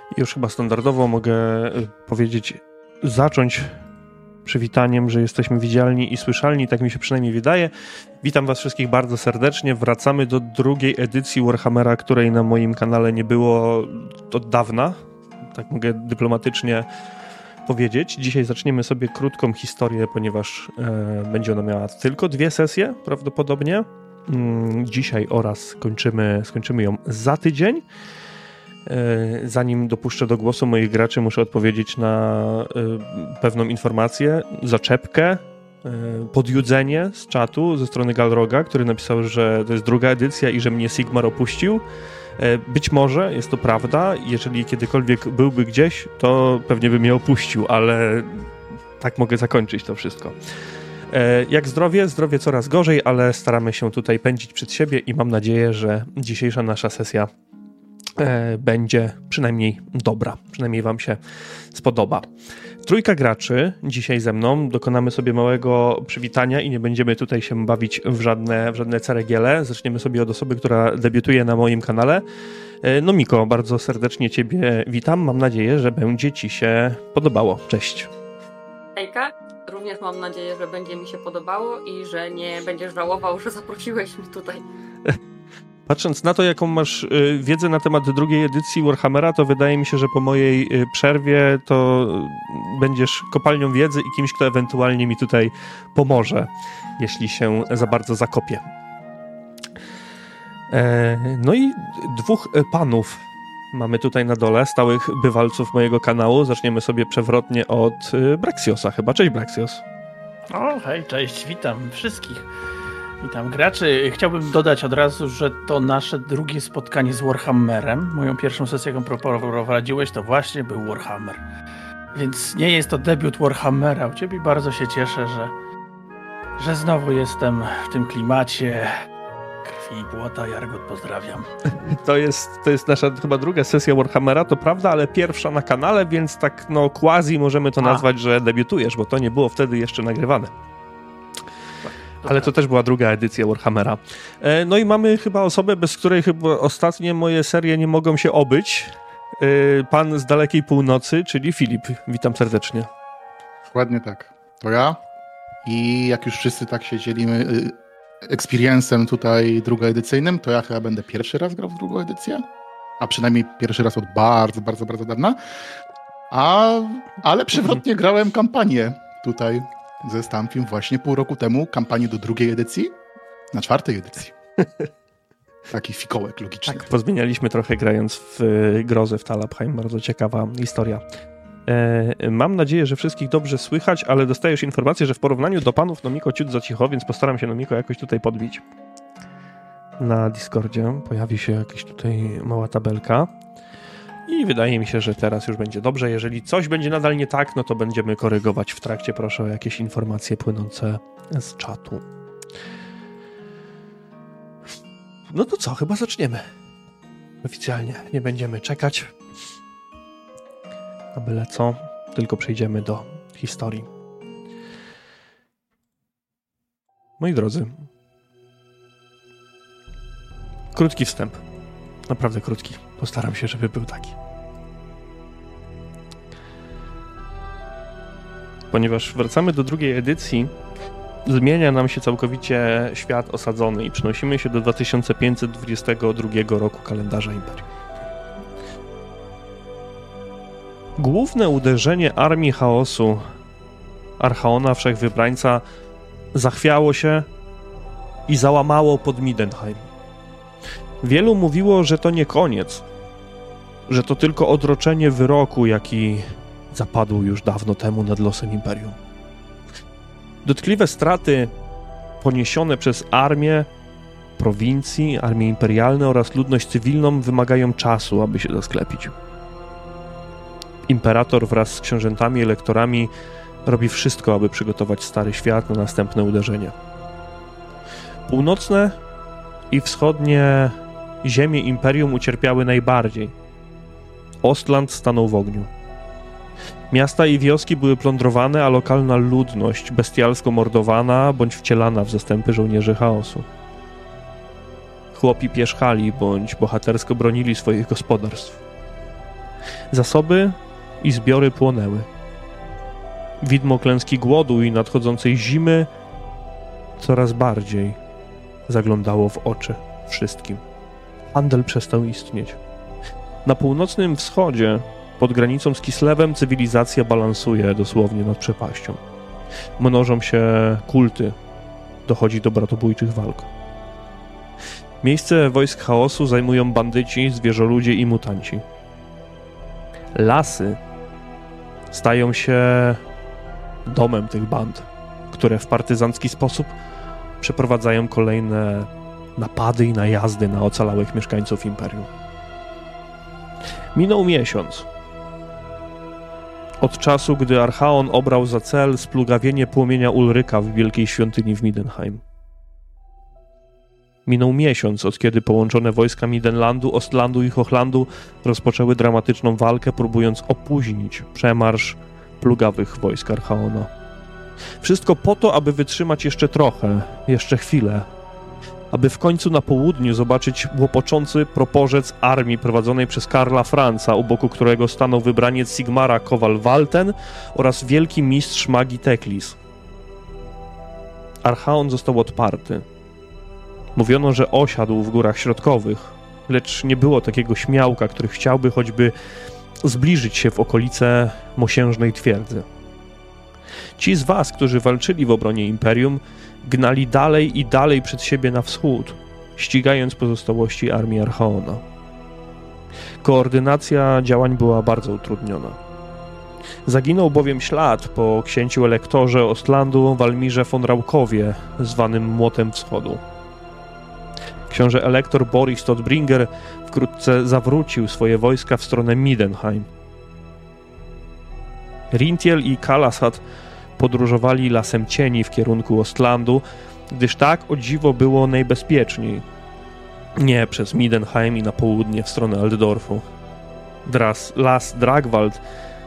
Już chyba standardowo mogę zacząć przywitaniem, że jesteśmy widzialni i słyszalni, tak mi się przynajmniej wydaje. Witam was wszystkich bardzo serdecznie. Wracamy do drugiej edycji Warhammera, której na moim kanale nie było od dawna. Tak mogę dyplomatycznie powiedzieć. Dzisiaj zaczniemy sobie krótką historię, ponieważ będzie ona miała tylko 2 sesje prawdopodobnie. Dzisiaj oraz skończymy ją za tydzień. Zanim dopuszczę do głosu moich graczy, muszę odpowiedzieć na pewną informację, zaczepkę, podjudzenie z czatu ze strony Galroga, który napisał, że to jest druga edycja i że mnie Sigmar opuścił. Być może jest to prawda, jeżeli kiedykolwiek byłby gdzieś, to pewnie by mnie opuścił, ale tak mogę zakończyć to wszystko. Jak zdrowie? Zdrowie coraz gorzej, ale staramy się tutaj pędzić przed siebie i mam nadzieję, że dzisiejsza nasza sesja będzie przynajmniej dobra, przynajmniej wam się spodoba. 3 graczy dzisiaj ze mną, dokonamy sobie małego przywitania i nie będziemy tutaj się bawić w żadne ceregiele. Zaczniemy sobie od osoby, która debiutuje na moim kanale. No Miko, bardzo serdecznie ciebie witam, mam nadzieję, że będzie ci się podobało. Cześć. Hejka, również mam nadzieję, że będzie mi się podobało i że nie będziesz żałował, że zaprosiłeś mnie tutaj. Patrząc na to, jaką masz wiedzę na temat drugiej edycji Warhammera, to wydaje mi się, że po mojej przerwie to będziesz kopalnią wiedzy i kimś, kto ewentualnie mi tutaj pomoże, jeśli się za bardzo zakopię. No i 2 panów mamy tutaj na dole, stałych bywalców mojego kanału. Zaczniemy sobie przewrotnie od Braxiosa chyba. Cześć Braxios. O, hej, cześć, witam wszystkich. Witam graczy. Chciałbym dodać od razu, że to nasze drugie spotkanie z Warhammerem. Moją pierwszą sesję, jaką prowadziłeś, to właśnie był Warhammer. Więc nie jest to debiut Warhammera. U ciebie bardzo się cieszę, że znowu jestem w tym klimacie krwi i błota. Jargot, pozdrawiam. To jest nasza chyba druga sesja Warhammera, to prawda, ale pierwsza na kanale, więc tak no quasi możemy to nazwać, że debiutujesz, bo to nie było wtedy jeszcze nagrywane. Ale to też była druga edycja Warhammera. No i mamy chyba osobę, bez której chyba ostatnie moje serie nie mogą się obyć. Pan z dalekiej północy, czyli Filip. Witam serdecznie. Dokładnie tak. To ja. I jak już wszyscy tak się dzielimy experience'em tutaj drugoedycyjnym, to ja chyba będę pierwszy raz grał w drugą edycję. A przynajmniej pierwszy raz od bardzo, bardzo, bardzo dawna. Ale przewrotnie grałem kampanię tutaj ze Stampim właśnie pół roku temu, kampanię do drugiej edycji na 4. edycji. Taki fikołek logiczny. Tak, pozmienialiśmy trochę grając w Grozę w Talabheim. Bardzo ciekawa historia. Mam nadzieję, że wszystkich dobrze słychać, ale dostajesz informację, że w porównaniu do panów Nomiko ciut za cicho, więc postaram się Nomiko jakoś tutaj podbić. Na Discordzie pojawi się jakaś tutaj mała tabelka. I wydaje mi się, że teraz już będzie dobrze. Jeżeli coś będzie nadal nie tak, no to będziemy korygować w trakcie. Proszę o jakieś informacje płynące z czatu. No to co? Chyba zaczniemy. Oficjalnie. Nie będziemy czekać. A byle co, tylko przejdziemy do historii. Moi drodzy, krótki wstęp. Naprawdę krótki. Postaram się, żeby był taki. Ponieważ wracamy do drugiej edycji, zmienia nam się całkowicie świat osadzony i przenosimy się do 2522 roku kalendarza Imperium. Główne uderzenie armii chaosu Archaona Wszechwybrańca zachwiało się i załamało pod Middenheim. Wielu mówiło, że to nie koniec, że to tylko odroczenie wyroku, jaki zapadł już dawno temu nad losem Imperium. Dotkliwe straty poniesione przez armię prowincji, armię imperialne oraz ludność cywilną wymagają czasu, aby się zasklepić. Imperator wraz z książętami i elektorami robi wszystko, aby przygotować Stary Świat na następne uderzenie. Północne i wschodnie ziemie Imperium ucierpiały najbardziej. Ostland stanął w ogniu. Miasta i wioski były plądrowane, a lokalna ludność bestialsko mordowana bądź wcielana w zastępy żołnierzy chaosu. Chłopi pierzchali bądź bohatersko bronili swoich gospodarstw. Zasoby i zbiory płonęły. Widmo klęski głodu i nadchodzącej zimy coraz bardziej zaglądało w oczy wszystkim. Handel przestał istnieć. Na północnym wschodzie, pod granicą z Kislewem, cywilizacja balansuje dosłownie nad przepaścią. Mnożą się kulty, dochodzi do bratobójczych walk. Miejsce wojsk chaosu zajmują bandyci, zwierzoludzie i mutanci. Lasy stają się domem tych band, które w partyzancki sposób przeprowadzają kolejne napady i najazdy na ocalałych mieszkańców Imperium. Minął miesiąc od czasu, gdy Archaon obrał za cel splugawienie płomienia Ulryka w wielkiej świątyni w Midenheim. Minął miesiąc, od kiedy połączone wojska Midenlandu, Ostlandu i Hochlandu rozpoczęły dramatyczną walkę, próbując opóźnić przemarsz plugawych wojsk Archaona. Wszystko po to, aby wytrzymać jeszcze trochę, jeszcze chwilę, aby w końcu na południu zobaczyć łopoczący proporzec armii prowadzonej przez Karla Franza, u boku którego stanął wybraniec Sigmara Kowal-Walten oraz wielki mistrz magii Teklis. Archaon został odparty. Mówiono, że osiadł w Górach Środkowych, lecz nie było takiego śmiałka, który chciałby choćby zbliżyć się w okolice mosiężnej twierdzy. Ci z was, którzy walczyli w obronie Imperium, gnali dalej i dalej przed siebie na wschód, ścigając pozostałości armii Archaona. Koordynacja działań była bardzo utrudniona. Zaginął bowiem ślad po księciu elektorze Ostlandu Walmirze von Raukowie, zwanym Młotem Wschodu. Książę elektor Boris Todbringer wkrótce zawrócił swoje wojska w stronę Midenheim. Rintiel i Kalashat podróżowali lasem cieni w kierunku Ostlandu, gdyż tak, o dziwo, było najbezpieczniej. Nie przez Midenheim i na południe w stronę Altdorfu. Las Dragwald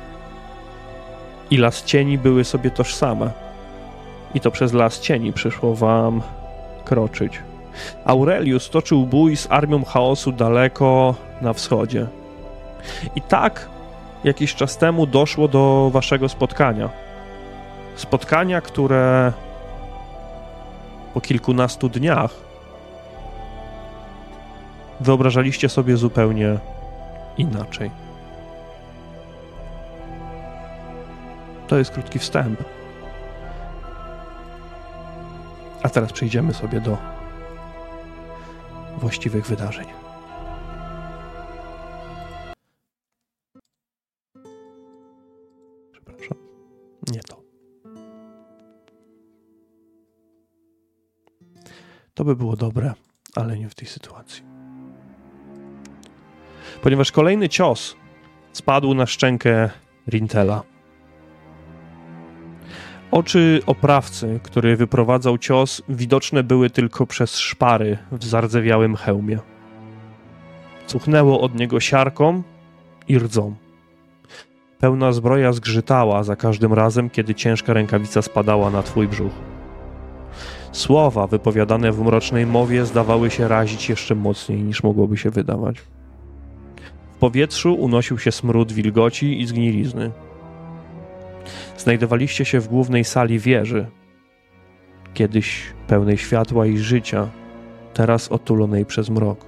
i Las Cieni były sobie tożsame. I to przez Las Cieni przyszło wam kroczyć. Aurelius toczył bój z armią chaosu daleko na wschodzie. I tak jakiś czas temu doszło do waszego spotkania. Spotkania, które po kilkunastu dniach wyobrażaliście sobie zupełnie inaczej. To jest krótki wstęp. A teraz przejdziemy sobie do właściwych wydarzeń. Przepraszam. Nie to. To by było dobre, ale nie w tej sytuacji. Ponieważ kolejny cios spadł na szczękę Rintela. Oczy oprawcy, który wyprowadzał cios, widoczne były tylko przez szpary w zardzewiałym hełmie. Cuchnęło od niego siarką i rdzą. Pełna zbroja zgrzytała za każdym razem, kiedy ciężka rękawica spadała na twój brzuch. Słowa wypowiadane w mrocznej mowie zdawały się razić jeszcze mocniej, niż mogłoby się wydawać. W powietrzu unosił się smród wilgoci i zgnilizny. Znajdowaliście się w głównej sali wieży, kiedyś pełnej światła i życia, teraz otulonej przez mrok.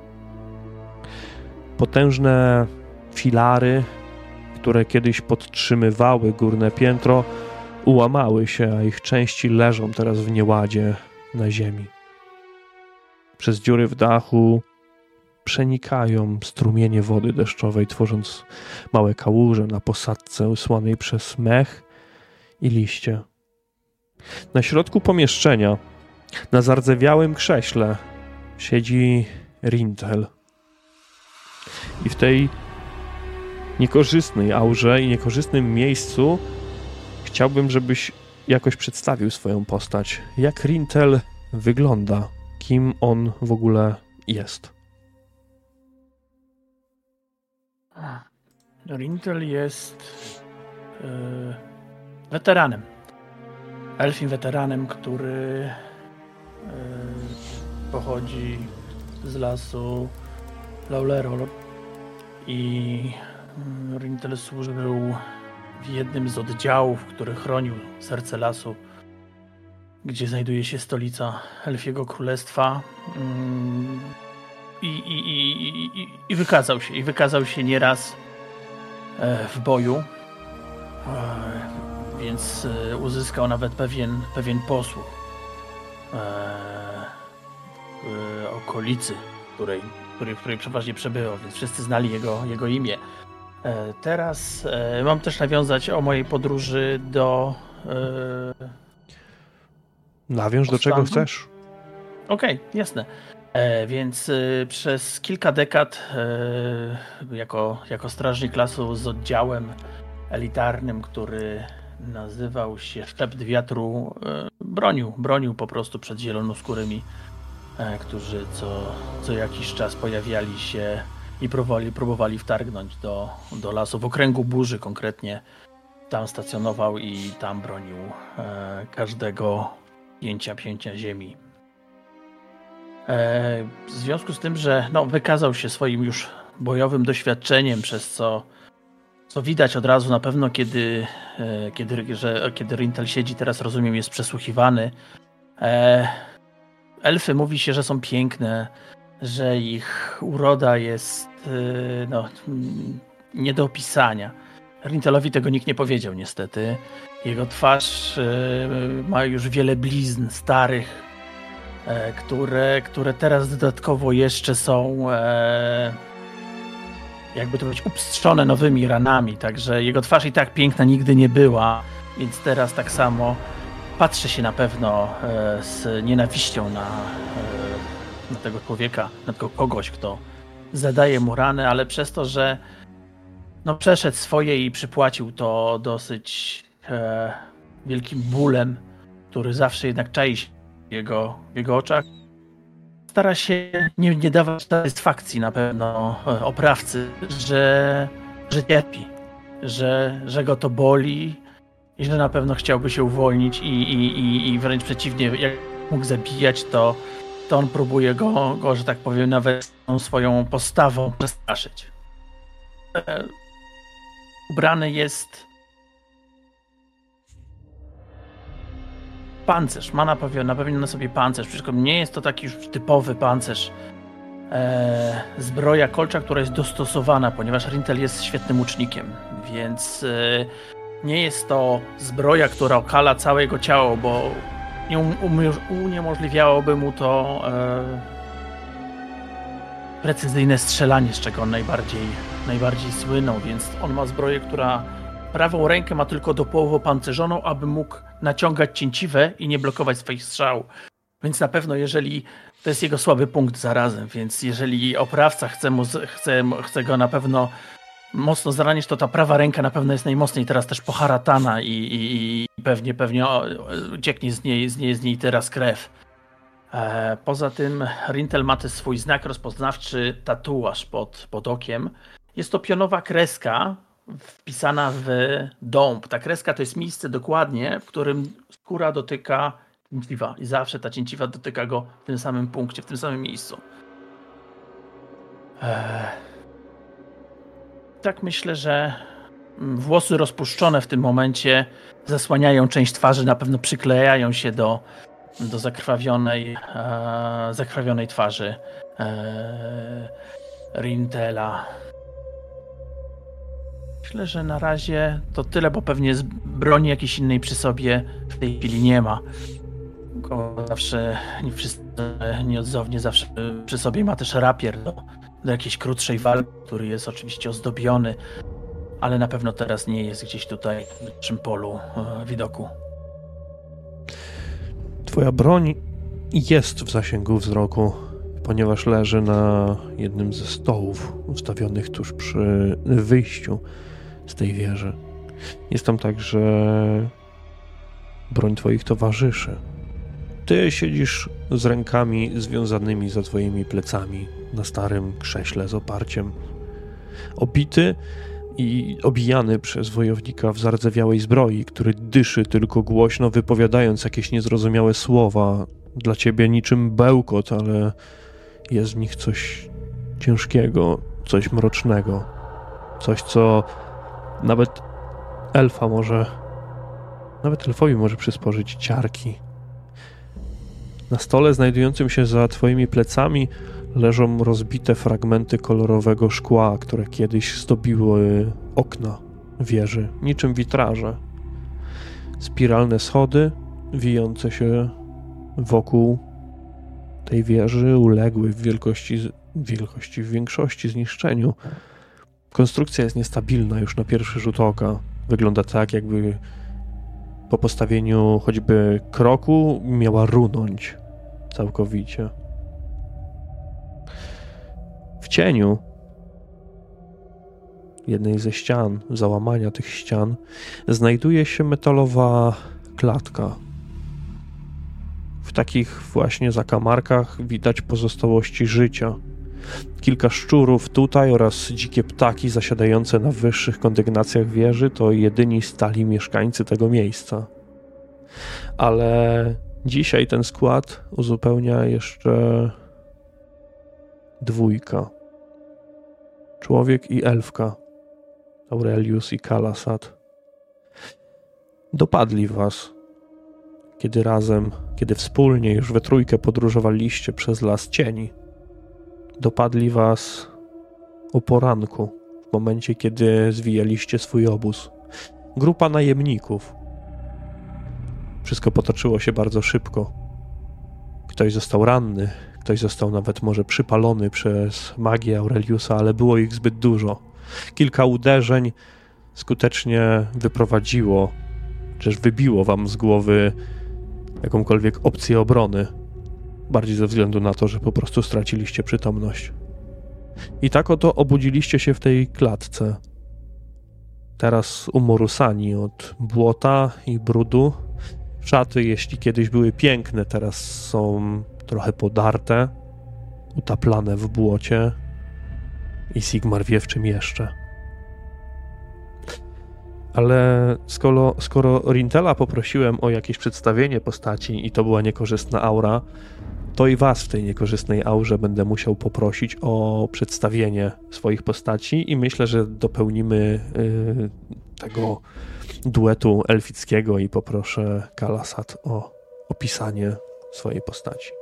Potężne filary, które kiedyś podtrzymywały górne piętro, ułamały się, a ich części leżą teraz w nieładzie na ziemi. Przez dziury w dachu przenikają strumienie wody deszczowej, tworząc małe kałuże na posadzce usłanej przez mech i liście. Na środku pomieszczenia, na zardzewiałym krześle, siedzi Rintel. I w tej niekorzystnej aurze i niekorzystnym miejscu chciałbym, żebyś jakoś przedstawił swoją postać. Jak Rintel wygląda? Kim on w ogóle jest? Rintel jest weteranem. Elfim weteranem, który pochodzi z lasu Laulerol i Rintel służył w jednym z oddziałów, który chronił serce lasu, gdzie znajduje się stolica Elfiego Królestwa. I wykazał się. I wykazał się nieraz w boju. Więc uzyskał nawet pewien posłuch w okolicy, w której przeważnie przebywał, więc wszyscy znali jego imię. Teraz mam też nawiązać o mojej podróży do... Nawiąż do czego chcesz. Okej, jasne. Więc przez kilka dekad jako strażnik lasu z oddziałem elitarnym, który nazywał się Szept Wiatru, bronił po prostu przed zielonoskórymi, którzy co jakiś czas pojawiali się i próbowali wtargnąć do lasu. W okręgu burzy konkretnie tam stacjonował i tam bronił każdego pięcia ziemi. W związku z tym, że wykazał się swoim już bojowym doświadczeniem, przez co widać od razu na pewno, kiedy Rintel siedzi, teraz rozumiem, jest przesłuchiwany. Elfy mówi się, że są piękne, że ich uroda jest nie do opisania. Rintelowi tego nikt nie powiedział niestety. Jego twarz ma już wiele blizn starych, które teraz dodatkowo jeszcze są jakby to powiedzieć upstrzone nowymi ranami, także jego twarz i tak piękna nigdy nie była, więc teraz tak samo patrzy się na pewno z nienawiścią na tego człowieka, na tego kogoś, kto zadaje mu rany, ale przez to, że przeszedł swoje i przypłacił to dosyć wielkim bólem, który zawsze jednak czai się w jego oczach, stara się nie dawać satysfakcji na pewno oprawcy, że cierpi, że go to boli i że na pewno chciałby się uwolnić i wręcz przeciwnie, jak mógł zabijać, to on próbuje go, że tak powiem, nawet tą swoją postawą przestraszyć. Ubrany jest pancerz, ma na pewno na sobie pancerz, przecież nie jest to taki już typowy pancerz. Zbroja kolcza, która jest dostosowana, ponieważ Rintel jest świetnym łucznikiem, więc nie jest to zbroja, która okala całe jego ciało, bo uniemożliwiałoby mu to precyzyjne strzelanie, z czego on najbardziej słynął, więc on ma zbroję, która prawą rękę ma tylko do połowy opancerzoną, aby mógł naciągać cięciwe i nie blokować swoich strzał. Więc na pewno, jeżeli to jest jego słaby punkt zarazem, więc jeżeli oprawca chce go na pewno mocno zranić, to ta prawa ręka na pewno jest najmocniej teraz też poharatana i pewnie cieknie z niej teraz krew. Poza tym Rintel ma też swój znak rozpoznawczy, tatuaż pod okiem. Jest to pionowa kreska wpisana w dąb. Ta kreska to jest miejsce dokładnie, w którym skóra dotyka cięciwa i zawsze ta cięciwa dotyka go w tym samym punkcie, w tym samym miejscu. Tak myślę, że włosy rozpuszczone w tym momencie zasłaniają część twarzy, na pewno przyklejają się do zakrwawionej twarzy Rintela. Myślę, że na razie to tyle, bo pewnie broni jakiejś innej przy sobie w tej chwili nie ma. Zawsze nieodzownie zawsze przy sobie ma też rapier do jakiejś krótszej walki, który jest oczywiście ozdobiony, ale na pewno teraz nie jest gdzieś tutaj w lepszym polu widoku. Twoja broń jest w zasięgu wzroku, ponieważ leży na jednym ze stołów ustawionych tuż przy wyjściu z tej wieży. Jest tam także broń twoich towarzyszy. Ty siedzisz z rękami związanymi za twoimi plecami na starym krześle z oparciem. Obity i obijany przez wojownika w zardzewiałej zbroi, który dyszy tylko głośno, wypowiadając jakieś niezrozumiałe słowa. Dla ciebie niczym bełkot, ale jest w nich coś ciężkiego, coś mrocznego. Coś, co nawet elfowi może przysporzyć ciarki. Na stole znajdującym się za twoimi plecami leżą rozbite fragmenty kolorowego szkła, które kiedyś zdobiły okna wieży, niczym witraże. Spiralne schody wijące się wokół tej wieży uległy w większości zniszczeniu. Konstrukcja jest niestabilna już na pierwszy rzut oka. Wygląda tak, jakby po postawieniu choćby kroku miała runąć całkowicie. W cieniu jednej ze ścian, załamania tych ścian, znajduje się metalowa klatka. W takich właśnie zakamarkach widać pozostałości życia. Kilka szczurów tutaj oraz dzikie ptaki zasiadające na wyższych kondygnacjach wieży to jedyni stali mieszkańcy tego miejsca. Ale dzisiaj ten skład uzupełnia jeszcze dwójka. Człowiek i elfka. Aurelius i Kalasat. Dopadli was, kiedy wspólnie już we trójkę podróżowaliście przez las cieni. Dopadli was o poranku, w momencie, kiedy zwijaliście swój obóz. Grupa najemników. Wszystko potoczyło się bardzo szybko. Ktoś został ranny, ktoś został nawet może przypalony przez magię Aureliusa, ale było ich zbyt dużo. Kilka uderzeń skutecznie wyprowadziło, czy wybiło wam z głowy jakąkolwiek opcję obrony. Bardziej ze względu na to, że po prostu straciliście przytomność. I tak oto obudziliście się w tej klatce. Teraz umorusani od błota i brudu. Szaty, jeśli kiedyś były piękne, teraz są trochę podarte, utaplane w błocie. I Sigmar wie w czym jeszcze. Ale skoro Rintela poprosiłem o jakieś przedstawienie postaci i to była niekorzystna aura, to i was w tej niekorzystnej aurze będę musiał poprosić o przedstawienie swoich postaci i myślę, że dopełnimy tego duetu elfickiego i poproszę Kalasat o opisanie swojej postaci.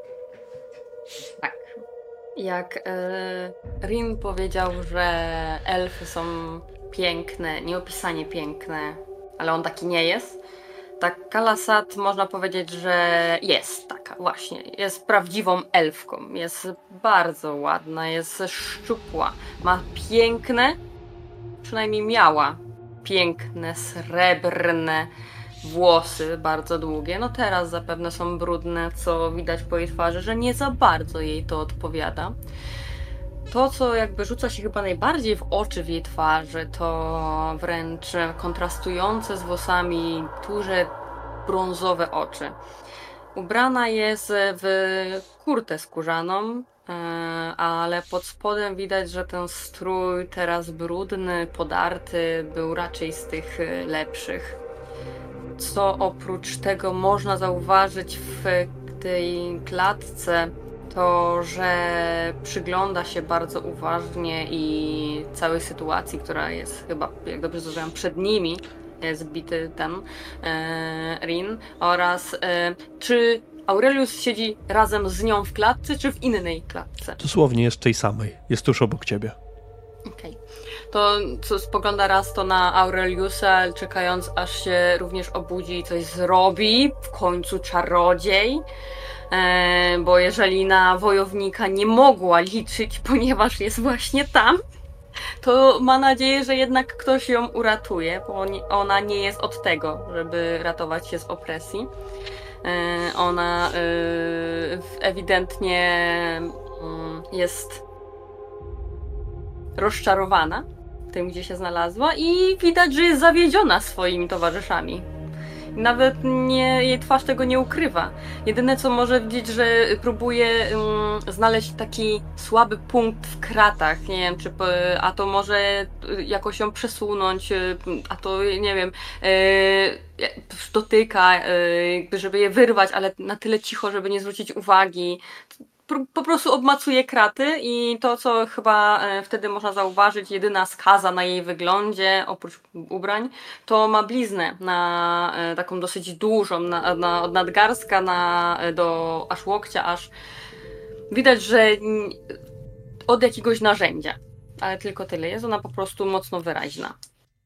Tak. Jak Rin powiedział, że elfy są piękne, nieopisanie piękne, ale on taki nie jest, tak Kalasat można powiedzieć, że jest taka właśnie. Jest prawdziwą elfką. Jest bardzo ładna, jest szczupła. Ma piękne, przynajmniej miała piękne, srebrne włosy, bardzo długie. No teraz zapewne są brudne, co widać po jej twarzy, że nie za bardzo jej to odpowiada. To, co jakby rzuca się chyba najbardziej w oczy w jej twarzy, to wręcz kontrastujące z włosami duże brązowe oczy. Ubrana jest w kurtę skórzaną, ale pod spodem widać, że ten strój teraz brudny, podarty, był raczej z tych lepszych. Co oprócz tego można zauważyć w tej klatce, to, że przygląda się bardzo uważnie i całej sytuacji, która jest chyba, jak dobrze zrozumiałam, przed nimi, jest bity ten Rin, oraz czy Aurelius siedzi razem z nią w klatce, czy w innej klatce? Dosłownie jest w tej samej, jest tuż obok ciebie. Okej. To co, spogląda raz to na Aureliusa, czekając aż się również obudzi i coś zrobi, w końcu czarodziej. Bo jeżeli na wojownika nie mogła liczyć, ponieważ jest właśnie tam, to ma nadzieję, że jednak ktoś ją uratuje, bo ona nie jest od tego, żeby ratować się z opresji. Ona ewidentnie jest rozczarowana tym, gdzie się znalazła i widać, że jest zawiedziona swoimi towarzyszami. Nawet jej twarz tego nie ukrywa. Jedyne, co może widzieć, że próbuje znaleźć taki słaby punkt w kratach. Nie wiem, a to może jakoś ją przesunąć, a to nie wiem, dotyka, żeby je wyrwać, ale na tyle cicho, żeby nie zwrócić uwagi. po prostu obmacuje kraty i to, co chyba wtedy można zauważyć, jedyna skaza na jej wyglądzie, oprócz ubrań, to ma bliznę na taką dosyć dużą, od nadgarstka do aż łokcia, aż widać, że od jakiegoś narzędzia, ale tylko tyle. Jest ona po prostu mocno wyraźna.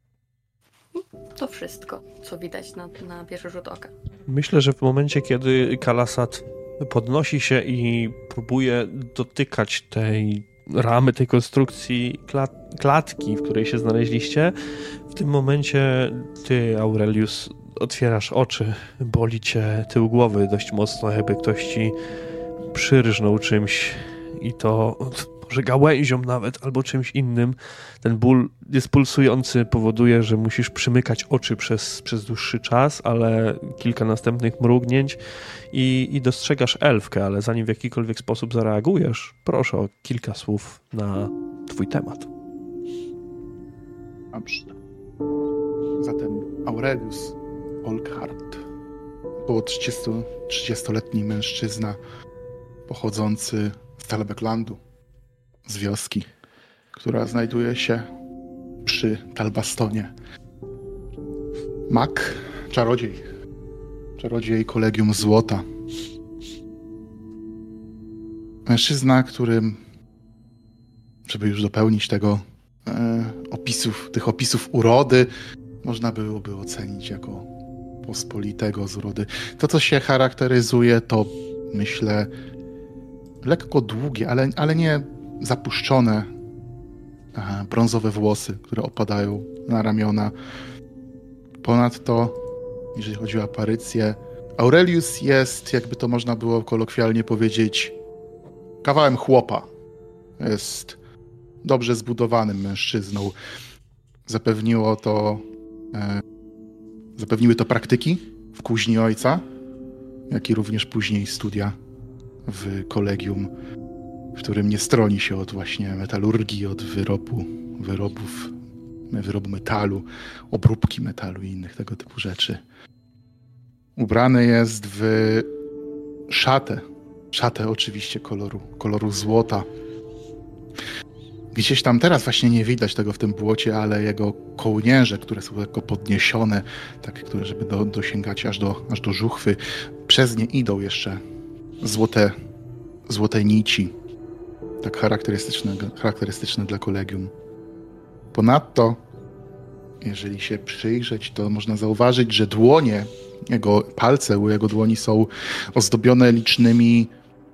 To wszystko, co widać na pierwszy rzut oka. Myślę, że w momencie, kiedy Kalasat podnosi się i próbuje dotykać tej ramy, tej konstrukcji klatki, w której się znaleźliście, w tym momencie ty, Aurelius, otwierasz oczy, boli cię tył głowy dość mocno, jakby ktoś ci przyrżnął czymś i to może gałęzią nawet, albo czymś innym. Ten ból jest pulsujący, powoduje, że musisz przymykać oczy przez dłuższy czas, ale kilka następnych mrugnięć i dostrzegasz elfkę, ale zanim w jakikolwiek sposób zareagujesz, proszę o kilka słów na twój temat. Dobrze. Zatem Aurelius Olkhart, około 30-letni mężczyzna pochodzący z Talbeklandu, z wioski, która znajduje się przy Talbastonie. Mag, czarodziej Kolegium Złota. Mężczyzna, którym, żeby już dopełnić tych opisów urody, można byłoby ocenić jako pospolitego z urody. To, co się charakteryzuje, to myślę lekko długie, ale nie zapuszczone brązowe włosy, które opadają na ramiona. Ponadto, jeżeli chodzi o aparycję, Aurelius jest, jakby to można było kolokwialnie powiedzieć, kawałem chłopa. Jest dobrze zbudowanym mężczyzną. Zapewniły to praktyki w kuźni ojca, jak i również później studia w kolegium, w którym nie stroni się od właśnie metalurgii, od wyrobu metalu, obróbki metalu i innych tego typu rzeczy. Ubrany jest w szatę oczywiście koloru złota. Gdzieś tam teraz właśnie nie widać tego w tym błocie, ale jego kołnierze, które są lekko podniesione, tak, żeby dosięgać aż do żuchwy, przez nie idą jeszcze złote nici, tak charakterystyczne dla kolegium. Ponadto, jeżeli się przyjrzeć, to można zauważyć, że palce u jego dłoni są ozdobione licznymi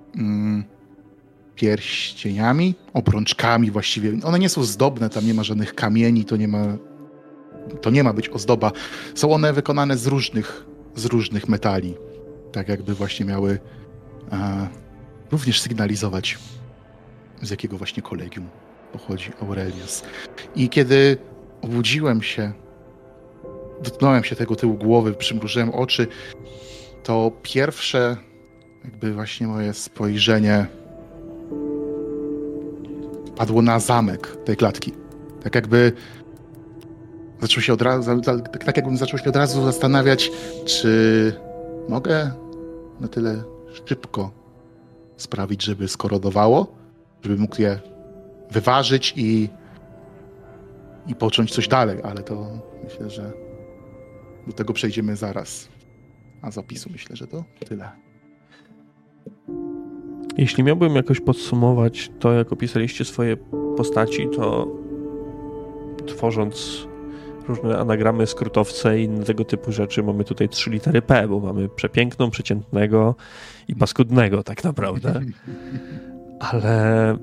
pierścieniami, obrączkami właściwie. One nie są zdobne, tam nie ma żadnych kamieni, to nie ma być ozdoba. Są one wykonane z różnych metali, tak jakby właśnie miały również sygnalizować, z jakiego właśnie kolegium pochodzi Aurelius. I kiedy obudziłem się, dotknąłem się tego tyłu głowy, przymrużyłem oczy, to pierwsze jakby właśnie moje spojrzenie padło na zamek tej klatki. Tak jakby jakbym zaczął się od razu zastanawiać, czy mogę na tyle szybko sprawić, żeby skorodowało, żeby mógł je wyważyć i począć coś dalej, ale to myślę, że do tego przejdziemy zaraz. A z opisu myślę, że to tyle. Jeśli miałbym jakoś podsumować to, jak opisaliście swoje postaci, to tworząc różne anagramy, skrótowce i inne tego typu rzeczy, mamy tutaj 3 litery P, bo mamy przepiękną, przeciętnego i paskudnego tak naprawdę. Ale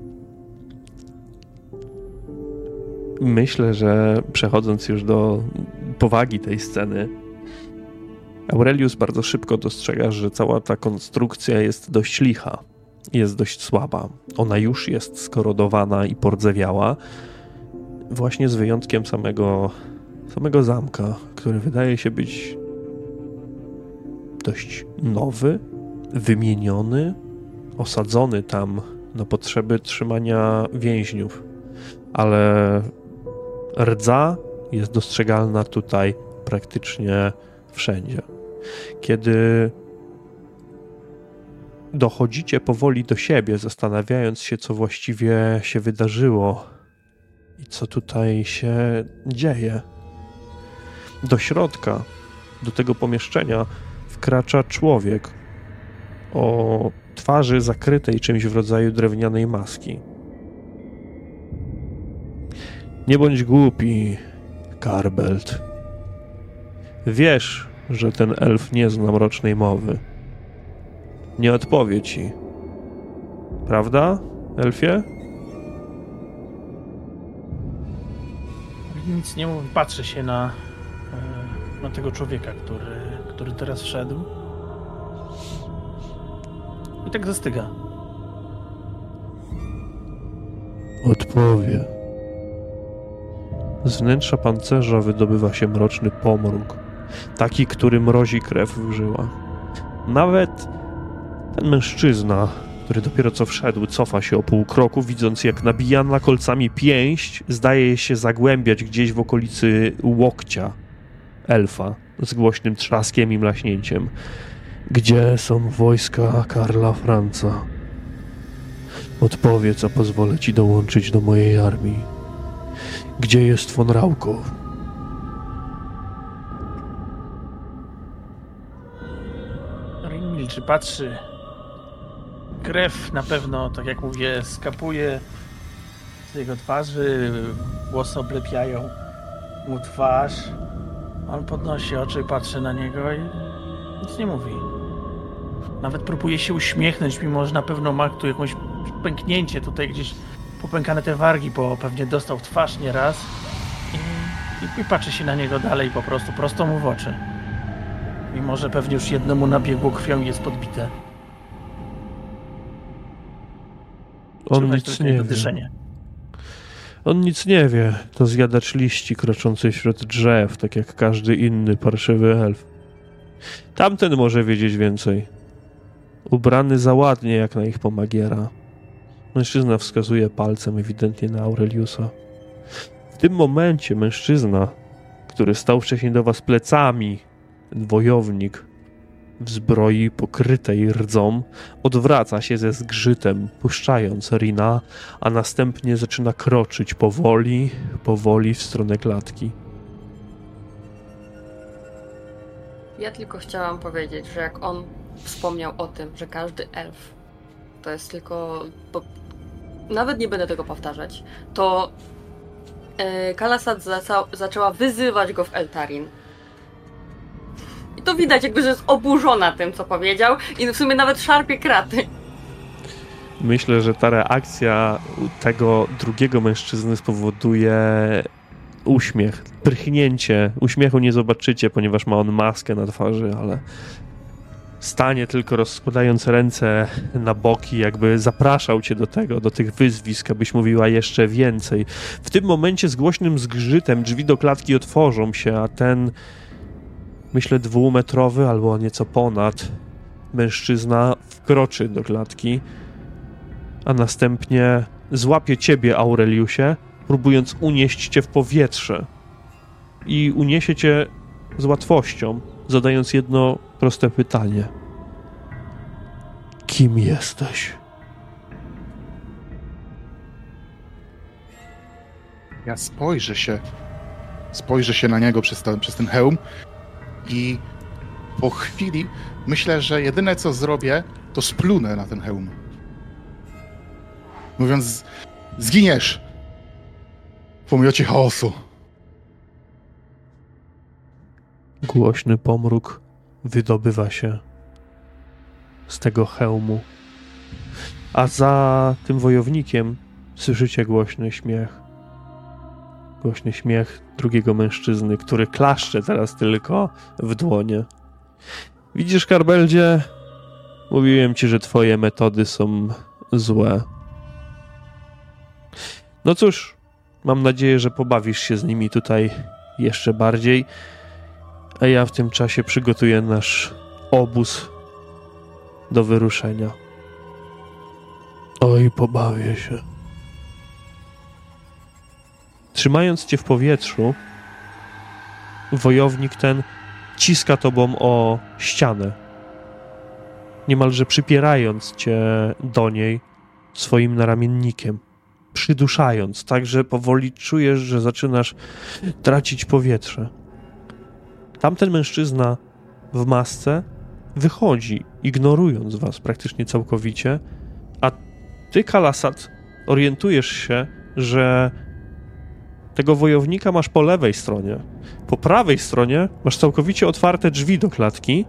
myślę, że przechodząc już do powagi tej sceny, Aurelius bardzo szybko dostrzega, że cała ta konstrukcja jest dość licha, jest dość słaba. Ona już jest skorodowana i pordzewiała, właśnie z wyjątkiem samego zamka, który wydaje się być dość nowy, wymieniony, osadzony tam na potrzeby trzymania więźniów. Ale rdza jest dostrzegalna tutaj praktycznie wszędzie. Kiedy dochodzicie powoli do siebie, zastanawiając się, co właściwie się wydarzyło i co tutaj się dzieje. Do środka, do tego pomieszczenia wkracza człowiek o twarzy zakrytej czymś w rodzaju drewnianej maski. Nie bądź głupi, Karbelt. Wiesz, że ten elf nie zna mrocznej mowy. Nie odpowie ci. Prawda, elfie? Nic nie mówi, patrzy się na tego człowieka, który teraz wszedł. I tak zastyga. Odpowie. Z wnętrza pancerza wydobywa się mroczny pomruk. Taki, który mrozi krew w żyłach. Nawet ten mężczyzna, który dopiero co wszedł, cofa się o pół kroku, widząc jak nabijana kolcami pięść zdaje się zagłębiać gdzieś w okolicy łokcia elfa z głośnym trzaskiem i mlaśnięciem. Gdzie są wojska Karla Franca? Odpowiedz, a pozwolę ci dołączyć do mojej armii. Gdzie jest von Raukow? Rin milczy, patrzy. Krew na pewno, tak jak mówię, skapuje z jego twarzy, włosy oblepiają mu twarz. On podnosi oczy i patrzy na niego i nic nie mówi. Nawet próbuje się uśmiechnąć, mimo że na pewno ma tu jakieś pęknięcie tutaj gdzieś, popękane te wargi, bo pewnie dostał w twarz nieraz. I patrzy się na niego dalej po prostu, prosto mu w oczy. Mimo że pewnie już jednemu nabiegło krwią i jest podbite. On nic nie wie. On nic nie wie. To zjadacz liści kroczący wśród drzew, tak jak każdy inny parszywy elf. Tamten może wiedzieć więcej. Ubrany za ładnie, jak na ich pomagiera. Mężczyzna wskazuje palcem ewidentnie na Aureliusa. W tym momencie mężczyzna, który stał wcześniej do was plecami, wojownik w zbroi pokrytej rdzą, odwraca się ze zgrzytem, puszczając Rina, a następnie zaczyna kroczyć powoli w stronę klatki. Ja tylko chciałam powiedzieć, że jak on wspomniał o tym, że każdy elf to jest tylko... Nawet nie będę tego powtarzać. To Kalasat zaczęła wyzywać go w Eltarin. I to widać, jakby, że jest oburzona tym, co powiedział i w sumie nawet szarpie kraty. Myślę, że ta reakcja tego drugiego mężczyzny spowoduje uśmiech, prychnięcie. Uśmiechu nie zobaczycie, ponieważ ma on maskę na twarzy, ale stanie tylko rozkładając ręce na boki, jakby zapraszał cię do tych wyzwisk, abyś mówiła jeszcze więcej. W tym momencie z głośnym zgrzytem drzwi do klatki otworzą się, a ten, myślę, 2-metrowy albo nieco ponad mężczyzna wkroczy do klatki, a następnie złapie ciebie, Aureliusie, próbując unieść cię w powietrze. I uniesie cię z łatwością, zadając jedno proste pytanie. Kim jesteś? Ja spojrzę się na niego przez ten hełm i po chwili myślę, że jedyne co zrobię, to splunę na ten hełm. Mówiąc, zginiesz w pomiocie chaosu. Głośny pomruk wydobywa się z tego hełmu, a za tym wojownikiem słyszycie głośny śmiech. Głośny śmiech drugiego mężczyzny, który klaszcze teraz tylko w dłonie. Widzisz, Karbeldzie? Mówiłem ci, że twoje metody są złe. No cóż, mam nadzieję, że pobawisz się z nimi tutaj jeszcze bardziej, a ja w tym czasie przygotuję nasz obóz do wyruszenia. Oj, pobawię się. Trzymając cię w powietrzu, wojownik ten ciska tobą o ścianę. niemalże przypierając cię do niej swoim naramiennikiem, przyduszając, tak że powoli czujesz, że zaczynasz tracić powietrze. Tamten mężczyzna w masce wychodzi, ignorując was praktycznie całkowicie, a ty, Kalasat, orientujesz się, że tego wojownika masz po lewej stronie. Po prawej stronie masz całkowicie otwarte drzwi do klatki.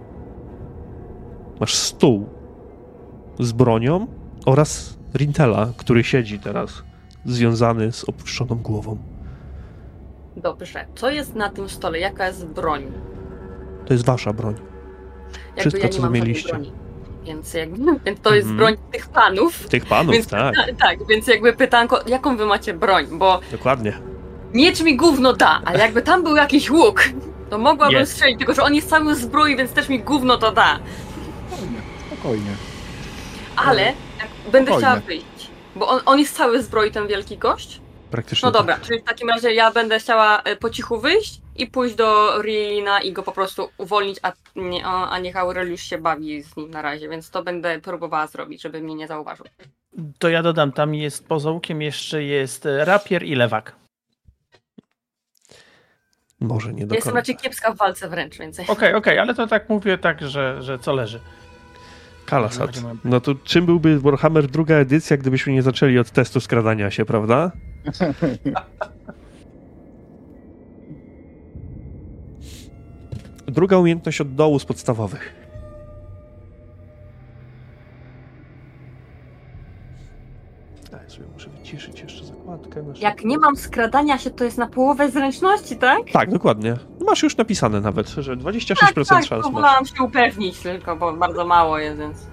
Masz stół z bronią oraz Rintela, który siedzi teraz związany z opuszczoną głową. Dobrze. Co jest na tym stole? Jaka jest broń? To jest wasza broń. Wszystko, ja nie co mam żadnej mieliście. broni. Więc to jest broń tych panów. Tych panów, Więc, tak. Tak, więc jakby pytanko, jaką wy macie broń? Bo Dokładnie. miecz mi gówno da, ale jakby tam był jakiś łuk, to mogłabym Jest. strzelić, tylko że on jest cały zbroi, więc też mi gówno to da. Spokojnie. Ale jak będę Spokojnie. chciała wyjść, bo on jest cały zbroi, ten wielki gość. Praktycznie No dobra, tak. czyli w takim razie ja będę chciała po cichu wyjść i pójść do Rielina i go po prostu uwolnić, a niech Aureliusz się bawi z nim na razie, więc to będę próbowała zrobić, żeby mnie nie zauważył. To ja dodam, tam jest poza łukiem jeszcze jest rapier i lewak. Może nie do Ja jestem końca. raczej kiepska w walce wręcz, więc... Okej, ale to tak mówię tak, że co leży. Kalasat. No to czym byłby Warhammer druga edycja, gdybyśmy nie zaczęli od testu skradania się, prawda? Druga umiejętność od dołu z podstawowych. Ja sobie muszę wyciszyć jeszcze zakładkę. Jak nie mam skradania się, to jest na połowę zręczności, tak? Tak, dokładnie. Masz już napisane nawet, że 26% Tak, szans masz. wolałam się upewnić tylko, bo bardzo mało jest, więc...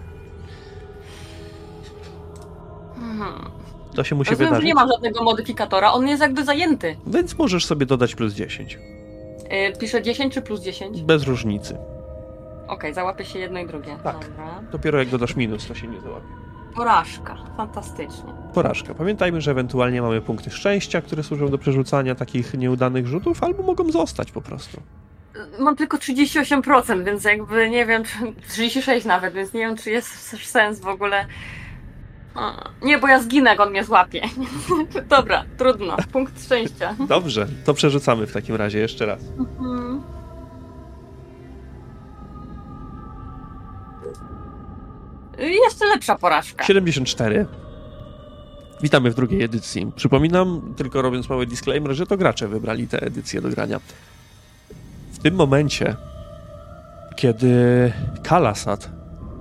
To się musi Rozumiem, że wydarzyć. nie mam żadnego modyfikatora, on jest jakby zajęty. Więc możesz sobie dodać plus 10. Piszę 10 czy plus 10? Bez różnicy. Okej, załapię się jedno i drugie. Tak. Dobra. Dopiero jak dodasz minus, to się nie załapie. Porażka, fantastycznie. Porażka. Pamiętajmy, że ewentualnie mamy punkty szczęścia, które służą do przerzucania takich nieudanych rzutów, albo mogą zostać po prostu. Mam tylko 38%, więc jakby nie wiem, 36 nawet, więc nie wiem, czy jest sens w ogóle. Nie, bo ja zginę, jak on mnie złapie. Dobra, trudno. Punkt szczęścia. Dobrze, to przerzucamy w takim razie jeszcze raz. Mhm. Jeszcze lepsza porażka. 74. Witamy w drugiej edycji. Przypominam, tylko robiąc mały disclaimer, że to gracze wybrali tę edycję do grania. W tym momencie, kiedy Kalasat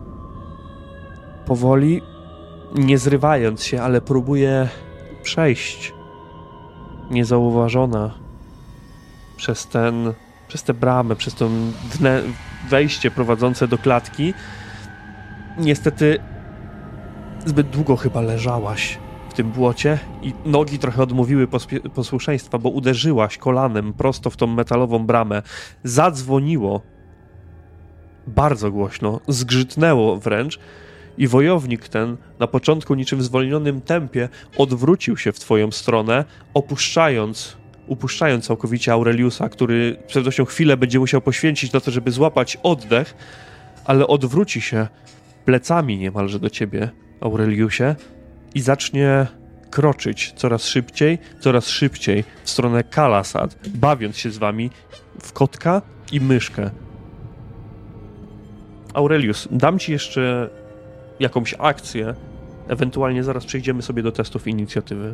powoli, nie zrywając się, ale próbuje przejść niezauważona przez tę bramę, przez to wejście prowadzące do klatki, niestety zbyt długo chyba leżałaś w tym błocie i nogi trochę odmówiły posłuszeństwa, bo uderzyłaś kolanem prosto w tą metalową bramę. Zadzwoniło bardzo głośno, zgrzytnęło wręcz i wojownik ten na początku niczym w zwolnionym tempie odwrócił się w twoją stronę, upuszczając całkowicie Aureliusa, który z pewnością chwilę będzie musiał poświęcić na to, żeby złapać oddech, ale odwróci się plecami niemalże do ciebie, Aureliusie, i zacznie kroczyć coraz szybciej w stronę Kalasat, bawiąc się z wami w kotka i myszkę. Aurelius, dam ci jeszcze jakąś akcję, ewentualnie zaraz przejdziemy sobie do testów inicjatywy.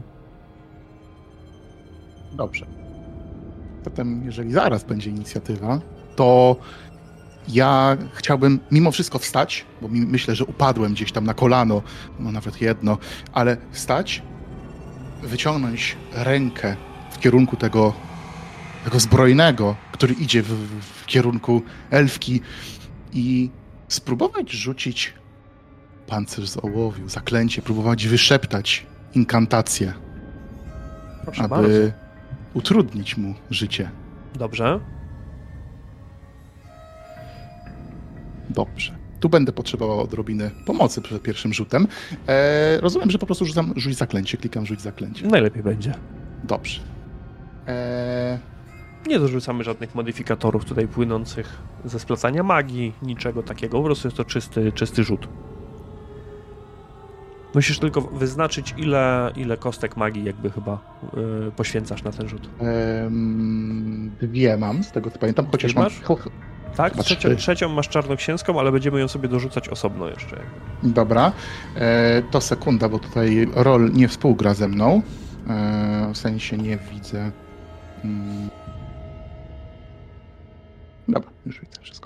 Dobrze. Zatem, jeżeli zaraz będzie inicjatywa, to ja chciałbym mimo wszystko wstać, bo myślę, że upadłem gdzieś tam na kolano, no nawet jedno, ale wstać, wyciągnąć rękę w kierunku tego zbrojnego, który idzie w kierunku elfki i spróbować rzucić pancerz z ołowiu, zaklęcie, próbować wyszeptać inkantację, Proszę aby bardzo. utrudnić mu życie. Dobrze. Dobrze. Tu będę potrzebował odrobiny pomocy przed pierwszym rzutem. Rozumiem, że po prostu rzuć zaklęcie. Klikam rzuć zaklęcie. Najlepiej będzie. Dobrze. Nie dorzucamy żadnych modyfikatorów tutaj płynących ze splatania magii, niczego takiego. Po prostu jest to czysty rzut. Musisz tylko wyznaczyć, ile kostek magii jakby chyba poświęcasz na ten rzut. 2 mam, z tego co pamiętam, chociaż masz? Tak, chyba trzecią masz czarnoksięską, ale będziemy ją sobie dorzucać osobno jeszcze. Dobra, to sekunda, bo tutaj rol nie współgra ze mną. W sensie nie widzę. Dobra, już widzę wszystko.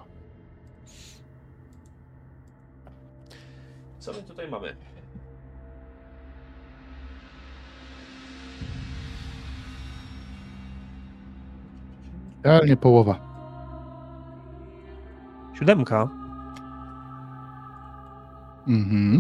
Co my tutaj mamy? Realnie połowa. 7. Mhm.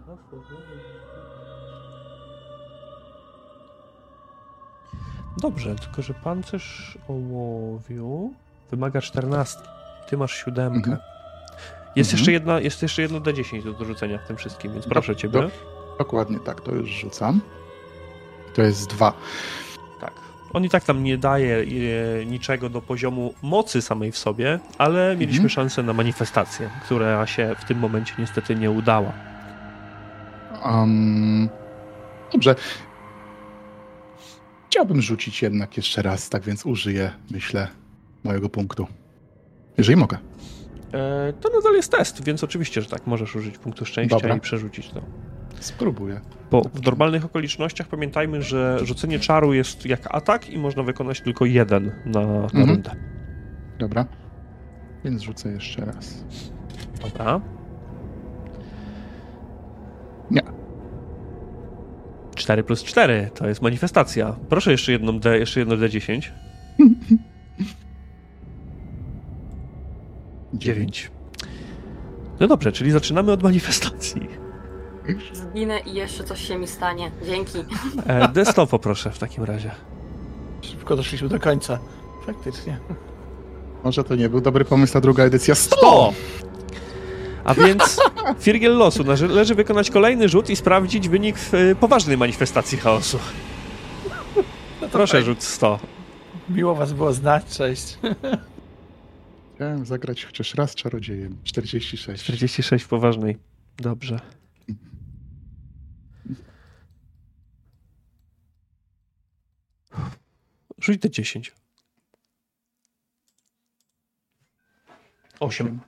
Dobrze, tylko że pancerz ołowiu wymaga 14. Ty masz 7. Jest jeszcze jedno D10 do dorzucenia w tym wszystkim, więc proszę ciebie. Dokładnie tak, to już rzucam. To jest 2. Tak. On i tak tam nie daje niczego do poziomu mocy samej w sobie, ale mieliśmy szansę na manifestację, która się w tym momencie niestety nie udała. Dobrze. Chciałbym rzucić jednak jeszcze raz, tak więc użyję, myślę, mojego punktu. Jeżeli mogę. To nadal jest test, więc oczywiście, że tak, możesz użyć punktu szczęścia i przerzucić to. Spróbuję. Bo w normalnych okolicznościach pamiętajmy, że rzucenie czaru jest jak atak i można wykonać tylko jeden na rundę. Dobra. Więc rzucę jeszcze raz. Dobra. Nie. 4 plus 4 to jest manifestacja. Proszę jeszcze jedno D10. 9. No dobrze, czyli zaczynamy od manifestacji. Zginę i jeszcze coś się mi stanie. Dzięki. D100 poproszę w takim razie. Szybko doszliśmy do końca. Faktycznie. Może to nie był dobry pomysł na druga edycja. 100! A więc Firgiel losu należy wykonać kolejny rzut i sprawdzić wynik w poważnej manifestacji chaosu. Proszę, rzut 100. Miło was było znać, cześć. Chciałem zagrać chociaż raz czarodziejem. 46. 46 poważnej. Dobrze. Rzuć te 10. 8.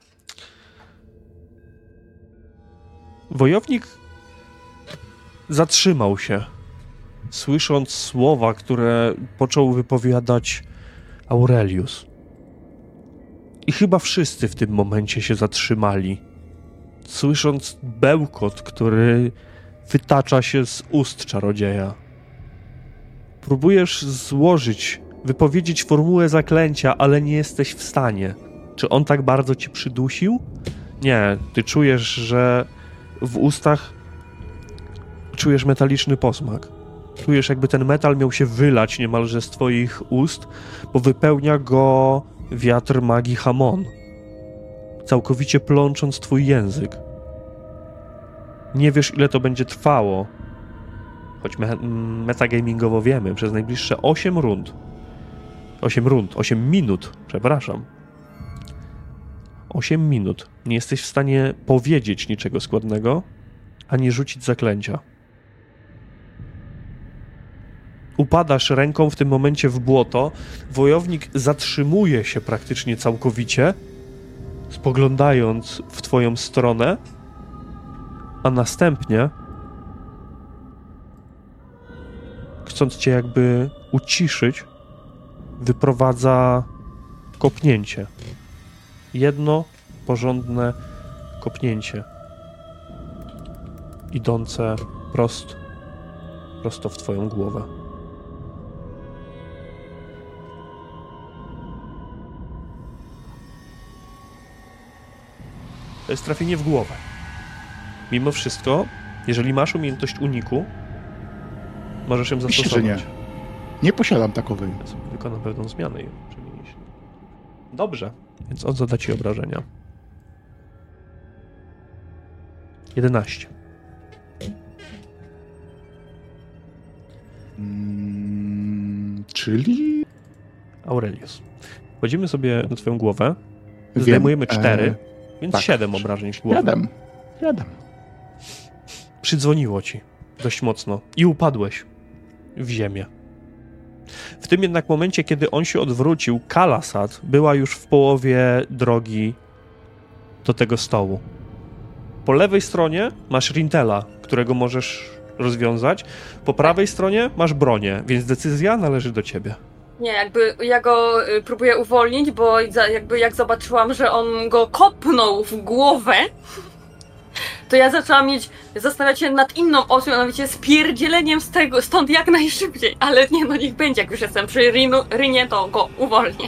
Wojownik zatrzymał się, słysząc słowa, które począł wypowiadać Aurelius. I chyba wszyscy w tym momencie się zatrzymali, słysząc bełkot, który wytacza się z ust czarodzieja. Próbujesz wypowiedzieć formułę zaklęcia, ale nie jesteś w stanie. Czy on tak bardzo cię przydusił? Nie, ty czujesz, że w ustach czujesz metaliczny posmak. Czujesz, jakby ten metal miał się wylać niemalże z twoich ust, bo wypełnia go wiatr magii Hamon, całkowicie plącząc twój język. Nie wiesz, ile to będzie trwało, choć metagamingowo wiemy, przez najbliższe 8 minut, przepraszam. 8 minut. Nie jesteś w stanie powiedzieć niczego składnego, ani rzucić zaklęcia. Upadasz ręką w tym momencie w błoto. Wojownik zatrzymuje się praktycznie całkowicie, spoglądając w twoją stronę, a następnie, chcąc cię jakby uciszyć, wyprowadza kopnięcie. Jedno porządne kopnięcie, idące prosto w twoją głowę. To jest trafienie w głowę. Mimo wszystko, jeżeli masz umiejętność uniku, możesz ją zastosować. Myślę, że nie. Nie posiadam takowej. Ja sobie wykonam pewną zmianę i przemienię się. Dobrze, więc on zada ci obrażenia. 11. Czyli Aurelius. Wchodzimy sobie na twoją głowę, zdejmujemy 4, więc tak. 7 obrażeń w głowę. 7. Przydzwoniło ci dość mocno i upadłeś w ziemię. W tym jednak momencie, kiedy on się odwrócił, Kalasat była już w połowie drogi do tego stołu. Po lewej stronie masz Rintela, którego możesz rozwiązać. Po prawej stronie masz bronię, więc decyzja należy do ciebie. Nie, jakby ja go próbuję uwolnić, bo jakby jak zobaczyłam, że on go kopnął w głowę, to ja zaczęłam zastanawiać się nad inną opcją, mianowicie spierdzieleniem stąd jak najszybciej. Ale nie, no niech będzie, jak już jestem przy Rinie, to go uwolnię.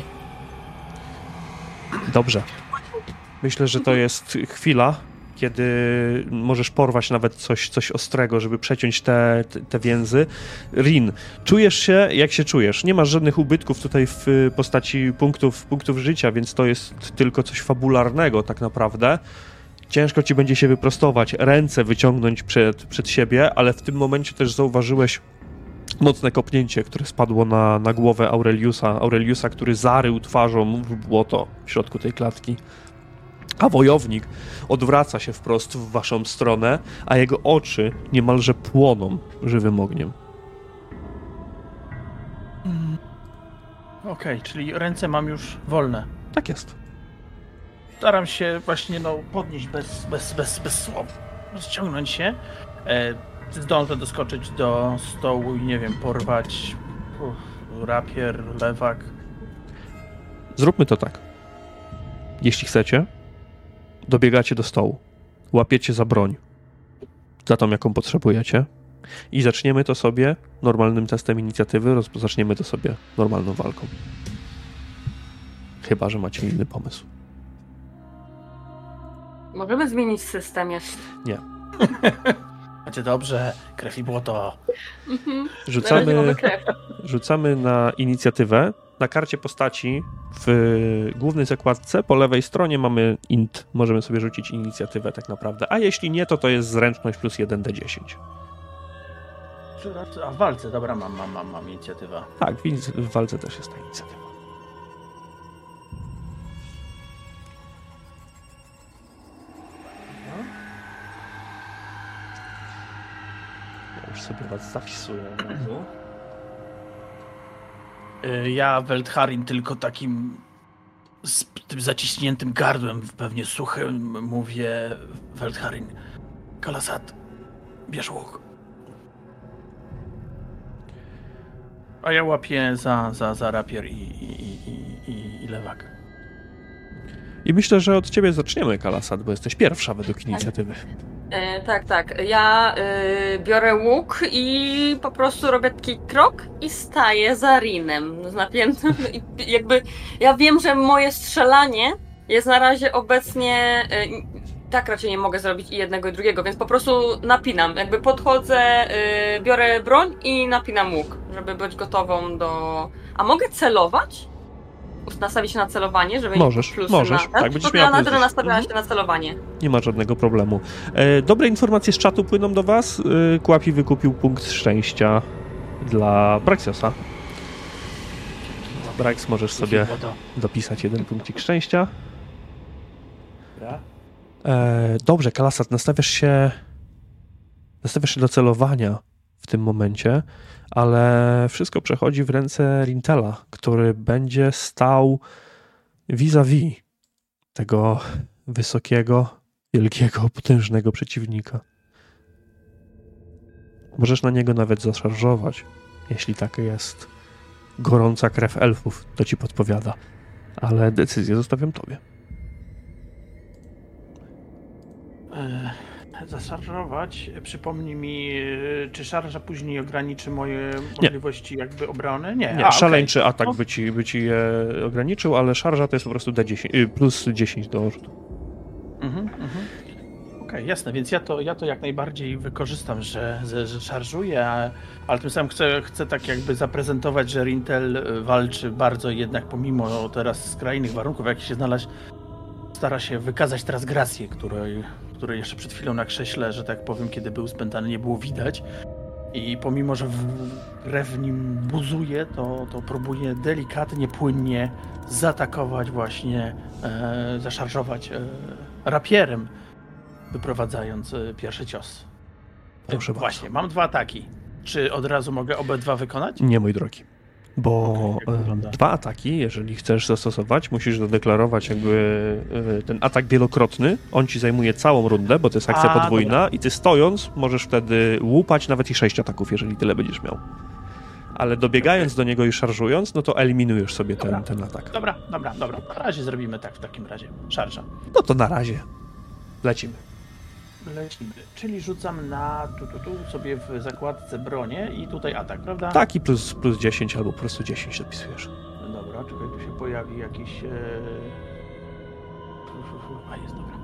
Dobrze. Myślę, że to jest chwila, kiedy możesz porwać nawet coś ostrego, żeby przeciąć te więzy. Rin, czujesz się, jak się czujesz. Nie masz żadnych ubytków tutaj w postaci punktów życia, więc to jest tylko coś fabularnego tak naprawdę. Ciężko ci będzie się wyprostować, ręce wyciągnąć przed siebie, ale w tym momencie też zauważyłeś mocne kopnięcie, które spadło na głowę Aureliusa, który zarył twarzą w błoto w środku tej klatki. A wojownik odwraca się wprost w waszą stronę, a jego oczy niemalże płoną żywym ogniem. Okej, czyli ręce mam już wolne. Tak jest. Staram się właśnie podnieść bez słów, ściągnąć się. Zdążę doskoczyć do stołu i nie wiem, porwać rapier, lewak. Zróbmy to tak. Jeśli chcecie, dobiegacie do stołu, łapiecie za broń, za tą, jaką potrzebujecie i zaczniemy to sobie normalnym testem inicjatywy, zaczniemy to sobie normalną walką. Chyba że macie inny pomysł. Możemy zmienić system jeszcze. Nie. Macie dobrze, krew i błoto. Rzucamy na inicjatywę. Na karcie postaci w głównej zakładce po lewej stronie mamy int. Możemy sobie rzucić inicjatywę tak naprawdę. A jeśli nie, to jest zręczność plus 1d10. A w walce, dobra, mam inicjatywę. Tak, w walce też jest ta inicjatywa. Ja już sobie was zapisuję od razu. Ja Weltharin tylko takim z tym zaciśniętym gardłem, pewnie suchym, mówię: Weltharin, Kalasat, bierz łuk. A ja łapię za rapier i lewak. I myślę, że od ciebie zaczniemy, Kalasat, bo jesteś pierwsza według inicjatywy. Tak. Ja biorę łuk i po prostu robię taki krok i staję za Rinem z napiętym. I jakby ja wiem, że moje strzelanie jest na razie obecnie... Tak raczej nie mogę zrobić i jednego i drugiego, więc po prostu napinam. Jakby podchodzę, biorę broń i napinam łuk, żeby być gotową do... A mogę celować? Nastawić się na celowanie, żeby możesz, plusy możesz. na... Tak, będziesz miała plusy. Ja nastawiała się na celowanie. Nie ma żadnego problemu. Dobre informacje z czatu płyną do was. Kłapi wykupił punkt szczęścia dla Braxiosa. Brax, możesz sobie dopisać 1 punkcik szczęścia. Dobrze, Kalasat, nastawiasz się do celowania w tym momencie, ale wszystko przechodzi w ręce Rintela, który będzie stał vis-a-vis tego wysokiego, wielkiego, potężnego przeciwnika. Możesz na niego nawet zaszarżować, jeśli taka jest gorąca krew elfów, to ci podpowiada, ale decyzję zostawiam tobie. Zaszarżować? Przypomnij mi, czy szarża później ograniczy moje możliwości jakby obrony? Nie. Szaleńczy atak by ci je ograniczył, ale szarża to jest po prostu D10, plus 10 do rzutu. Okej, jasne, więc ja to jak najbardziej wykorzystam, że szarżuję, ale tym samym chcę tak jakby zaprezentować, że Rintel walczy bardzo jednak pomimo teraz skrajnych warunków, jakich się znalazł, stara się wykazać teraz grację, której jeszcze przed chwilą na krześle, że tak powiem, kiedy był spętany, nie było widać. I pomimo, że krew w nim buzuje, to próbuje delikatnie, płynnie zaatakować właśnie, zaszarżować rapierem, wyprowadzając pierwszy cios. Proszę Właśnie, mam 2 ataki. Czy od razu mogę obydwa wykonać? Nie, mój drogi. Bo jak wygląda? 2 ataki, jeżeli chcesz zastosować, musisz zadeklarować jakby ten atak wielokrotny. On ci zajmuje całą rundę, bo to jest akcja podwójna dobra. i ty stojąc możesz wtedy łupać nawet i 6 ataków, jeżeli tyle będziesz miał. Ale dobiegając do niego i szarżując, no to eliminujesz sobie ten atak. Dobra. Na razie zrobimy tak w takim razie. Szarża. No to na razie. Lecimy. Lecimy. Czyli rzucam na tu sobie w zakładce bronię i tutaj atak, prawda? Tak i plus 10 albo po prostu 10 dopisujesz. Dobra, czekaj, tu się pojawi jakiś... A, jest, dobra.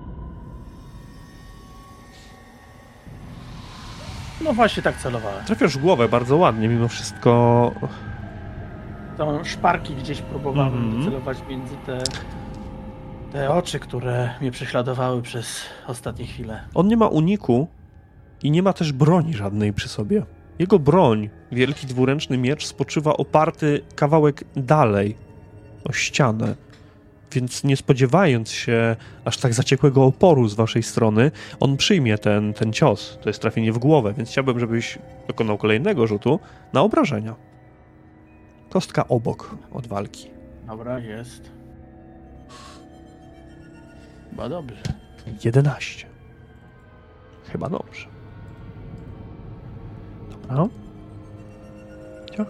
No właśnie tak celowałem. Trafiasz w głowę bardzo ładnie, mimo wszystko. Tą szparki gdzieś próbowałem wycelować między te oczy, które mnie prześladowały przez ostatnie chwile. On nie ma uniku i nie ma też broni żadnej przy sobie. Jego broń, wielki dwuręczny miecz, spoczywa oparty kawałek dalej o ścianę. Więc nie spodziewając się aż tak zaciekłego oporu z waszej strony, on przyjmie ten cios. To jest trafienie w głowę, więc chciałbym, żebyś dokonał kolejnego rzutu na obrażenia. Kostka obok od walki. Dobra, jest. Chyba dobrze. 11. Chyba dobrze. Dobra. Ciach.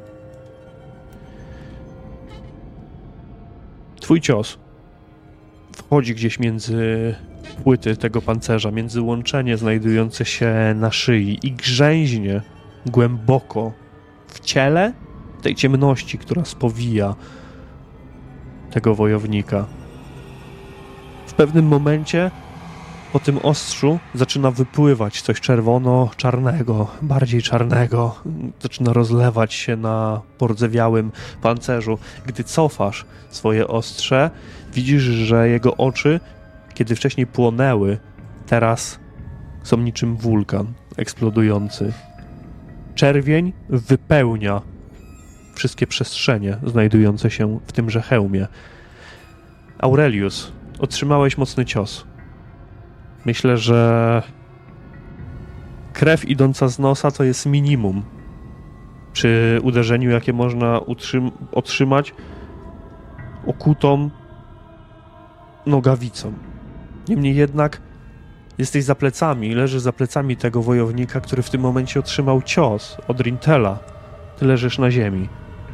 Twój cios wchodzi gdzieś między płyty tego pancerza, między łączenie znajdujące się na szyi i grzęźnie głęboko w ciele tej ciemności, która spowija tego wojownika. W pewnym momencie po tym ostrzu zaczyna wypływać coś czerwono-czarnego, bardziej czarnego. Zaczyna rozlewać się na pordzewiałym pancerzu. Gdy cofasz swoje ostrze, widzisz, że jego oczy, kiedy wcześniej płonęły, teraz są niczym wulkan eksplodujący. Czerwień wypełnia wszystkie przestrzenie znajdujące się w tymże hełmie. Aurelius, otrzymałeś mocny cios. Myślę, że krew idąca z nosa to jest minimum przy uderzeniu, jakie można otrzymać okutą nogawicą. Niemniej jednak jesteś za plecami, leżysz za plecami tego wojownika, który w tym momencie otrzymał cios od Rintela. Ty leżysz na ziemi.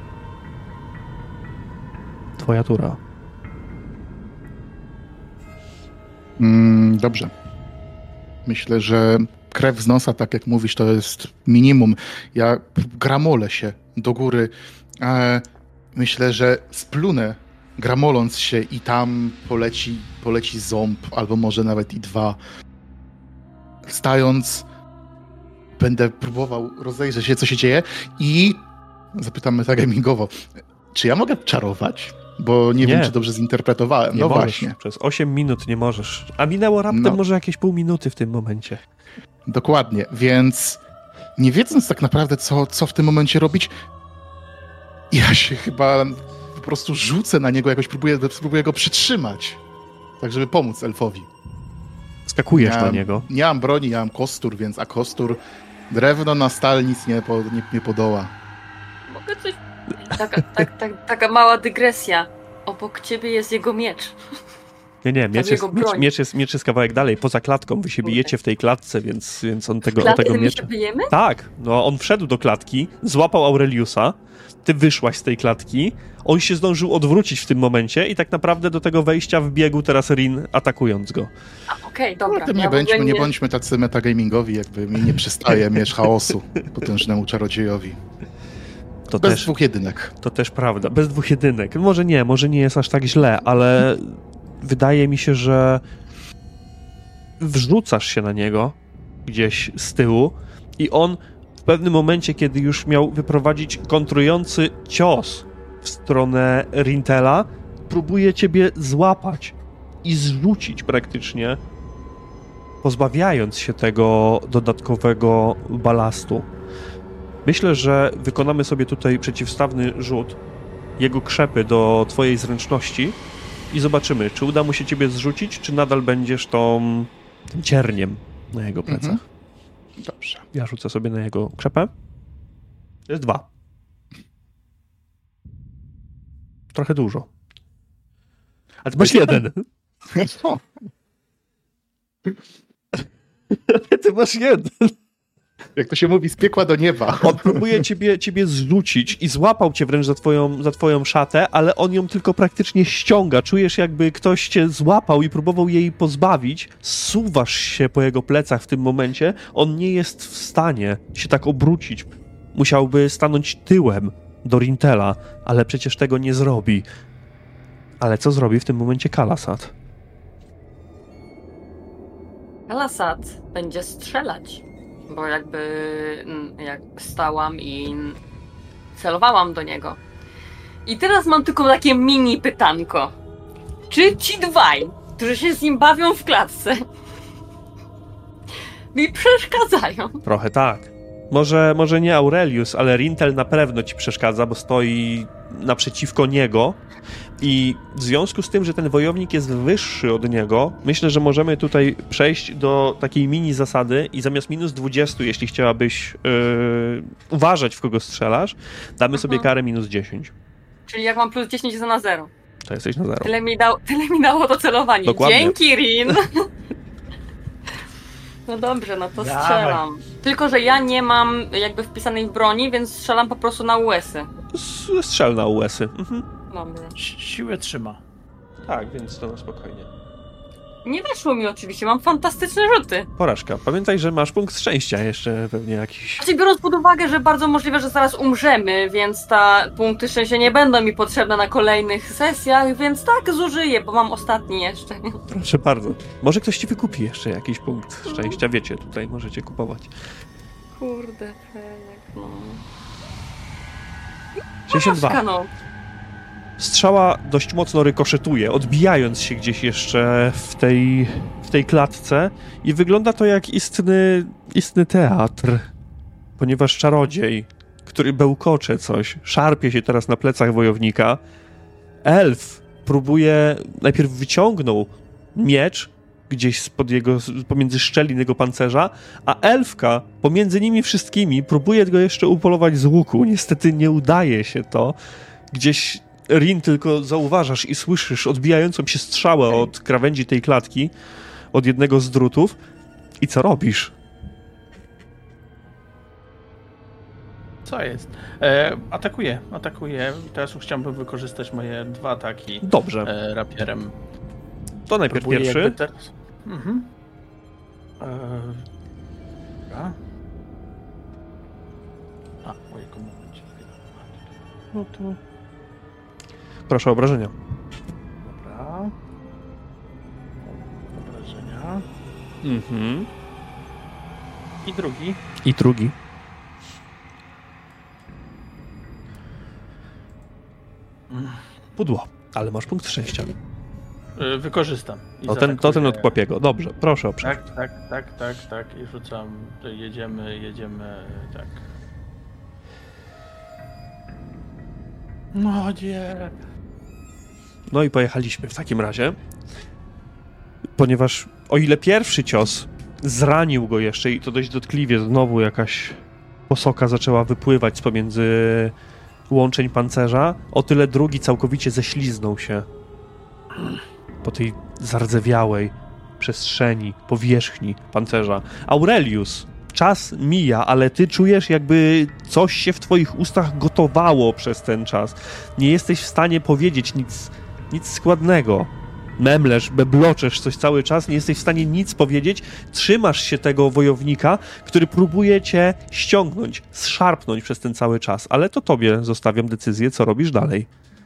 Twoja tura. Dobrze. Myślę, że krew z nosa, tak jak mówisz, to jest minimum. Ja gramolę się do góry. Myślę, że splunę, gramoląc się i tam poleci ząb, albo może nawet i 2. Stając, będę próbował rozejrzeć się, co się dzieje i zapytam metagamingowo, czy ja mogę czarować? Bo nie wiem, czy dobrze zinterpretowałem. Nie no możesz. Właśnie. Przez 8 minut nie możesz. A minęło raptem może jakieś pół minuty w tym momencie. Dokładnie, więc nie wiedząc tak naprawdę, co w tym momencie robić, ja się chyba po prostu rzucę na niego, jakoś próbuję go przytrzymać, tak żeby pomóc elfowi. Skakujesz na niego. Nie mam broni, ja mam kostur, a kostur, drewno na stal nic nie podoła. Mogę coś... Taka mała dygresja. Obok ciebie jest jego miecz. Nie, miecz jest kawałek dalej, poza klatką. Wy się bijecie w tej klatce, więc on tego miecza... się bijemy? Tak, no on wszedł do klatki, złapał Aureliusa, ty wyszłaś z tej klatki, on się zdążył odwrócić w tym momencie i tak naprawdę do tego wejścia wbiegł teraz Rin, atakując go. Okej, dobra. Nie bądźmy tacy metagamingowi, jakby mi nie przystaje miecz chaosu potężnemu czarodziejowi. Bez 2 jedynek. To też prawda, bez 2 jedynek. Może nie jest aż tak źle, ale wydaje mi się, że wrzucasz się na niego gdzieś z tyłu i on w pewnym momencie, kiedy już miał wyprowadzić kontrujący cios w stronę Rintela, próbuje ciebie złapać i zrzucić praktycznie pozbawiając się tego dodatkowego balastu. Myślę, że wykonamy sobie tutaj przeciwstawny rzut jego krzepy do twojej zręczności i zobaczymy, czy uda mu się ciebie zrzucić, czy nadal będziesz tym cierniem na jego plecach. Dobrze. Ja rzucę sobie na jego krzepę. To jest 2. Trochę dużo. A ty masz 1. O, Ty masz 1. jak to się mówi, z piekła do nieba. On próbuje ciebie zrzucić i złapał cię wręcz za twoją szatę, ale on ją tylko praktycznie ściąga. Czujesz, jakby ktoś cię złapał i próbował jej pozbawić. Zsuwasz się po jego plecach w tym momencie. On nie jest w stanie się tak obrócić. Musiałby stanąć tyłem do Rintela, ale przecież tego nie zrobi. Ale co zrobi w tym momencie Kalasat? Kalasat będzie strzelać, bo jakby stałam i celowałam do niego. I teraz mam tylko takie mini pytanko. Czy ci dwaj, którzy się z nim bawią w klatce, mi przeszkadzają? Trochę tak. Może nie Aurelius, ale Rintel na pewno ci przeszkadza, bo stoi naprzeciwko niego i w związku z tym, że ten wojownik jest wyższy od niego, myślę, że możemy tutaj przejść do takiej mini zasady i zamiast minus 20, jeśli chciałabyś uważać, w kogo strzelasz, damy sobie karę minus 10. Czyli jak mam plus 10, to na 0. To jesteś na 0. Tyle mi dało to celowanie. Dokładnie. Dzięki, Rin! No dobrze, no to strzelam. Tylko, że ja nie mam jakby wpisanej w broni, więc strzelam po prostu na US-y. Strzel na US-y. Mhm. Dobra. Siłę trzyma. Tak, więc to na spokojnie. Nie weszło mi oczywiście, mam fantastyczne rzuty. Porażka. Pamiętaj, że masz punkt szczęścia jeszcze pewnie jakiś. Znaczy, biorąc pod uwagę, że bardzo możliwe, że zaraz umrzemy, więc punkty szczęścia nie będą mi potrzebne na kolejnych sesjach, więc tak, zużyję, bo mam ostatni jeszcze. Proszę bardzo. Może ktoś ci wykupi jeszcze jakiś punkt szczęścia. Wiecie, tutaj możecie kupować. Kurde, Felek, no. 62. Porażka, no. Strzała dość mocno rykoszetuje, odbijając się gdzieś jeszcze w tej klatce i wygląda to jak istny teatr, ponieważ czarodziej, który bełkocze coś, szarpie się teraz na plecach wojownika. Elf próbuje, najpierw wyciągnął miecz gdzieś pomiędzy szczelin jego pancerza, a elfka pomiędzy nimi wszystkimi próbuje go jeszcze upolować z łuku. Niestety nie udaje się to. Gdzieś Rin tylko zauważasz i słyszysz odbijającą się strzałę od krawędzi tej klatki, od jednego z drutów. I co robisz? Co jest? Atakuję. Teraz już chciałbym wykorzystać moje 2 ataki. Dobrze. Rapierem. To najpierw Próbuję pierwszy. jakby teraz... Mhm. Dobra. Mojego momencie. No to... Proszę o obrażenia. Dobra. Obrażenia. Mhm. I drugi. I drugi. Pudło, ale masz punkt szczęścia. Wykorzystam. I To ten zaatakuję. od Kłapiego. Dobrze, proszę o przejście. Tak. I rzucam. Jedziemy, tak. No nie. No i pojechaliśmy w takim razie. Ponieważ o ile pierwszy cios zranił go jeszcze i to dość dotkliwie, znowu jakaś posoka zaczęła wypływać z pomiędzy łączeń pancerza, o tyle drugi całkowicie ześliznął się po tej zardzewiałej przestrzeni, powierzchni pancerza. Aurelius, czas mija, ale ty czujesz, jakby coś się w twoich ustach gotowało przez ten czas. Nie jesteś w stanie powiedzieć nic składnego. Memlesz, bebloczesz coś cały czas, nie jesteś w stanie nic powiedzieć, trzymasz się tego wojownika, który próbuje cię ściągnąć, zszarpnąć przez ten cały czas, ale to tobie zostawiam decyzję, co robisz dalej.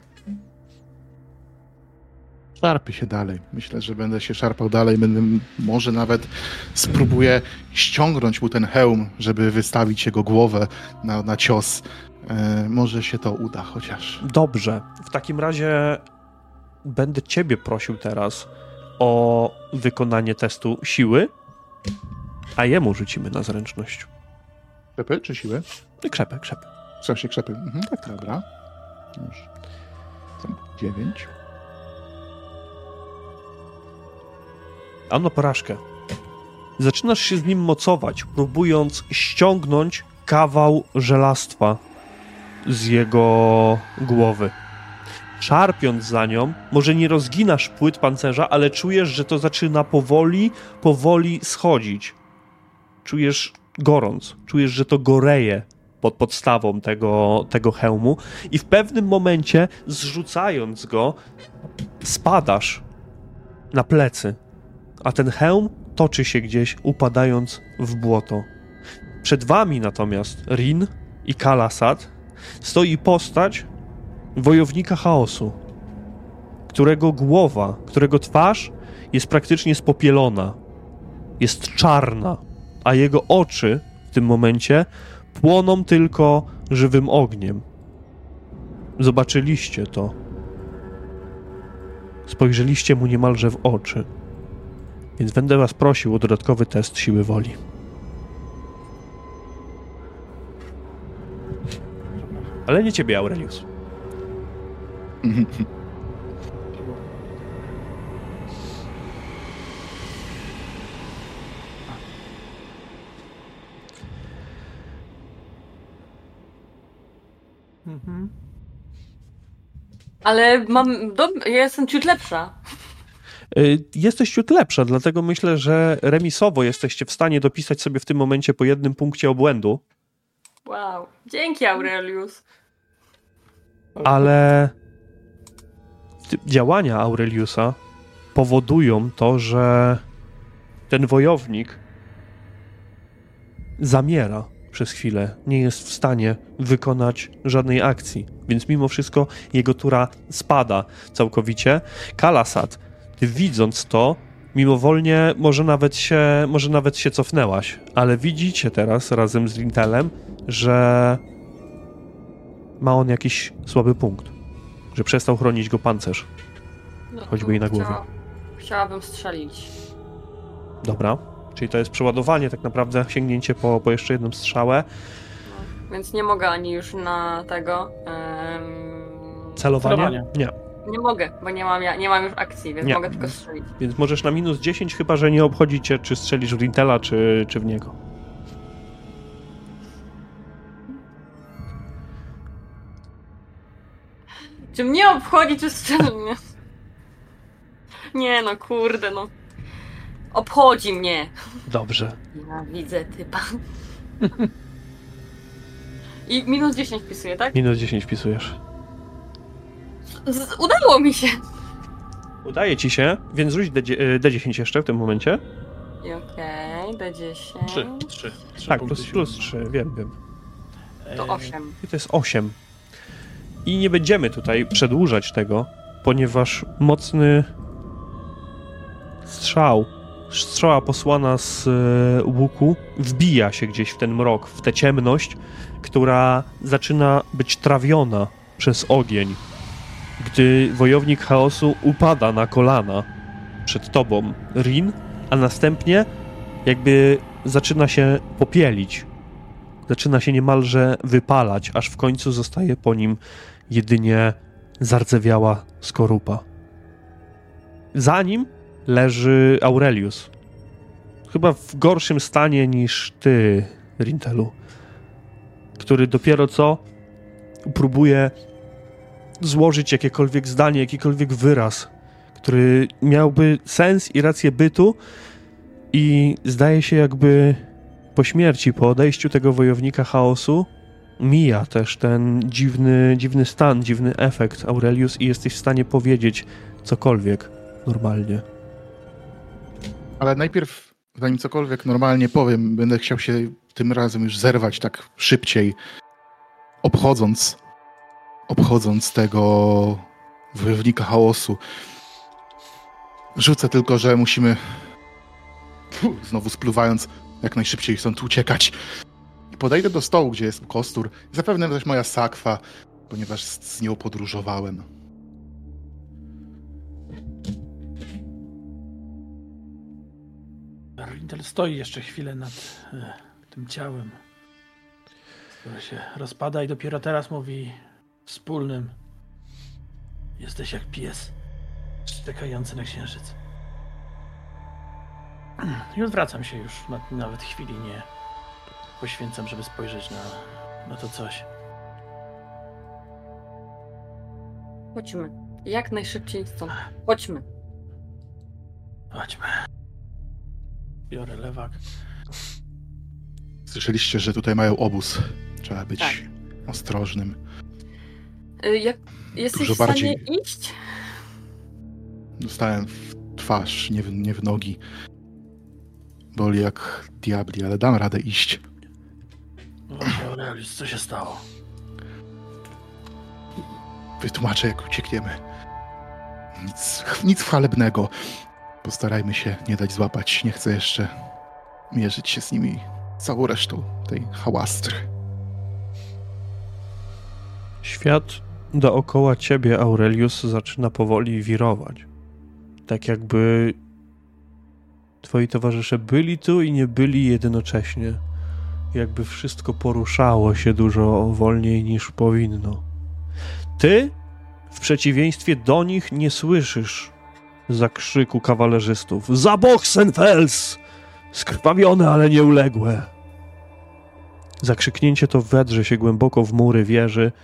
Szarpię się dalej. Myślę, że będę się szarpał dalej. Może nawet spróbuję ściągnąć mu ten hełm, żeby wystawić jego głowę na cios. Może się to uda chociaż. Dobrze. W takim razie będę ciebie prosił teraz o wykonanie testu siły A jemu rzucimy na zręczność. Krzepy czy siły? Krzepy. W sensie krzepy. Mhm. Tak. Dobra. Już. 9. A on ma porażkę. Zaczynasz się z nim mocować, próbując ściągnąć kawał żelastwa z jego głowy. Szarpiąc za nią, może nie rozginasz płyt pancerza, ale czujesz, że to zaczyna powoli schodzić. Czujesz gorąc, czujesz, że to goreje pod podstawą tego hełmu i w pewnym momencie, zrzucając go, spadasz na plecy, a ten hełm toczy się gdzieś, upadając w błoto. Przed wami natomiast Rin i Kalasat stoi postać wojownika chaosu, którego twarz jest praktycznie spopielona, jest czarna, a jego oczy w tym momencie płoną tylko żywym ogniem. Zobaczyliście to. Spojrzeliście mu niemalże w oczy. Więc będę was prosił o dodatkowy test siły woli. Ale nie ciebie, Aurelius. Ale ja jestem ciut lepsza. Jesteś ciut lepsza, dlatego myślę, że remisowo jesteście w stanie dopisać sobie w tym momencie po jednym punkcie obłędu. Wow. Dzięki, Aurelius. Ale działania Aureliusa powodują to, że ten wojownik zamiera przez chwilę, nie jest w stanie wykonać żadnej akcji, więc mimo wszystko jego tura spada całkowicie. Kalasat, ty widząc to, mimowolnie może nawet się cofnęłaś, ale widzicie teraz razem z Rintelem, że ma on jakiś słaby punkt, że przestał chronić go pancerz, choćby i na głowie. Chciałabym strzelić. Dobra, czyli to jest przeładowanie, tak naprawdę sięgnięcie po jeszcze jedną strzałę. No, więc nie mogę ani już na tego... Celowanie? Nie. Nie mogę, bo nie mam już akcji, więc Nie. mogę tylko strzelić. Więc możesz na minus 10, chyba że nie obchodzi cię, czy strzelisz w Rintela, czy w niego. Czy mnie obchodzi, czy strzelnie? Nie no, kurde, no. Obchodzi mnie. Dobrze. Ja widzę typa. I minus 10 wpisuję, tak? Minus 10 wpisujesz. Udało mi się. Udaje ci się, więc rzuć D10 jeszcze w tym momencie. Okej, D10. 3. Tak, plus 3, wiem. To 8. I to jest 8. I nie będziemy tutaj przedłużać tego, ponieważ mocny strzała posłana z łuku wbija się gdzieś w ten mrok, w tę ciemność, która zaczyna być trawiona przez ogień. Gdy wojownik chaosu upada na kolana przed tobą, Rin, a następnie jakby zaczyna się popielić. Zaczyna się niemalże wypalać, aż w końcu zostaje po nim jedynie zardzewiała skorupa. Za nim leży Aurelius. Chyba w gorszym stanie niż ty, Rintelu, który dopiero co próbuje złożyć jakiekolwiek zdanie, jakikolwiek wyraz, który miałby sens i rację bytu, i zdaje się, jakby po śmierci, po odejściu tego wojownika chaosu mija też ten dziwny stan, dziwny efekt, Aurelius, i jesteś w stanie powiedzieć cokolwiek normalnie. Ale najpierw, zanim cokolwiek normalnie powiem, będę chciał się tym razem już zerwać tak szybciej, obchodząc tego wojownika chaosu. Rzucę tylko, że musimy, znowu spluwając, jak najszybciej stąd uciekać. Podejdę do stołu, gdzie jest kostur. Zapewne też moja sakwa, ponieważ z nią podróżowałem. Wintel stoi jeszcze chwilę nad tym ciałem, które się rozpada i dopiero teraz mówi wspólnym: jesteś jak pies czekający na księżyc. I odwracam się już, nawet chwili nie poświęcam, żeby spojrzeć na to coś. Chodźmy. Jak najszybciej stąd. Chodźmy. Chodźmy. Biorę lewak. Słyszeliście, że tutaj mają obóz. Trzeba być ostrożnym. Jesteś Dużo w stanie bardziej. iść? Dostałem w twarz, nie w nogi. Boli jak diabli, ale dam radę iść. Właśnie, Aurelius, co się stało? Wytłumaczę, jak uciekniemy. Nic chwalebnego. Postarajmy się nie dać złapać. Nie chcę jeszcze mierzyć się z nimi całą resztą tej hałastry. Świat dookoła ciebie, Aurelius, zaczyna powoli wirować. Tak jakby twoi towarzysze byli tu i nie byli jednocześnie. Jakby wszystko poruszało się dużo wolniej niż powinno. Ty, w przeciwieństwie do nich, nie słyszysz zakrzyku kawalerzystów. Za Boxenfels! Skrwawione, ale nieuległe. Zakrzyknięcie to wedrze się głęboko w mury wieży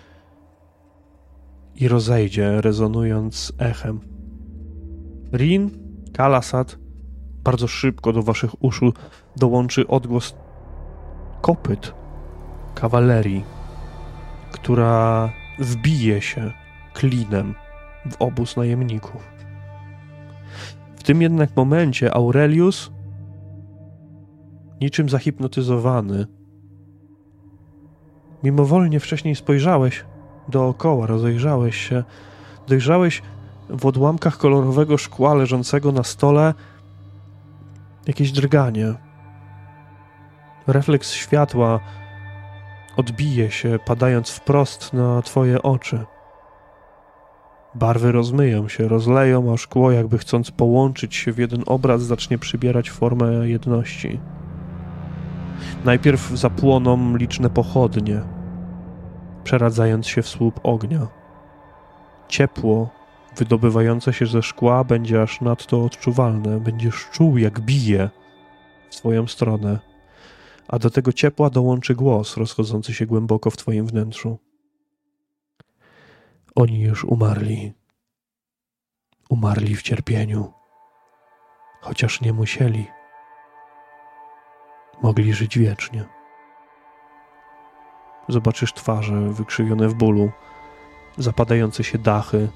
i rozejdzie, rezonując echem. Rin, Kalasat, bardzo szybko do waszych uszu dołączy odgłos kopyt kawalerii, która wbije się klinem w obóz najemników. W tym jednak momencie Aurelius, niczym zahipnotyzowany, mimowolnie wcześniej spojrzałeś dookoła, rozejrzałeś się, dojrzałeś w odłamkach kolorowego szkła leżącego na stole jakieś drganie. Refleks światła odbije się, padając wprost na twoje oczy. Barwy rozmyją się, rozleją, a szkło, jakby chcąc połączyć się w jeden obraz, zacznie przybierać formę jedności. Najpierw zapłoną liczne pochodnie, przeradzając się w słup ognia. Ciepło wydobywające się ze szkła będzie aż nadto odczuwalne. Będziesz czuł, jak bije w twoją stronę, a do tego ciepła dołączy głos rozchodzący się głęboko w twoim wnętrzu. Oni już umarli. Umarli w cierpieniu. Chociaż nie musieli. Mogli żyć wiecznie. Zobaczysz twarze wykrzywione w bólu, zapadające się dachy,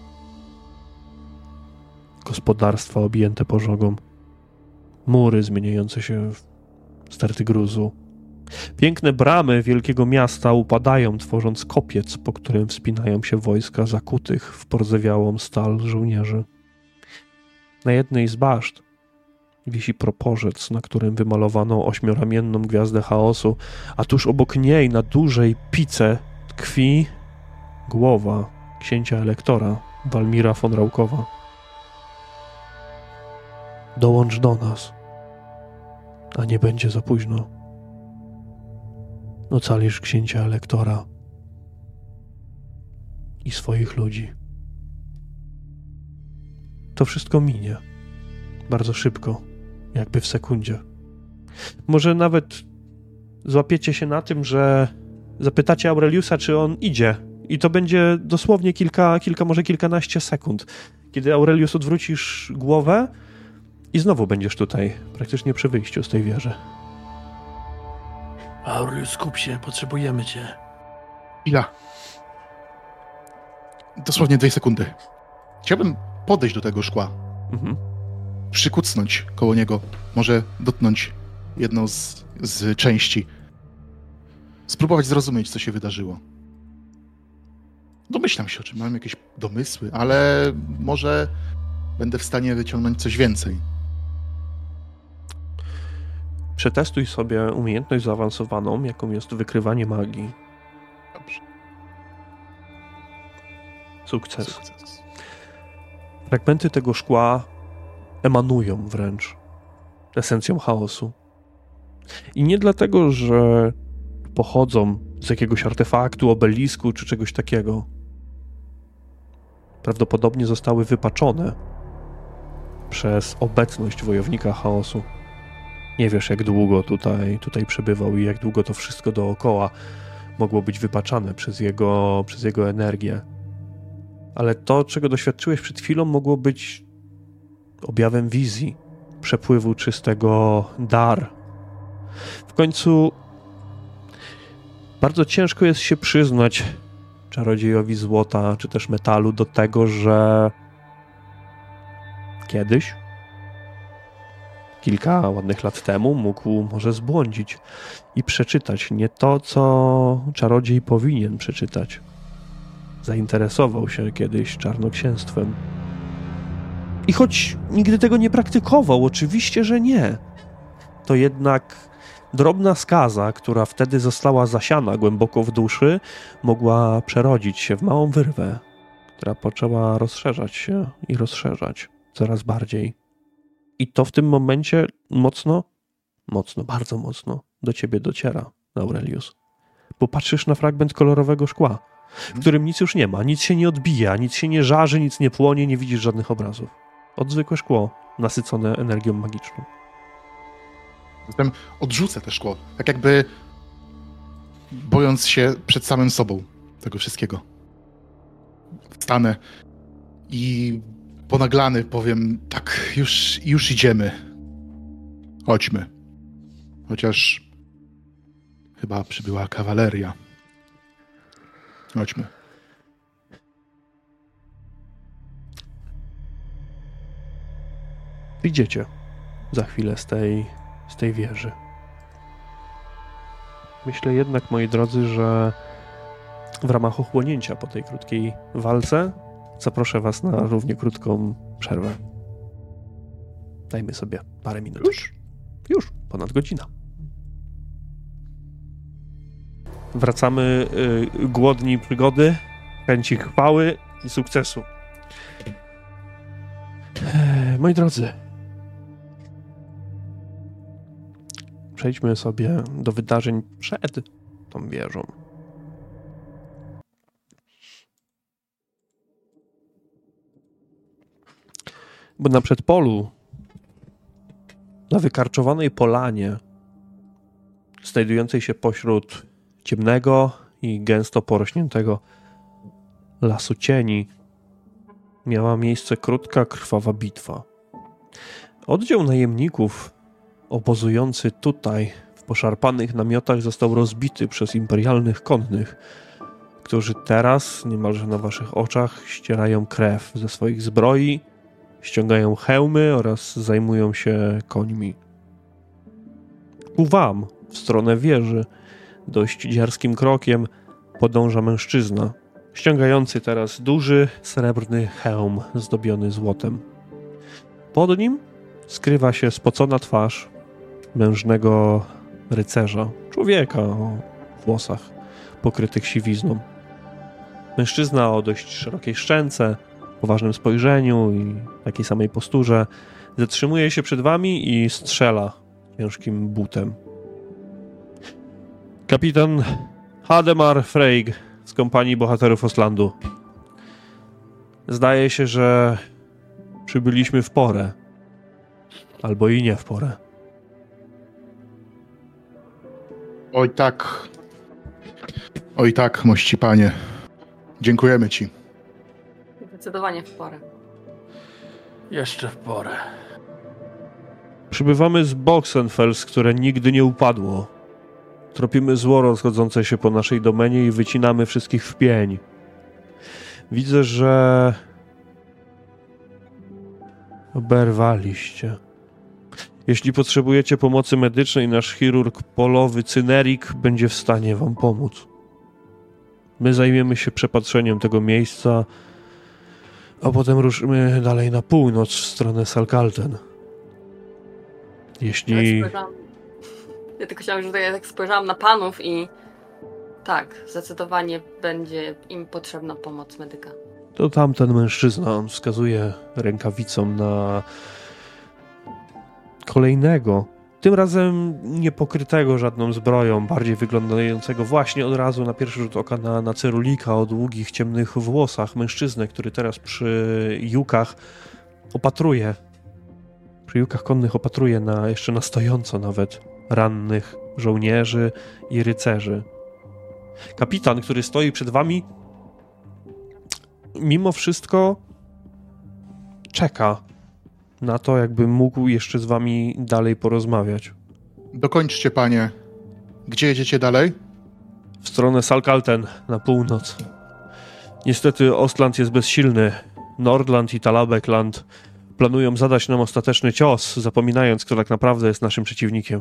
gospodarstwa objęte pożogą, mury zmieniające się w sterty gruzu. Piękne bramy wielkiego miasta upadają, tworząc kopiec, po którym wspinają się wojska zakutych w porzewiałą stal żołnierzy. Na jednej z baszt wisi proporzec, na którym wymalowano ośmioramienną gwiazdę chaosu, a tuż obok niej na dużej pice tkwi głowa księcia elektora, Walmira von Raukowa. Dołącz do nas, a nie będzie za późno. Ocalisz księcia elektora i swoich ludzi. To wszystko minie. Bardzo szybko, jakby w sekundzie. Może nawet złapiecie się na tym, że zapytacie Aureliusa, czy on idzie. I to będzie dosłownie kilka, może kilkanaście sekund. Kiedy Aurelius odwrócisz głowę i znowu będziesz tutaj, praktycznie przy wyjściu z tej wieży. Aurelius, skup się, potrzebujemy cię. Chwila. Dosłownie 2 sekundy. Chciałbym podejść do tego szkła. Przykucnąć koło niego. Może dotknąć jedną z części. Spróbować zrozumieć, co się wydarzyło. Domyślam się, o czym mam jakieś domysły, ale może będę w stanie wyciągnąć coś więcej. Przetestuj sobie umiejętność zaawansowaną, jaką jest wykrywanie magii. Dobrze. Sukces. Fragmenty tego szkła emanują wręcz. esencją chaosu. I nie dlatego, że pochodzą z jakiegoś artefaktu, obelisku czy czegoś takiego. Prawdopodobnie zostały wypaczone przez obecność wojownika chaosu. Nie wiesz, jak długo tutaj przebywał i jak długo to wszystko dookoła mogło być wypaczane przez jego energię. Ale to, czego doświadczyłeś przed chwilą, mogło być objawem wizji, przepływu czystego dar. W końcu bardzo ciężko jest się przyznać czarodziejowi złota czy też metalu do tego, że kiedyś, kilka ładnych lat temu, mógł może zbłądzić i przeczytać nie to, co czarodziej powinien przeczytać. Zainteresował się kiedyś czarnoksięstwem. I choć nigdy tego nie praktykował, oczywiście, że nie, to jednak drobna skaza, która wtedy została zasiana głęboko w duszy, mogła przerodzić się w małą wyrwę, która poczęła rozszerzać się i rozszerzać coraz bardziej. I to w tym momencie mocno, bardzo mocno do ciebie dociera, Aurelius. Bo patrzysz na fragment kolorowego szkła, w którym nic już nie ma, nic się nie odbija, nic się nie żarzy, nic nie płonie, nie widzisz żadnych obrazów. Zwykłe szkło, nasycone energią magiczną. Zatem odrzucę to szkło, tak jakby bojąc się przed samym sobą tego wszystkiego. Wstanę i ponaglany powiem, tak, już idziemy. Chodźmy. Chociaż chyba przybyła kawaleria. Chodźmy. Idziecie za chwilę z tej wieży. Myślę jednak, moi drodzy, że w ramach ochłonięcia po tej krótkiej walce zaproszę was na równie krótką przerwę. Dajmy sobie parę minut. Już, ponad godzina. Wracamy głodni przygody, chęci chwały i sukcesu. Moi drodzy, przejdźmy sobie do wydarzeń przed tą wieżą. Bo na przedpolu, na wykarczowanej polanie, znajdującej się pośród ciemnego i gęsto porośniętego lasu cieni, miała miejsce krótka, krwawa bitwa. Oddział najemników obozujący tutaj w poszarpanych namiotach został rozbity przez imperialnych konnych, którzy teraz niemalże na waszych oczach ścierają krew ze swoich zbroi, ściągają hełmy oraz zajmują się końmi. Ku wam, w stronę wieży, dość dziarskim krokiem podąża mężczyzna, ściągający teraz duży, srebrny hełm zdobiony złotem. Pod nim skrywa się spocona twarz mężnego rycerza, człowieka o włosach pokrytych siwizną. Mężczyzna o dość szerokiej szczęce, poważnym spojrzeniu i takiej samej posturze zatrzymuje się przed wami i strzela ciężkim butem. Kapitan Hademar Freyg z kompanii bohaterów Ostlandu. Zdaje się, że przybyliśmy w porę. Albo i nie w porę. Oj tak, mości panie. Dziękujemy ci. Zdecydowanie w porę. Jeszcze w porę. Przybywamy z Boxenfels, które nigdy nie upadło. Tropimy zło rozchodzące się po naszej domenie i wycinamy wszystkich w pień. Widzę, że oberwaliście. Jeśli potrzebujecie pomocy medycznej, nasz chirurg polowy Cynerik będzie w stanie wam pomóc. My zajmiemy się przepatrzeniem tego miejsca, a potem ruszymy dalej na północ w stronę Salkalten. Jeśli... Ja tylko chciałam, że tutaj tak spojrzałam na panów i tak, zdecydowanie będzie im potrzebna pomoc medyka. To tamten mężczyzna, on wskazuje rękawicą na Kolejnego, tym razem nie pokrytego żadną zbroją, bardziej wyglądającego właśnie od razu na pierwszy rzut oka na cerulika o długich, ciemnych włosach, mężczyznę, który teraz przy jukach opatruje, przy jukach konnych opatruje jeszcze na stojąco nawet rannych żołnierzy i rycerzy. Kapitan, który stoi przed wami, mimo wszystko czeka na to, jakby mógł jeszcze z wami dalej porozmawiać. Dokończcie, panie. Gdzie jedziecie dalej? W stronę Salkalten, na północ. Niestety Ostland jest bezsilny. Nordland i Talabekland planują zadać nam ostateczny cios, zapominając, kto tak naprawdę jest naszym przeciwnikiem.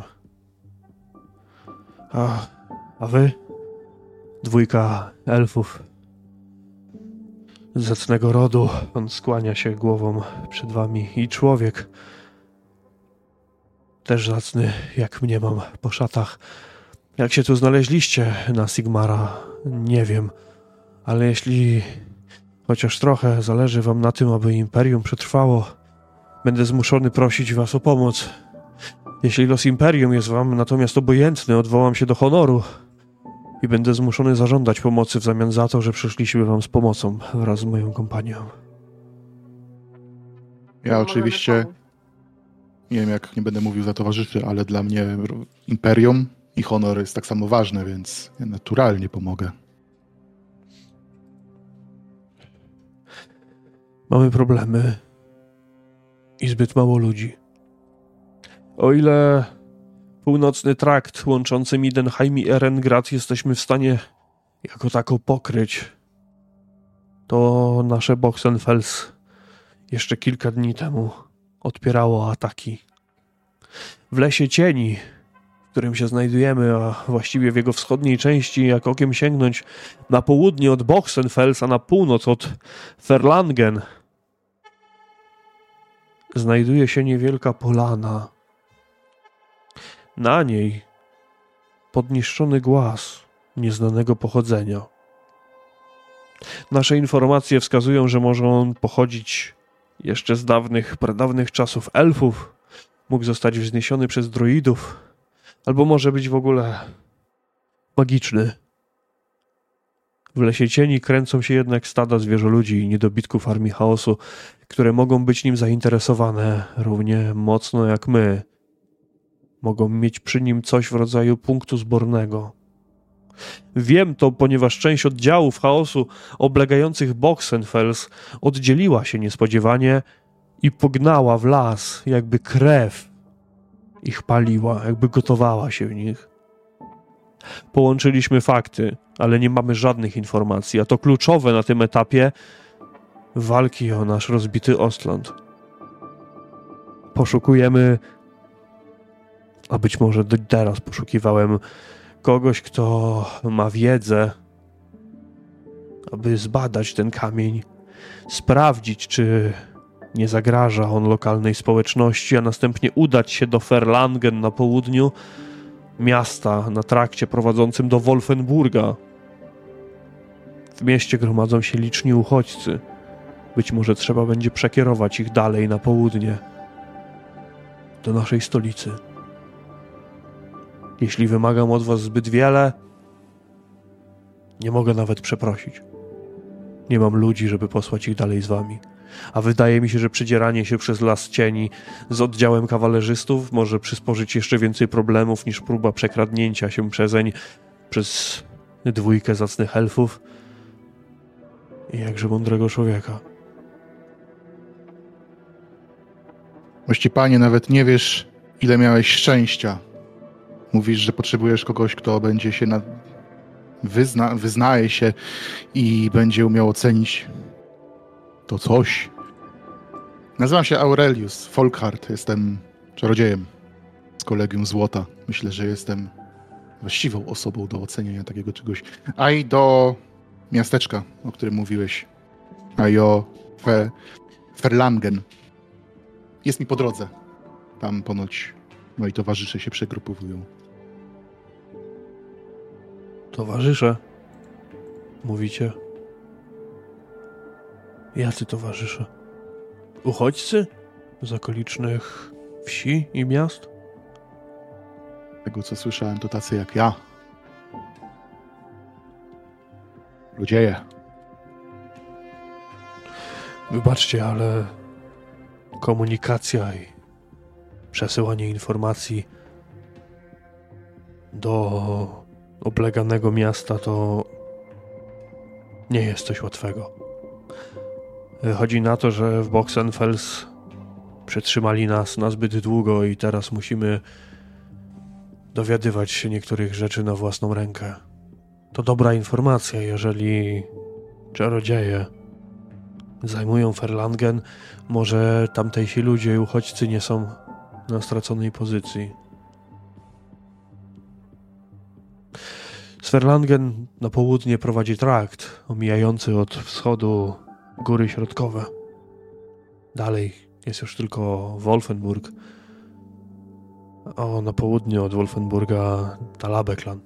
A wy? 2 elfów zacnego rodu. On skłania się głową przed wami. I człowiek też zacny, jak mnie mam po szatach. Jak się tu znaleźliście na Sigmara, nie wiem. Ale jeśli chociaż trochę zależy wam na tym, aby Imperium przetrwało, będę zmuszony prosić was o pomoc. Jeśli los Imperium jest wam natomiast obojętny, odwołam się do honoru i będę zmuszony zażądać pomocy w zamian za to, że przyszliśmy wam z pomocą wraz z moją kompanią. Ja oczywiście nie wiem, jak nie będę mówił za towarzyszy, ale dla mnie Imperium i honor jest tak samo ważne, więc ja naturalnie pomogę. Mamy problemy i zbyt mało ludzi. O ile północny trakt łączący Midenheim i Erengrad jesteśmy w stanie jako tako pokryć, to nasze Boxenfels jeszcze kilka dni temu odpierało ataki. W Lesie Cieni, w którym się znajdujemy, a właściwie w jego wschodniej części, jak okiem sięgnąć, na południe od Boxenfels, a na północ od Verlangen, znajduje się niewielka polana. Na niej podniszczony głaz nieznanego pochodzenia. Nasze informacje wskazują, że może on pochodzić jeszcze z pradawnych czasów elfów, mógł zostać wzniesiony przez druidów, albo może być w ogóle magiczny. W Lesie Cieni kręcą się jednak stada zwierzoludzi i niedobitków Armii Chaosu, które mogą być nim zainteresowane równie mocno jak my. Mogą mieć przy nim coś w rodzaju punktu zbornego. Wiem to, ponieważ część oddziałów Chaosu oblegających Boxenfels oddzieliła się niespodziewanie i pognała w las, jakby krew ich paliła, jakby gotowała się w nich. Połączyliśmy fakty, ale nie mamy żadnych informacji, a to kluczowe na tym etapie walki o nasz rozbity Ostland. Poszukujemy, a być może teraz poszukiwałem kogoś, kto ma wiedzę, aby zbadać ten kamień, sprawdzić, czy nie zagraża on lokalnej społeczności, a następnie udać się do Verlangen na południu, miasta na trakcie prowadzącym do Wolfenburga. W mieście gromadzą się liczni uchodźcy. Być może trzeba będzie przekierować ich dalej na południe, do naszej stolicy. Jeśli wymagam od was zbyt wiele, nie mogę nawet przeprosić. Nie mam ludzi, żeby posłać ich dalej z wami. A wydaje mi się, że przedzieranie się przez Las Cieni z oddziałem kawalerzystów może przysporzyć jeszcze więcej problemów niż próba przekradnięcia się przezeń przez 2 zacnych elfów i jakże mądrego człowieka. Właściwie, panie, nawet nie wiesz, ile miałeś szczęścia. Mówisz, że potrzebujesz kogoś, kto będzie się wyznaje się i będzie umiał ocenić to coś. Nazywam się Aurelius Folkhart. Jestem czarodziejem z Kolegium Złota. Myślę, że jestem właściwą osobą do oceniania takiego czegoś. A i do miasteczka, o którym mówiłeś. A i o Verlangen. Jest mi po drodze. Tam ponoć moi towarzysze się przegrupowują. Towarzysze? Mówicie? Jacy towarzysze? Uchodźcy? Z okolicznych wsi i miast? Tego, co słyszałem, to tacy jak ja. Ludzieje. Wybaczcie, ale komunikacja i przesyłanie informacji do obleganego miasta to nie jest coś łatwego. Chodzi na to, że w Boxenfels przetrzymali nas na zbyt długo i teraz musimy dowiadywać się niektórych rzeczy na własną rękę. To dobra informacja, jeżeli czarodzieje zajmują Ferlangen, może tamtejsi ludzie i uchodźcy nie są na straconej pozycji. Z Ferlangen na południe prowadzi trakt omijający od wschodu góry środkowe. Dalej jest już tylko Wolfenburg, a na południu od Wolfenburga Talabekland.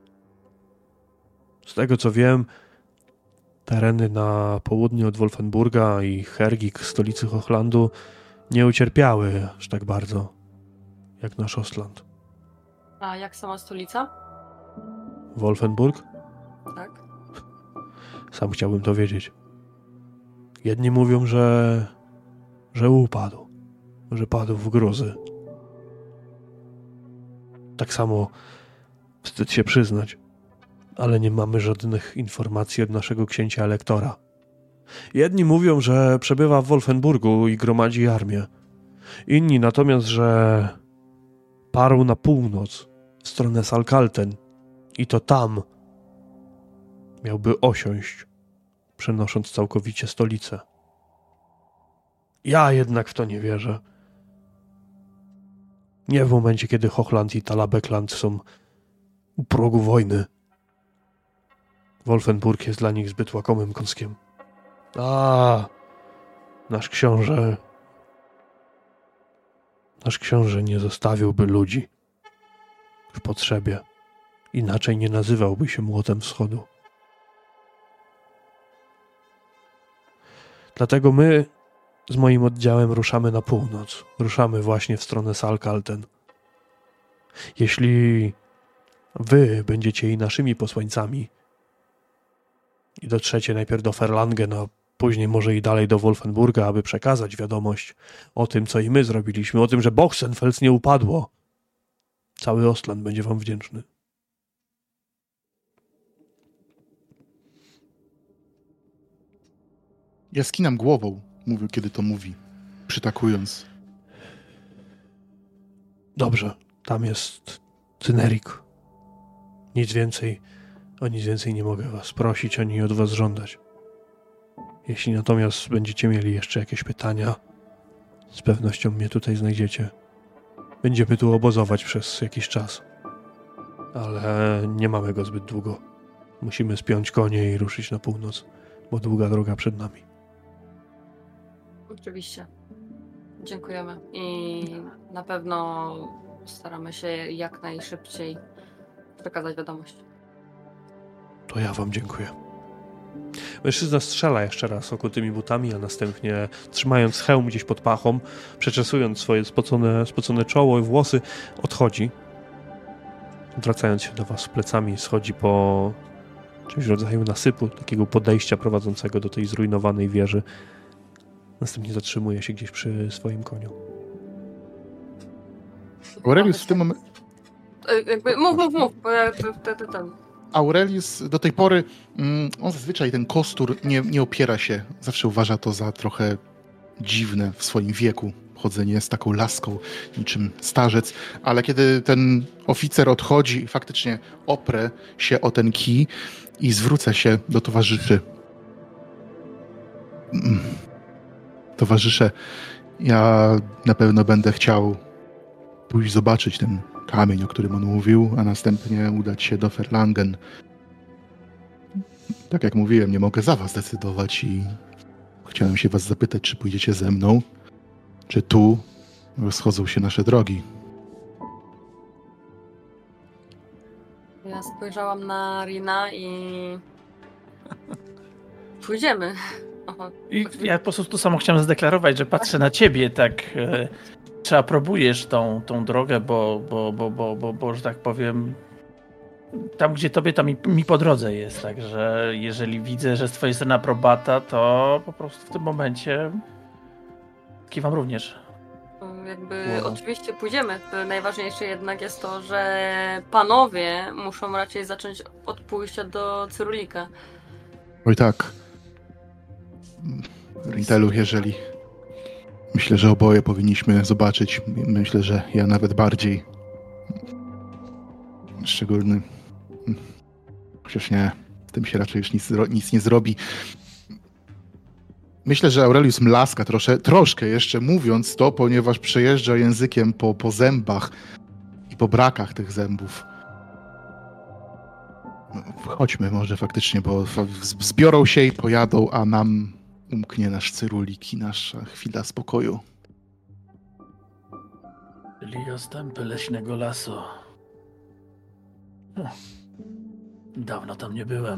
Z tego co wiem, tereny na południe od Wolfenburga i Hergik, stolicy Hochlandu, nie ucierpiały aż tak bardzo jak nasz Ostland. A jak sama stolica? Wolfenburg? Tak. Sam chciałbym to wiedzieć. Jedni mówią, że upadł, że padł w gruzy. Tak samo wstyd się przyznać, ale nie mamy żadnych informacji od naszego księcia elektora. Jedni mówią, że przebywa w Wolfenburgu i gromadzi armię. Inni natomiast, że parł na północ, w stronę Salkalten i to tam miałby osiąść, przenosząc całkowicie stolicę. Ja jednak w to nie wierzę. Nie w momencie, kiedy Hochland i Talabekland są u progu wojny. Wolfenburg jest dla nich zbyt łakomym kąskiem. Nasz książę nie zostawiłby ludzi w potrzebie. Inaczej nie nazywałby się Młotem Wschodu. Dlatego my z moim oddziałem ruszamy na północ. Ruszamy właśnie w stronę Salkalten. Jeśli wy będziecie i naszymi posłańcami i dotrzecie najpierw do Ferlangen, a później może i dalej do Wolfenburga, aby przekazać wiadomość o tym, co i my zrobiliśmy, o tym, że Boxenfels nie upadło, cały Ostland będzie wam wdzięczny. Ja skinam głową, mówił, kiedy to mówi, przytakując. Dobrze, tam jest Cynerik. O nic więcej nie mogę was prosić, ani od was żądać. Jeśli natomiast będziecie mieli jeszcze jakieś pytania, z pewnością mnie tutaj znajdziecie. Będziemy tu obozować przez jakiś czas. Ale nie mamy go zbyt długo. Musimy spiąć konie i ruszyć na północ, bo długa droga przed nami. Oczywiście. Dziękujemy. I na pewno staramy się jak najszybciej przekazać wiadomość. To ja wam dziękuję. Mężczyzna strzela jeszcze raz okutymi butami, a następnie, trzymając hełm gdzieś pod pachą, przeczesując swoje spocone czoło i włosy, odchodzi. Wracając się do was plecami, schodzi po czymś w rodzaju nasypu, takiego podejścia prowadzącego do tej zrujnowanej wieży. Następnie zatrzymuje się gdzieś przy swoim koniu. Aurelius w tym momencie... Mów, bo ja ten... Aurelius do tej pory, on zazwyczaj ten kostur nie opiera się. Zawsze uważa to za trochę dziwne w swoim wieku. Chodzenie z taką laską, niczym starzec. Ale kiedy ten oficer odchodzi, faktycznie oprę się o ten kij i zwrócę się do towarzyszy. Towarzysze, ja na pewno będę chciał pójść zobaczyć ten kamień, o którym on mówił, a następnie udać się do Ferlangen. Tak jak mówiłem, nie mogę za was decydować i chciałem się was zapytać, czy pójdziecie ze mną, czy tu rozchodzą się nasze drogi. Ja spojrzałam na Rina i pójdziemy. I ja po prostu to samo chciałem zadeklarować, że patrzę na ciebie tak czy aprobujesz tą drogę, bo że tak powiem, tam gdzie tobie, tam mi po drodze jest, także jeżeli widzę, że z twojej strony aprobata, to po prostu w tym momencie kiwam również. Oczywiście pójdziemy. Najważniejsze jednak jest to, że panowie muszą raczej zacząć od pójścia do Cyrulika. Oj tak. Rintelu, jeżeli... Myślę, że oboje powinniśmy zobaczyć. Myślę, że ja nawet bardziej. Szczególny. Chociaż nie, z tym się raczej już nic nie zrobi. Myślę, że Aurelius mlaska troszkę jeszcze mówiąc to, ponieważ przejeżdża językiem po zębach i po brakach tych zębów. Chodźmy może faktycznie, bo zbiorą się i pojadą, a nam umknie nasz Cyrulik i nasza chwila spokoju. Czyli ostępy leśnego lasu. Dawno tam nie byłem.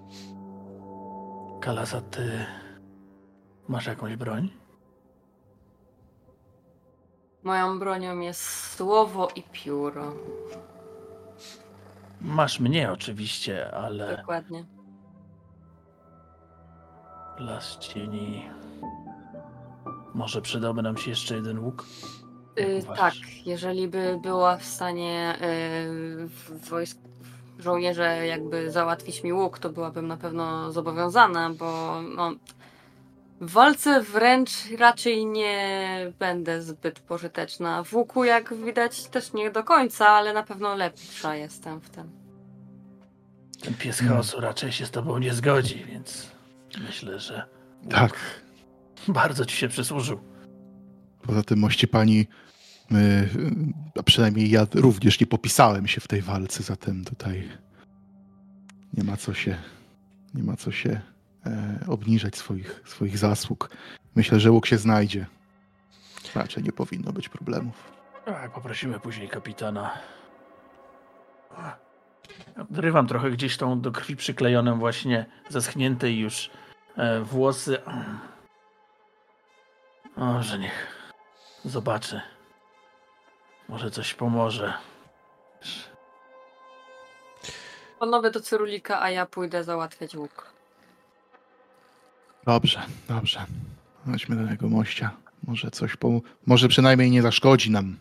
Kalasa, ty masz jakąś broń? Moją bronią jest słowo i pióro. Masz mnie oczywiście, ale... Dokładnie. Las cieni... Może przydałby nam się jeszcze jeden łuk? Tak, jeżeli by była w stanie żołnierze jakby załatwić mi łuk, to byłabym na pewno zobowiązana, bo w walce wręcz raczej nie będę zbyt pożyteczna. W łuku, jak widać, też nie do końca, ale na pewno lepsza jestem w tym. Ten pies chaosu raczej się z tobą nie zgodzi, więc myślę, że tak. Bardzo ci się przysłużył. Poza tym, mości pani, a przynajmniej ja również nie popisałem się w tej walce, zatem tutaj nie ma co się obniżać swoich zasług. Myślę, że łuk się znajdzie. Raczej nie powinno być problemów. Tak, poprosimy później kapitana. Odrywam trochę gdzieś tą do krwi przyklejoną właśnie zaschniętej już włosy. Że niech zobaczy. Może coś pomoże. Panowie do Cyrulika, a ja pójdę załatwiać łuk. Dobrze. Chodźmy do tego mościa. Może przynajmniej nie zaszkodzi nam.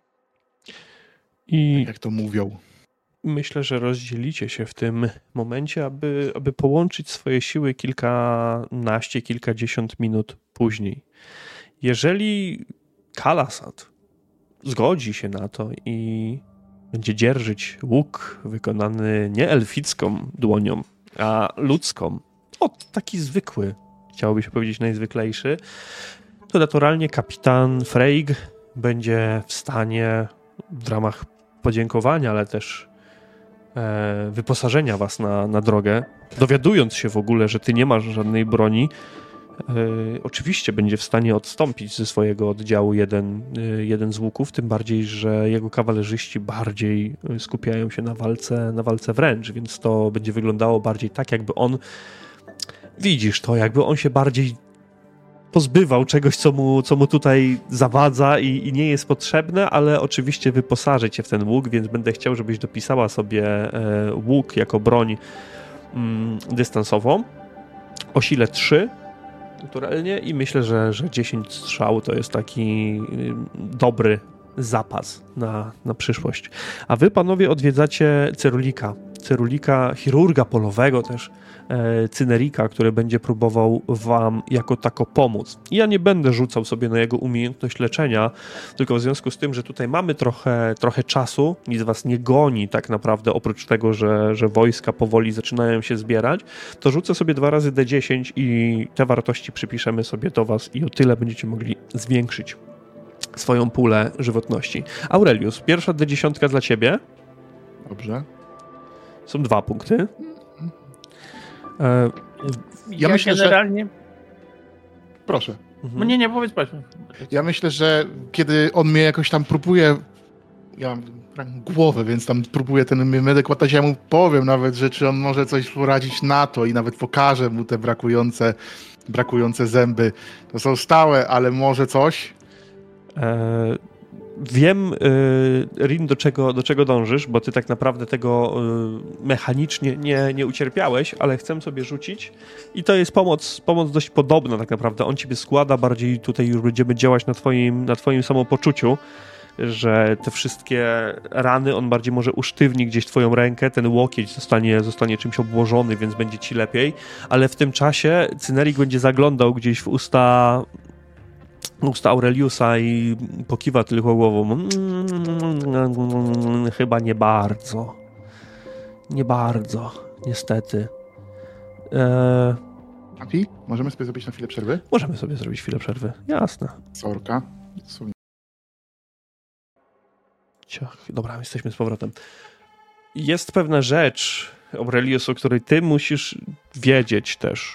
I tak jak to mówią. Myślę, że rozdzielicie się w tym momencie, aby połączyć swoje siły kilkanaście, kilkadziesiąt minut później. Jeżeli Kalasat zgodzi się na to i będzie dzierżyć łuk wykonany nie elficką dłonią, a ludzką, taki zwykły, chciałoby się powiedzieć najzwyklejszy, to naturalnie kapitan Freyg będzie w stanie w ramach podziękowania, ale też wyposażenia was na drogę, dowiadując się w ogóle, że ty nie masz żadnej broni, oczywiście będzie w stanie odstąpić ze swojego oddziału jeden z łuków, tym bardziej, że jego kawalerzyści bardziej skupiają się na walce wręcz, więc to będzie wyglądało bardziej tak, jakby on, widzisz to, jakby on się bardziej pozbywał czegoś, co mu tutaj zawadza i nie jest potrzebne, ale oczywiście wyposaży cię w ten łuk, więc będę chciał, żebyś dopisała sobie łuk jako broń dystansową o sile 3 naturalnie i myślę, że 10 strzał to jest taki dobry zapas na przyszłość. A wy, panowie, odwiedzacie Cyrulika, chirurga polowego też, Cynerika, który będzie próbował wam jako tako pomóc. Ja nie będę rzucał sobie na jego umiejętność leczenia, tylko w związku z tym, że tutaj mamy trochę czasu, nic was nie goni tak naprawdę, oprócz tego, że wojska powoli zaczynają się zbierać, to rzucę sobie 2 razy D10 i te wartości przypiszemy sobie do was i o tyle będziecie mogli zwiększyć swoją pulę żywotności. Aurelius, pierwsza D10 dla ciebie. Dobrze. Są 2 punkty. Ja myślę, generalnie... Proszę. Nie, powiedz. Ja myślę, że kiedy on mnie jakoś tam próbuje... Ja mam głowę, więc tam próbuję ten medyk łatać, ja mu powiem nawet, że czy on może coś poradzić na to i nawet pokażę mu te brakujące zęby. To są stałe, ale może coś? Wiem, Rin, do czego dążysz, bo ty tak naprawdę tego mechanicznie nie ucierpiałeś, ale chcę sobie rzucić i to jest pomoc dość podobna tak naprawdę. On ciebie składa, bardziej tutaj już będziemy działać na twoim samopoczuciu, że te wszystkie rany on bardziej może usztywni gdzieś twoją rękę, ten łokieć zostanie czymś obłożony, więc będzie ci lepiej, ale w tym czasie Cynerik będzie zaglądał gdzieś w usta Aureliusa i pokiwa tylko głową. Chyba nie bardzo. Nie bardzo, niestety. Mati, możemy sobie zrobić na chwilę przerwy? Możemy sobie zrobić chwilę przerwy, jasne. Sorka. Dobra, jesteśmy z powrotem. Jest pewna rzecz, Aurelius, o której ty musisz wiedzieć też.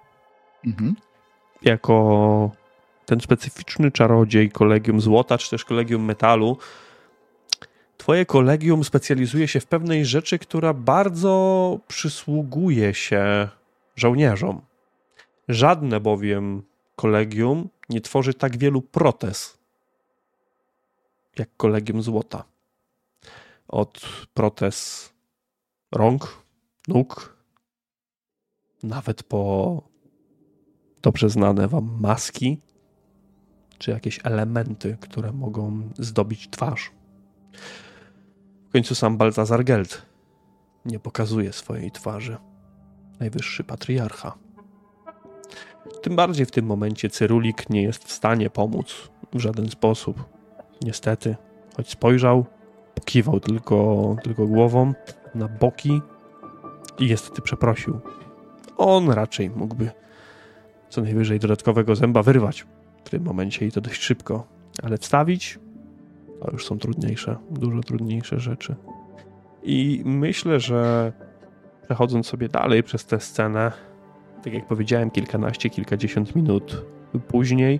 Jako ten specyficzny czarodziej kolegium złota, czy też kolegium metalu. Twoje kolegium specjalizuje się w pewnej rzeczy, która bardzo przysługuje się żołnierzom. Żadne bowiem kolegium nie tworzy tak wielu protez jak kolegium złota. Od protez rąk, nóg, nawet po dobrze znane wam maski, czy jakieś elementy, które mogą zdobić twarz. W końcu sam Baltazar Gelt nie pokazuje swojej twarzy. Najwyższy patriarcha. Tym bardziej w tym momencie Cyrulik nie jest w stanie pomóc w żaden sposób. Niestety, choć spojrzał, pokiwał tylko głową na boki i niestety przeprosił. On raczej mógłby co najwyżej dodatkowego zęba wyrwać w tym momencie i to dość szybko, ale wstawić to już są trudniejsze, dużo trudniejsze rzeczy. I myślę, że przechodząc sobie dalej przez tę scenę, tak jak powiedziałem, kilkadziesiąt minut później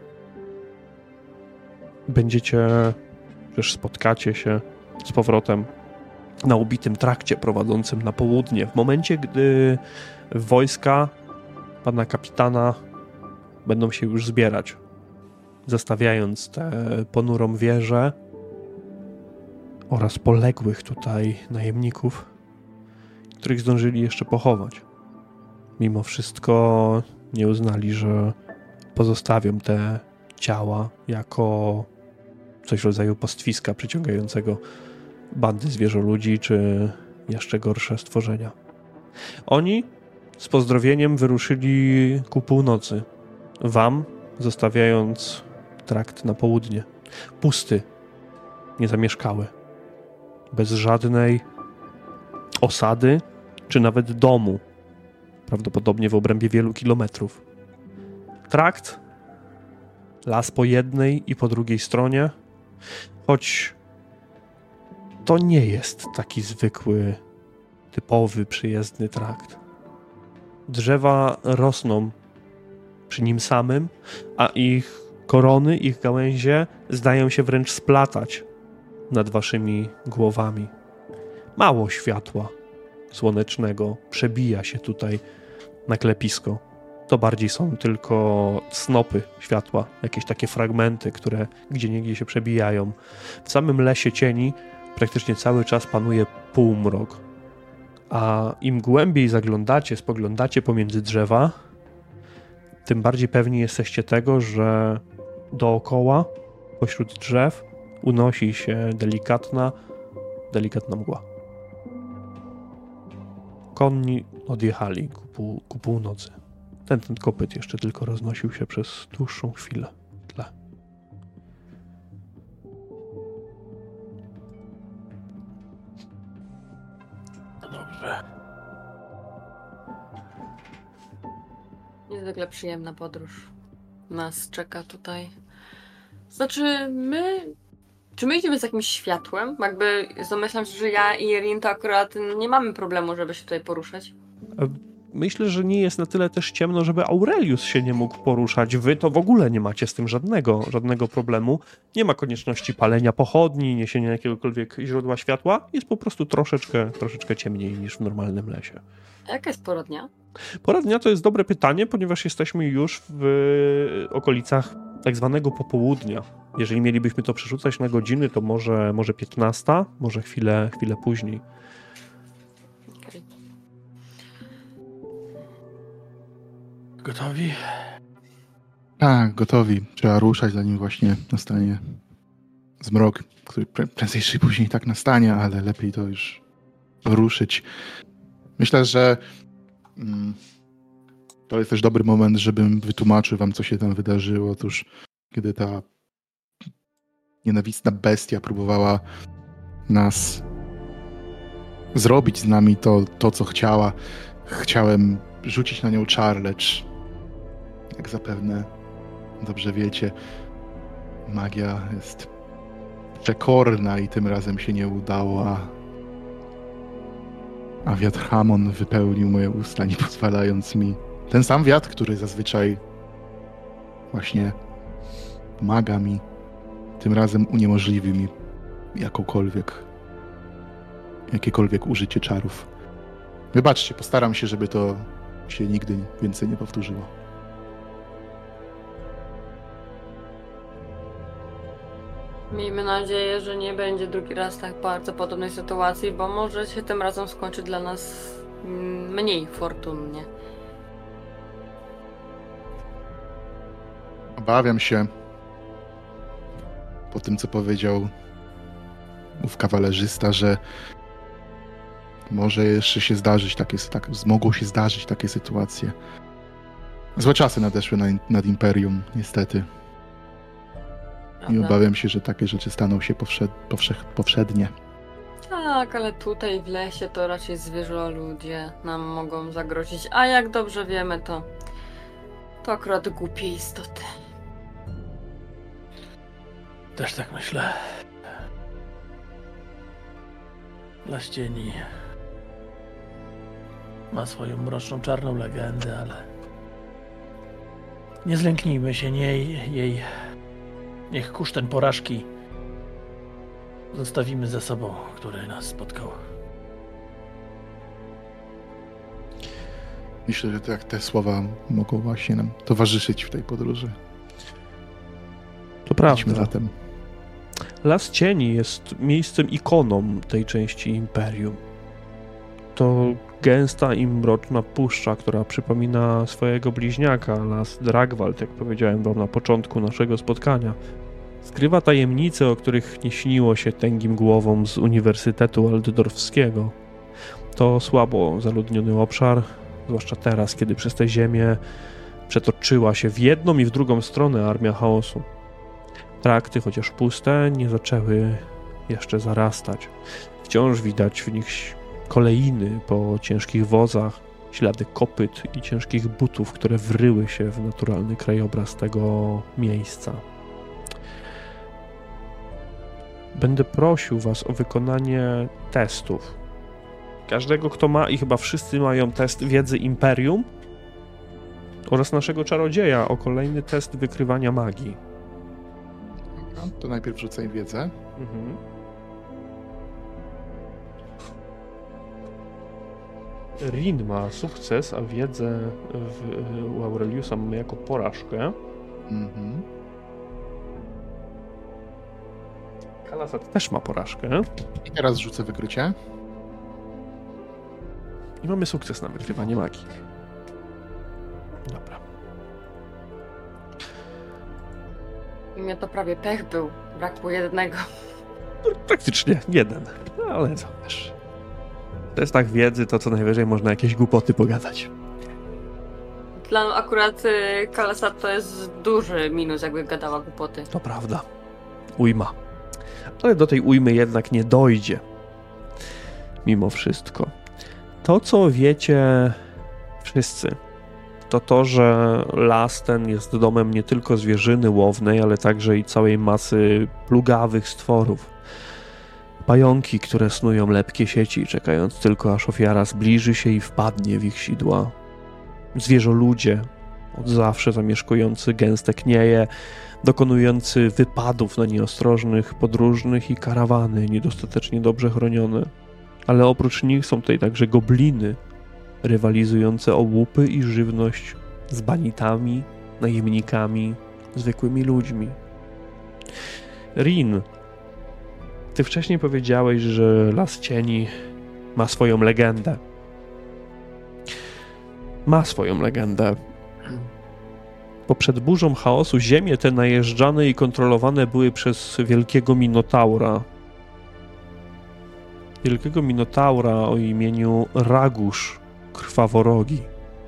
spotkacie się z powrotem na ubitym trakcie prowadzącym na południe. W momencie, gdy wojska pana kapitana będą się już zbierać, zostawiając tę ponurą wieżę oraz poległych tutaj najemników, których zdążyli jeszcze pochować. Mimo wszystko nie uznali, że pozostawią te ciała jako coś w rodzaju pastwiska przyciągającego bandy zwierzoludzi czy jeszcze gorsze stworzenia. Oni z pozdrowieniem wyruszyli ku północy, wam zostawiając trakt na południe. Pusty, niezamieszkały, bez żadnej osady czy nawet domu, prawdopodobnie w obrębie wielu kilometrów. Trakt, las po jednej i po drugiej stronie, choć to nie jest taki zwykły, typowy, przyjezdny trakt. Drzewa rosną przy nim samym, a ich korony, ich gałęzie zdają się wręcz splatać nad waszymi głowami. Mało światła słonecznego przebija się tutaj na klepisko. To bardziej są tylko snopy światła, jakieś takie fragmenty, które gdzieniegdzie się przebijają. W samym lesie cieni praktycznie cały czas panuje półmrok. A im głębiej spoglądacie pomiędzy drzewa, tym bardziej pewni jesteście tego, że dookoła, pośród drzew, unosi się delikatna mgła. Konni odjechali ku północy. Ten kopyt jeszcze tylko roznosił się przez dłuższą chwilę w tle. No dobrze. Niezwykle przyjemna podróż nas czeka tutaj. Znaczy, czy my idziemy z jakimś światłem? Jakby domyślam się, że ja i Rin to akurat nie mamy problemu, żeby się tutaj poruszać. Myślę, że nie jest na tyle też ciemno, żeby Aurelius się nie mógł poruszać. Wy to w ogóle nie macie z tym żadnego problemu. Nie ma konieczności palenia pochodni, niesienia jakiegokolwiek źródła światła. Jest po prostu troszeczkę ciemniej niż w normalnym lesie. A jaka jest pora dnia? Pora dnia to jest dobre pytanie, ponieważ jesteśmy już w okolicach tak zwanego popołudnia. Jeżeli mielibyśmy to przerzucać na godziny, to może 15, może chwilę później. Okay. Gotowi? Tak, gotowi. Trzeba ruszać, zanim właśnie nastanie zmrok, który prędzej czy później tak nastanie, ale lepiej to już ruszyć. Myślę, że to jest też dobry moment, żebym wytłumaczył wam, co się tam wydarzyło. Otóż, kiedy ta nienawistna bestia próbowała nas zrobić z nami to co chciała, chciałem rzucić na nią czar, lecz jak zapewne dobrze wiecie, magia jest przekorna i tym razem się nie udało, a wiatr Hamon wypełnił moje usta, nie pozwalając mi. Ten sam wiatr, który zazwyczaj właśnie pomaga mi, tym razem uniemożliwi mi jakiekolwiek użycie czarów. Wybaczcie, postaram się, żeby to się nigdy więcej nie powtórzyło. Miejmy nadzieję, że nie będzie drugi raz tak bardzo podobnej sytuacji, bo może się tym razem skończy dla nas mniej fortunnie. Obawiam się, po tym co powiedział ów kawalerzysta, że może jeszcze się zdarzyć mogą się zdarzyć takie sytuacje. Złe czasy nadeszły nad Imperium, niestety. Prawda? I obawiam się, że takie rzeczy staną się powszednie. Tak, ale tutaj w lesie to raczej zwierzoludzie nam mogą zagrozić, a jak dobrze wiemy, to akurat głupie istoty. Też tak myślę. Las Cieni ma swoją mroczną, czarną legendę, ale nie zlęknijmy się jej. Niech kurz ten porażki zostawimy za sobą, który nas spotkał. Myślę, że te słowa mogą właśnie nam towarzyszyć w tej podróży. To prawda. Idźmy zatem. Las Cieni jest miejscem ikoną tej części Imperium. To gęsta i mroczna puszcza, która przypomina swojego bliźniaka, las Dragwald, jak powiedziałem wam na początku naszego spotkania. Skrywa tajemnice, o których nie śniło się tęgim głowom z Uniwersytetu Altdorfskiego. To słabo zaludniony obszar, zwłaszcza teraz, kiedy przez tę ziemię przetoczyła się w jedną i w drugą stronę armia chaosu. Trakty, chociaż puste, nie zaczęły jeszcze zarastać. Wciąż widać w nich kolejny po ciężkich wozach, ślady kopyt i ciężkich butów, które wryły się w naturalny krajobraz tego miejsca. Będę prosił was o wykonanie testów. Każdego, kto ma, i chyba wszyscy mają test wiedzy Imperium oraz naszego czarodzieja o kolejny test wykrywania magii. Dobra, to najpierw rzucaj wiedzę. Mhm. Rin ma sukces, a wiedzę u Aureliusa mamy jako porażkę. Mhm. Kalasat też ma porażkę. I teraz rzucę wykrycie. I mamy sukces na wykrywanie magii. Dobra. U mnie to prawie pech był. Brakło jednego. No, praktycznie jeden. No, ale co wiesz. W testach wiedzy to co najwyżej można jakieś głupoty pogadać. Dla akurat Kalasat to jest duży minus, jakby gadała głupoty. To prawda. Ujma. Ale do tej ujmy jednak nie dojdzie. Mimo wszystko. To, co wiecie wszyscy, to, że las ten jest domem nie tylko zwierzyny łownej, ale także i całej masy plugawych stworów. Pająki, które snują lepkie sieci, czekając tylko, aż ofiara zbliży się i wpadnie w ich sidła. Zwierzoludzie, od zawsze zamieszkujący gęste knieje, dokonujący wypadów na nieostrożnych podróżnych i karawany niedostatecznie dobrze chronione. Ale oprócz nich są tutaj także gobliny, rywalizujące o łupy i żywność z banitami, najemnikami, zwykłymi ludźmi. Rin, ty wcześniej powiedziałeś, że Las Cieni ma swoją legendę. Ma swoją legendę. Bo przed burzą chaosu ziemie te najeżdżane i kontrolowane były przez wielkiego Minotaura. Wielkiego Minotaura o imieniu Ragusz Krwaworogi.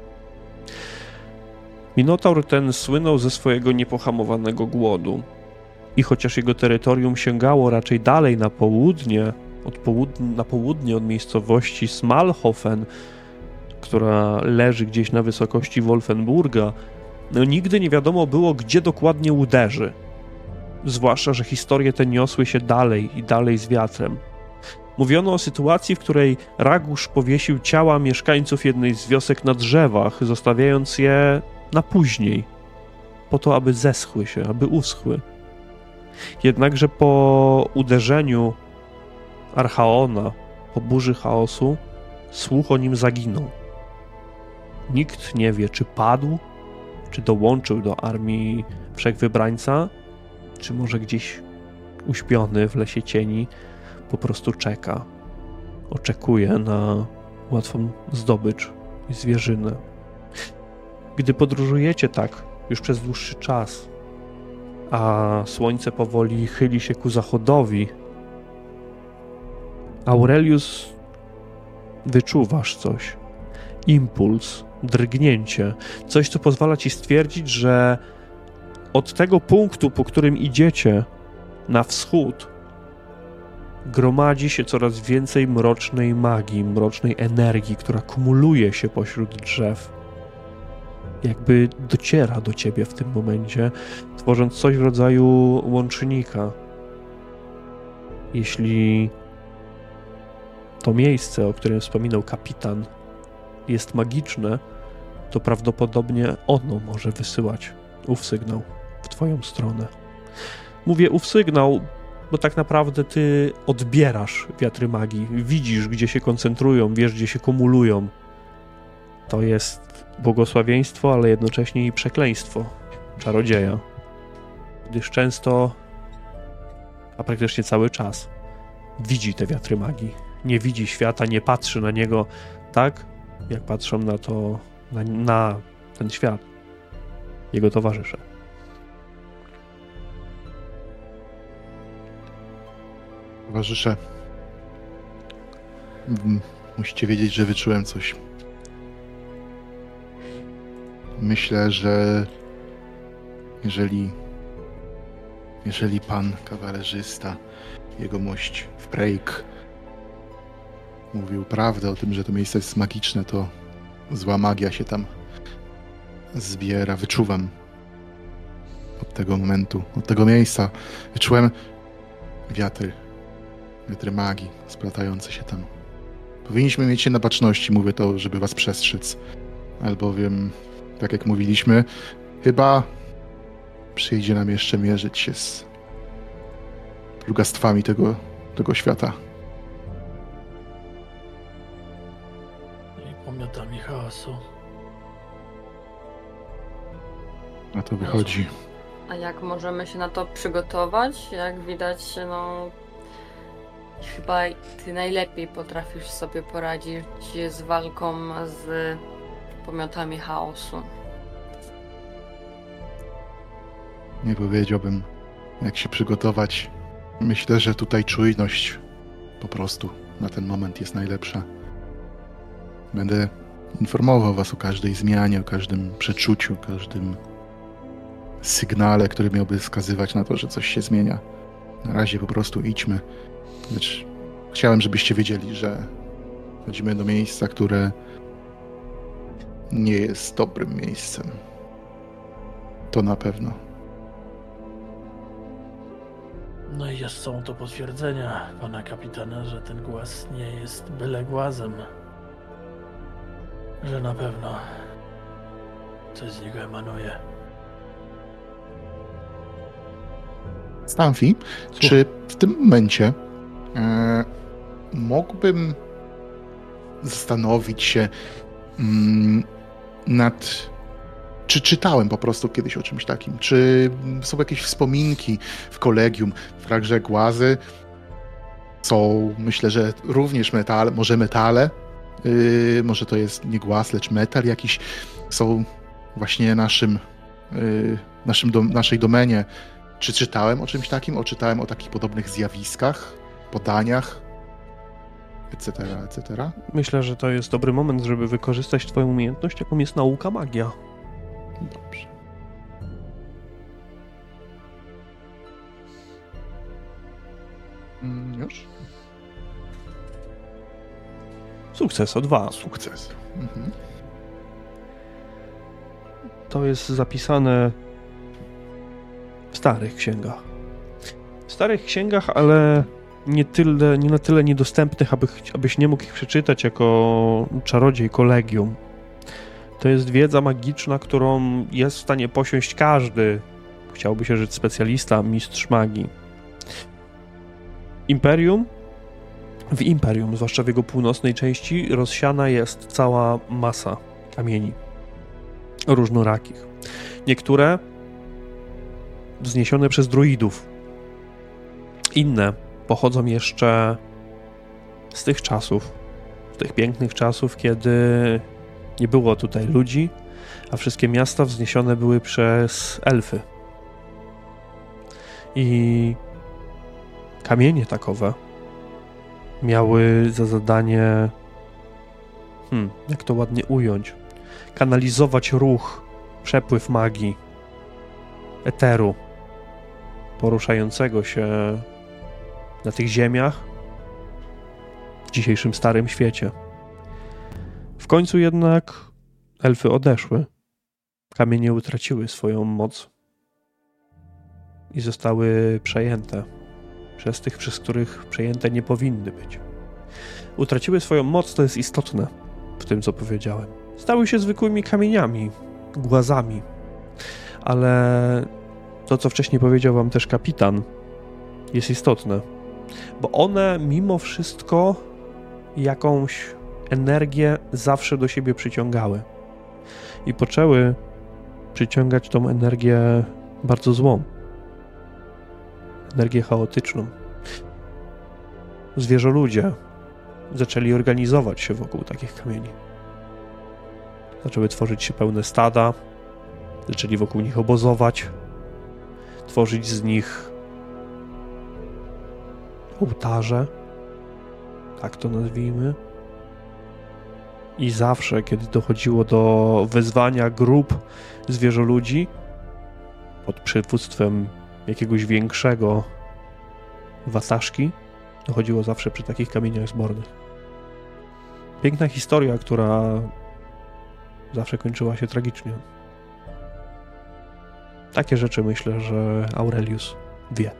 Minotaur ten słynął ze swojego niepohamowanego głodu. I chociaż jego terytorium sięgało raczej dalej na południe, na południe od miejscowości Smalhofen, która leży gdzieś na wysokości Wolfenburga, no nigdy nie wiadomo było, gdzie dokładnie uderzy. Zwłaszcza, że historie te niosły się dalej i dalej z wiatrem. Mówiono o sytuacji, w której Ragusz powiesił ciała mieszkańców jednej z wiosek na drzewach, zostawiając je na później, po to, aby zeschły się, aby uschły. Jednakże po uderzeniu Archaona, po burzy chaosu, słuch o nim zaginął. Nikt nie wie, czy padł, czy dołączył do armii Wszechwybrańca, czy może gdzieś uśpiony w lesie cieni po prostu czeka. Oczekuje na łatwą zdobycz i zwierzynę. Gdy podróżujecie tak już przez dłuższy czas, a słońce powoli chyli się ku zachodowi, Aurelius, wyczuwasz coś. Impuls, drgnięcie. Coś, co pozwala ci stwierdzić, że od tego punktu, po którym idziecie na wschód, gromadzi się coraz więcej mrocznej magii, mrocznej energii, która kumuluje się pośród drzew. Jakby dociera do ciebie w tym momencie, tworząc coś w rodzaju łącznika. Jeśli to miejsce, o którym wspominał kapitan, jest magiczne, to prawdopodobnie ono może wysyłać ów sygnał w twoją stronę. Mówię ów sygnał, bo tak naprawdę ty odbierasz wiatry magii, widzisz, gdzie się koncentrują, wiesz, gdzie się kumulują. To jest błogosławieństwo, ale jednocześnie i przekleństwo czarodzieja. Gdyż często, a praktycznie cały czas, widzi te wiatry magii. Nie widzi świata, nie patrzy na niego tak, jak patrzą na ten świat jego towarzysze. Towarzysze, musicie wiedzieć, że wyczułem coś. Myślę, że jeżeli pan kawalerzysta, jegomość Freyk mówił prawdę o tym, że to miejsce jest magiczne, to zła magia się tam zbiera. Wyczuwam od tego momentu, od tego miejsca. Wyczułem wiatry magii splatające się tam. Powinniśmy mieć się na baczności, mówię to, żeby was przestrzec. Albowiem, tak jak mówiliśmy, chyba przyjdzie nam jeszcze mierzyć się z plugastwami tego świata. I pomiotami chaosu. Na to wychodzi. A jak możemy się na to przygotować? Jak widać, chyba ty najlepiej potrafisz sobie poradzić z walką z pomiotami chaosu. Nie powiedziałbym, jak się przygotować. Myślę, że tutaj czujność po prostu na ten moment jest najlepsza. Będę informował was o każdej zmianie, o każdym przeczuciu, o każdym sygnale, który miałby wskazywać na to, że coś się zmienia. Na razie po prostu idźmy. Lecz chciałem, żebyście wiedzieli, że chodzimy do miejsca, które nie jest dobrym miejscem. To na pewno. No i są to potwierdzenia pana kapitana, że ten głaz nie jest byle głazem. Że na pewno coś z niego emanuje. Stanfi, czy w tym momencie mógłbym zastanowić się nad Czy czytałem po prostu kiedyś o czymś takim? Czy są jakieś wspominki w kolegium, w grze Głazy? Są, myślę, że również może metale, może to jest nie Głaz, lecz metal jakiś, są właśnie naszej domenie. Czy czytałem o czymś takim? Czytałem o takich podobnych zjawiskach, podaniach, etc., etc.? Myślę, że to jest dobry moment, żeby wykorzystać twoją umiejętność, jaką jest nauka magia. Dobrze. Już? Sukces o 2. Sukces. Mhm. To jest zapisane w starych księgach. W starych księgach, ale nie na tyle niedostępnych, abyś nie mógł ich przeczytać jako czarodziej kolegium. To jest wiedza magiczna, którą jest w stanie posiąść każdy, chciałby się rzec specjalista, mistrz magii. W Imperium, zwłaszcza w jego północnej części, rozsiana jest cała masa kamieni różnorakich. Niektóre wzniesione przez druidów. Inne pochodzą jeszcze z tych czasów, z tych pięknych czasów, kiedy nie było tutaj ludzi, a wszystkie miasta wzniesione były przez elfy. I kamienie takowe miały za zadanie, jak to ładnie ująć, kanalizować ruch, przepływ magii, eteru poruszającego się na tych ziemiach w dzisiejszym Starym Świecie. W końcu jednak elfy odeszły. Kamienie utraciły swoją moc i zostały przejęte przez tych, przez których przejęte nie powinny być. Utraciły swoją moc, to jest istotne w tym, co powiedziałem. Stały się zwykłymi kamieniami, głazami, ale to, co wcześniej powiedział wam też kapitan, jest istotne, bo one mimo wszystko jakąś energię zawsze do siebie przyciągały i poczęły przyciągać tą energię bardzo złą, energię chaotyczną. Zwierzoludzie zaczęli organizować się wokół takich kamieni. Zaczęły tworzyć się pełne stada, zaczęli wokół nich obozować, tworzyć z nich ołtarze, tak to nazwijmy. I zawsze, kiedy dochodziło do wezwania grup zwierzoludzi pod przywództwem jakiegoś większego wataszki, dochodziło zawsze przy takich kamieniach zbornych. Piękna historia, która zawsze kończyła się tragicznie. Takie rzeczy myślę, że Aurelius wie.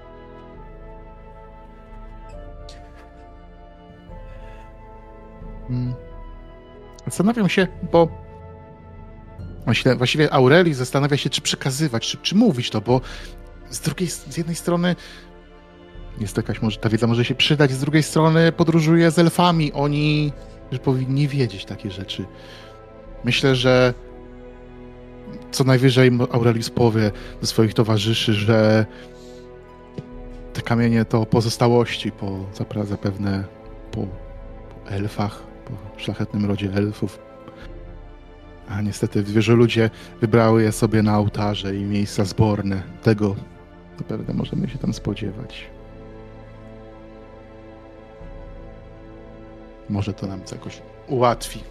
Zastanawiam się, bo właściwie Aurelius zastanawia się, czy przekazywać, czy mówić to, bo z jednej strony jest jakaś, może ta wiedza może się przydać, z drugiej strony podróżuje z elfami, oni że powinni wiedzieć takie rzeczy. Myślę, że co najwyżej Aurelius powie do swoich towarzyszy, że te kamienie to pozostałości zapewne po elfach, po szlachetnym rodzie elfów. A niestety zwierzoludzie wybrały je sobie na ołtarze i miejsca zborne. Tego zapewne możemy się tam spodziewać. Może to nam jakoś ułatwi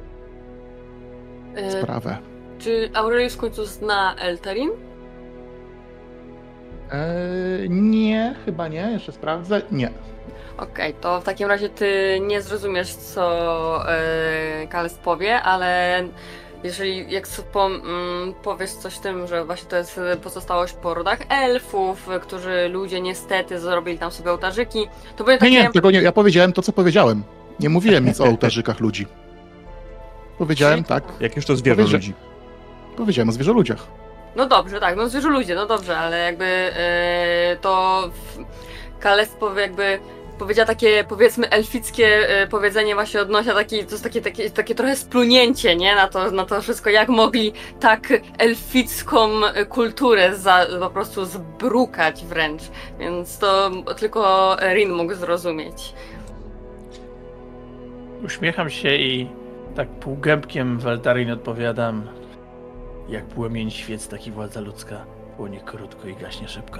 sprawę. Czy Aurelius w końcu zna Eltarin? Nie, chyba nie. Jeszcze sprawdzę. Nie. Okej, to w takim razie ty nie zrozumiesz, co Kales powie, ale jeżeli powiesz coś tym, że właśnie to jest pozostałość po rodach elfów, którzy ludzie niestety zrobili tam sobie ołtarzyki, to będzie takie... Nie, tego nie. Ja powiedziałem to, co powiedziałem. Nie mówiłem nic o ołtarzykach ludzi. Powiedziałem tak. Jak już to zwierzoludzi? Powiedziałem o zwierzoludziach. No dobrze, tak, no zwierzoludzie, no dobrze, ale jakby to Kales powie jakby powiedziała takie, powiedzmy, elfickie powiedzenie właśnie odnosia, to jest takie trochę splunięcie, nie? Na to wszystko, jak mogli tak elficką kulturę po prostu zbrukać wręcz. Więc to tylko Rin mógł zrozumieć. Uśmiecham się i tak półgębkiem w Eltarin odpowiadam: jak płomień świec, taki władza ludzka płonie krótko i gaśnie szybko.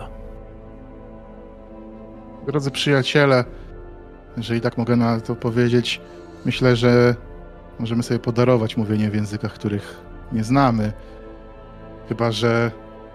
Drodzy przyjaciele, jeżeli tak mogę na to powiedzieć, myślę, że możemy sobie podarować mówienie w językach, których nie znamy. Chyba że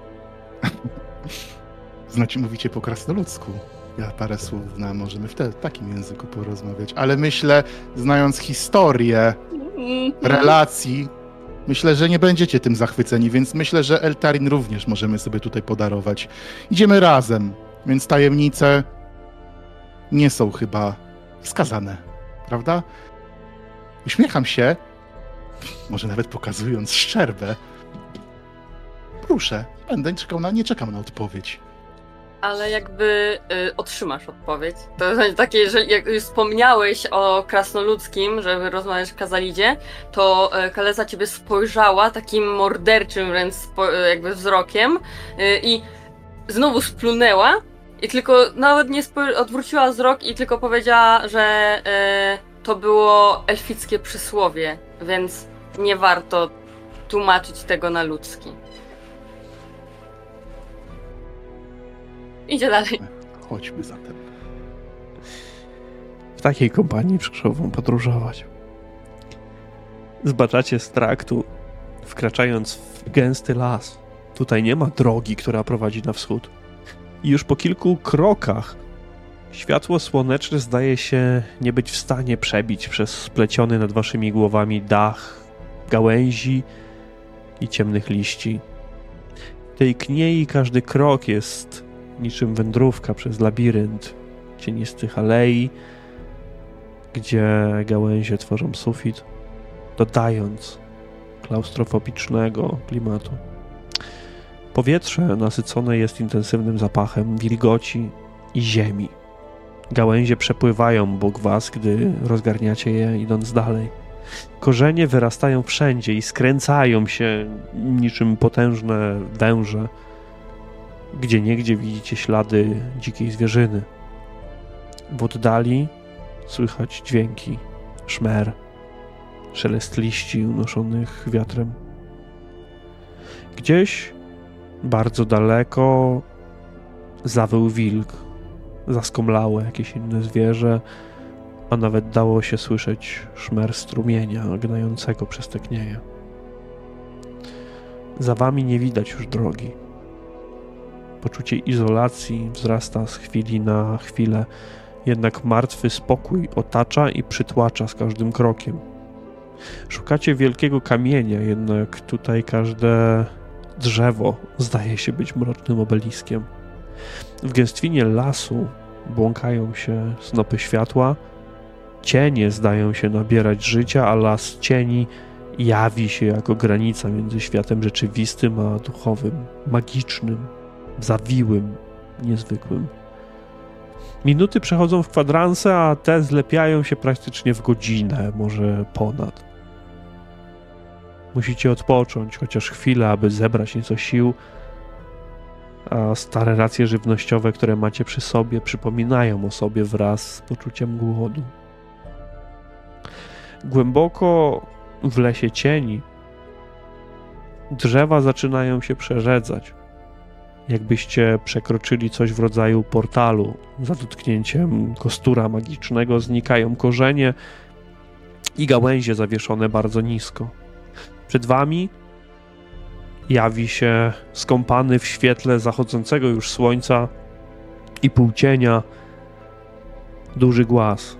mówicie po krasnoludzku. Ja parę słów znam, możemy w takim języku porozmawiać. Ale myślę, znając historię relacji, myślę, że nie będziecie tym zachwyceni, więc myślę, że Eltarin również możemy sobie tutaj podarować. Idziemy razem, więc tajemnice nie są chyba wskazane, prawda? Uśmiecham się, może nawet pokazując szczerbę. Proszę, nie czekam na odpowiedź. Ale jakby otrzymasz odpowiedź. To jest takie, jeżeli jak już wspomniałeś o krasnoludzkim, żeby rozmawiać w Kazalidzie, to Kaleza ciebie spojrzała takim morderczym wręcz jakby wzrokiem i znowu splunęła i tylko nawet nie odwróciła wzrok i tylko powiedziała, że to było elfickie przysłowie, więc nie warto tłumaczyć tego na ludzki. Idzie dalej. Chodźmy zatem. W takiej kompanii przyszło wam podróżować. Zbaczacie z traktu, wkraczając w gęsty las. Tutaj nie ma drogi, która prowadzi na wschód. I już po kilku krokach światło słoneczne zdaje się nie być w stanie przebić przez spleciony nad waszymi głowami dach gałęzi i ciemnych liści. W tej kniei każdy krok jest niczym wędrówka przez labirynt cienistych alei, gdzie gałęzie tworzą sufit, dodając klaustrofobicznego klimatu. Powietrze nasycone jest intensywnym zapachem wilgoci i ziemi. Gałęzie przepływają obok was, gdy rozgarniacie je idąc dalej. Korzenie wyrastają wszędzie i skręcają się niczym potężne węże. Gdzieniegdzie widzicie ślady dzikiej zwierzyny. W oddali słychać dźwięki, szmer, szelest liści unoszonych wiatrem. Gdzieś bardzo daleko zawył wilk, zaskomlałe jakieś inne zwierzę, a nawet dało się słyszeć szmer strumienia gnającego przez te knieje. Za wami nie widać już drogi. Poczucie izolacji wzrasta z chwili na chwilę, jednak martwy spokój otacza i przytłacza z każdym krokiem. Szukacie wielkiego kamienia, jednak tutaj każde drzewo zdaje się być mrocznym obeliskiem. W gęstwinie lasu błąkają się snopy światła, cienie zdają się nabierać życia, a las cieni jawi się jako granica między światem rzeczywistym a duchowym, magicznym, zawiłym, niezwykłym. Minuty przechodzą w kwadranse, a te zlepiają się praktycznie w godzinę, może ponad. Musicie odpocząć chociaż chwilę, aby zebrać nieco sił, a stare racje żywnościowe, które macie przy sobie, przypominają o sobie wraz z poczuciem głodu. Głęboko w lesie cieni drzewa zaczynają się przerzedzać. Jakbyście przekroczyli coś w rodzaju portalu. Za dotknięciem kostura magicznego znikają korzenie i gałęzie zawieszone bardzo nisko. Przed wami jawi się skąpany w świetle zachodzącego już słońca i półcienia duży głaz.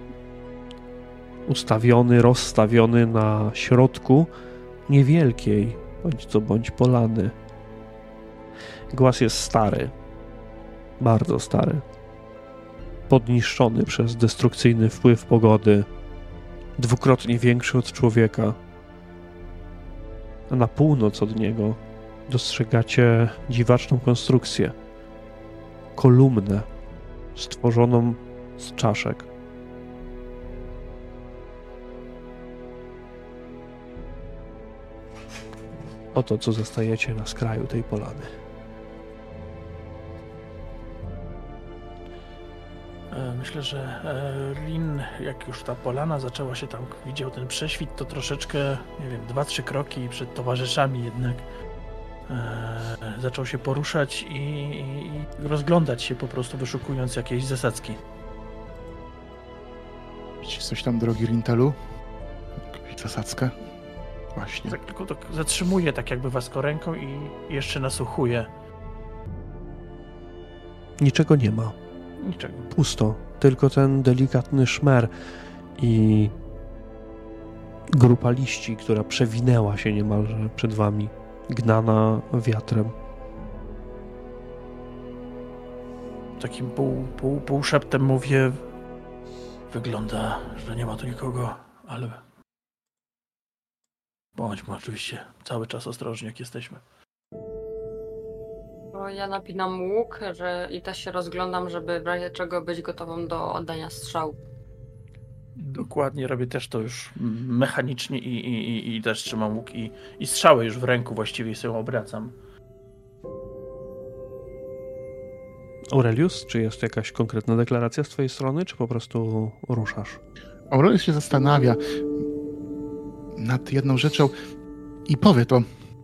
Rozstawiony na środku niewielkiej, bądź co bądź polany. Głaz jest stary, bardzo stary, podniszczony przez destrukcyjny wpływ pogody, dwukrotnie większy od człowieka. A na północ od niego dostrzegacie dziwaczną konstrukcję, kolumnę stworzoną z czaszek. Oto, co zostajecie na skraju tej polany. Myślę, że Rin, jak już ta polana zaczęła się tam, widział ten prześwit, to troszeczkę, nie wiem, 2-3 kroki przed towarzyszami jednak zaczął się poruszać i rozglądać się po prostu, wyszukując jakiejś zasadzki. Widzisz coś tam, drogi Rintelu? Jakąś zasadzkę? Właśnie. Tak, tylko tak zatrzymuje tak jakby was ręką i jeszcze nasłuchuje. Niczego nie ma. Niczego. Pusto. Tylko ten delikatny szmer i grupa liści, która przewinęła się niemalże przed wami, gnana wiatrem. Takim pół szeptem mówię, wygląda, że nie ma tu nikogo, ale bądźmy oczywiście cały czas ostrożni, jak jesteśmy. Bo ja napinam łuk, i też się rozglądam, żeby w razie czego być gotową do oddania strzału. Dokładnie, robię też to już mechanicznie i też trzymam łuk i strzały już w ręku właściwie sobie obracam. Aurelius, czy jest jakaś konkretna deklaracja z twojej strony, czy po prostu ruszasz? Aurelius się zastanawia nad jedną rzeczą i powie to.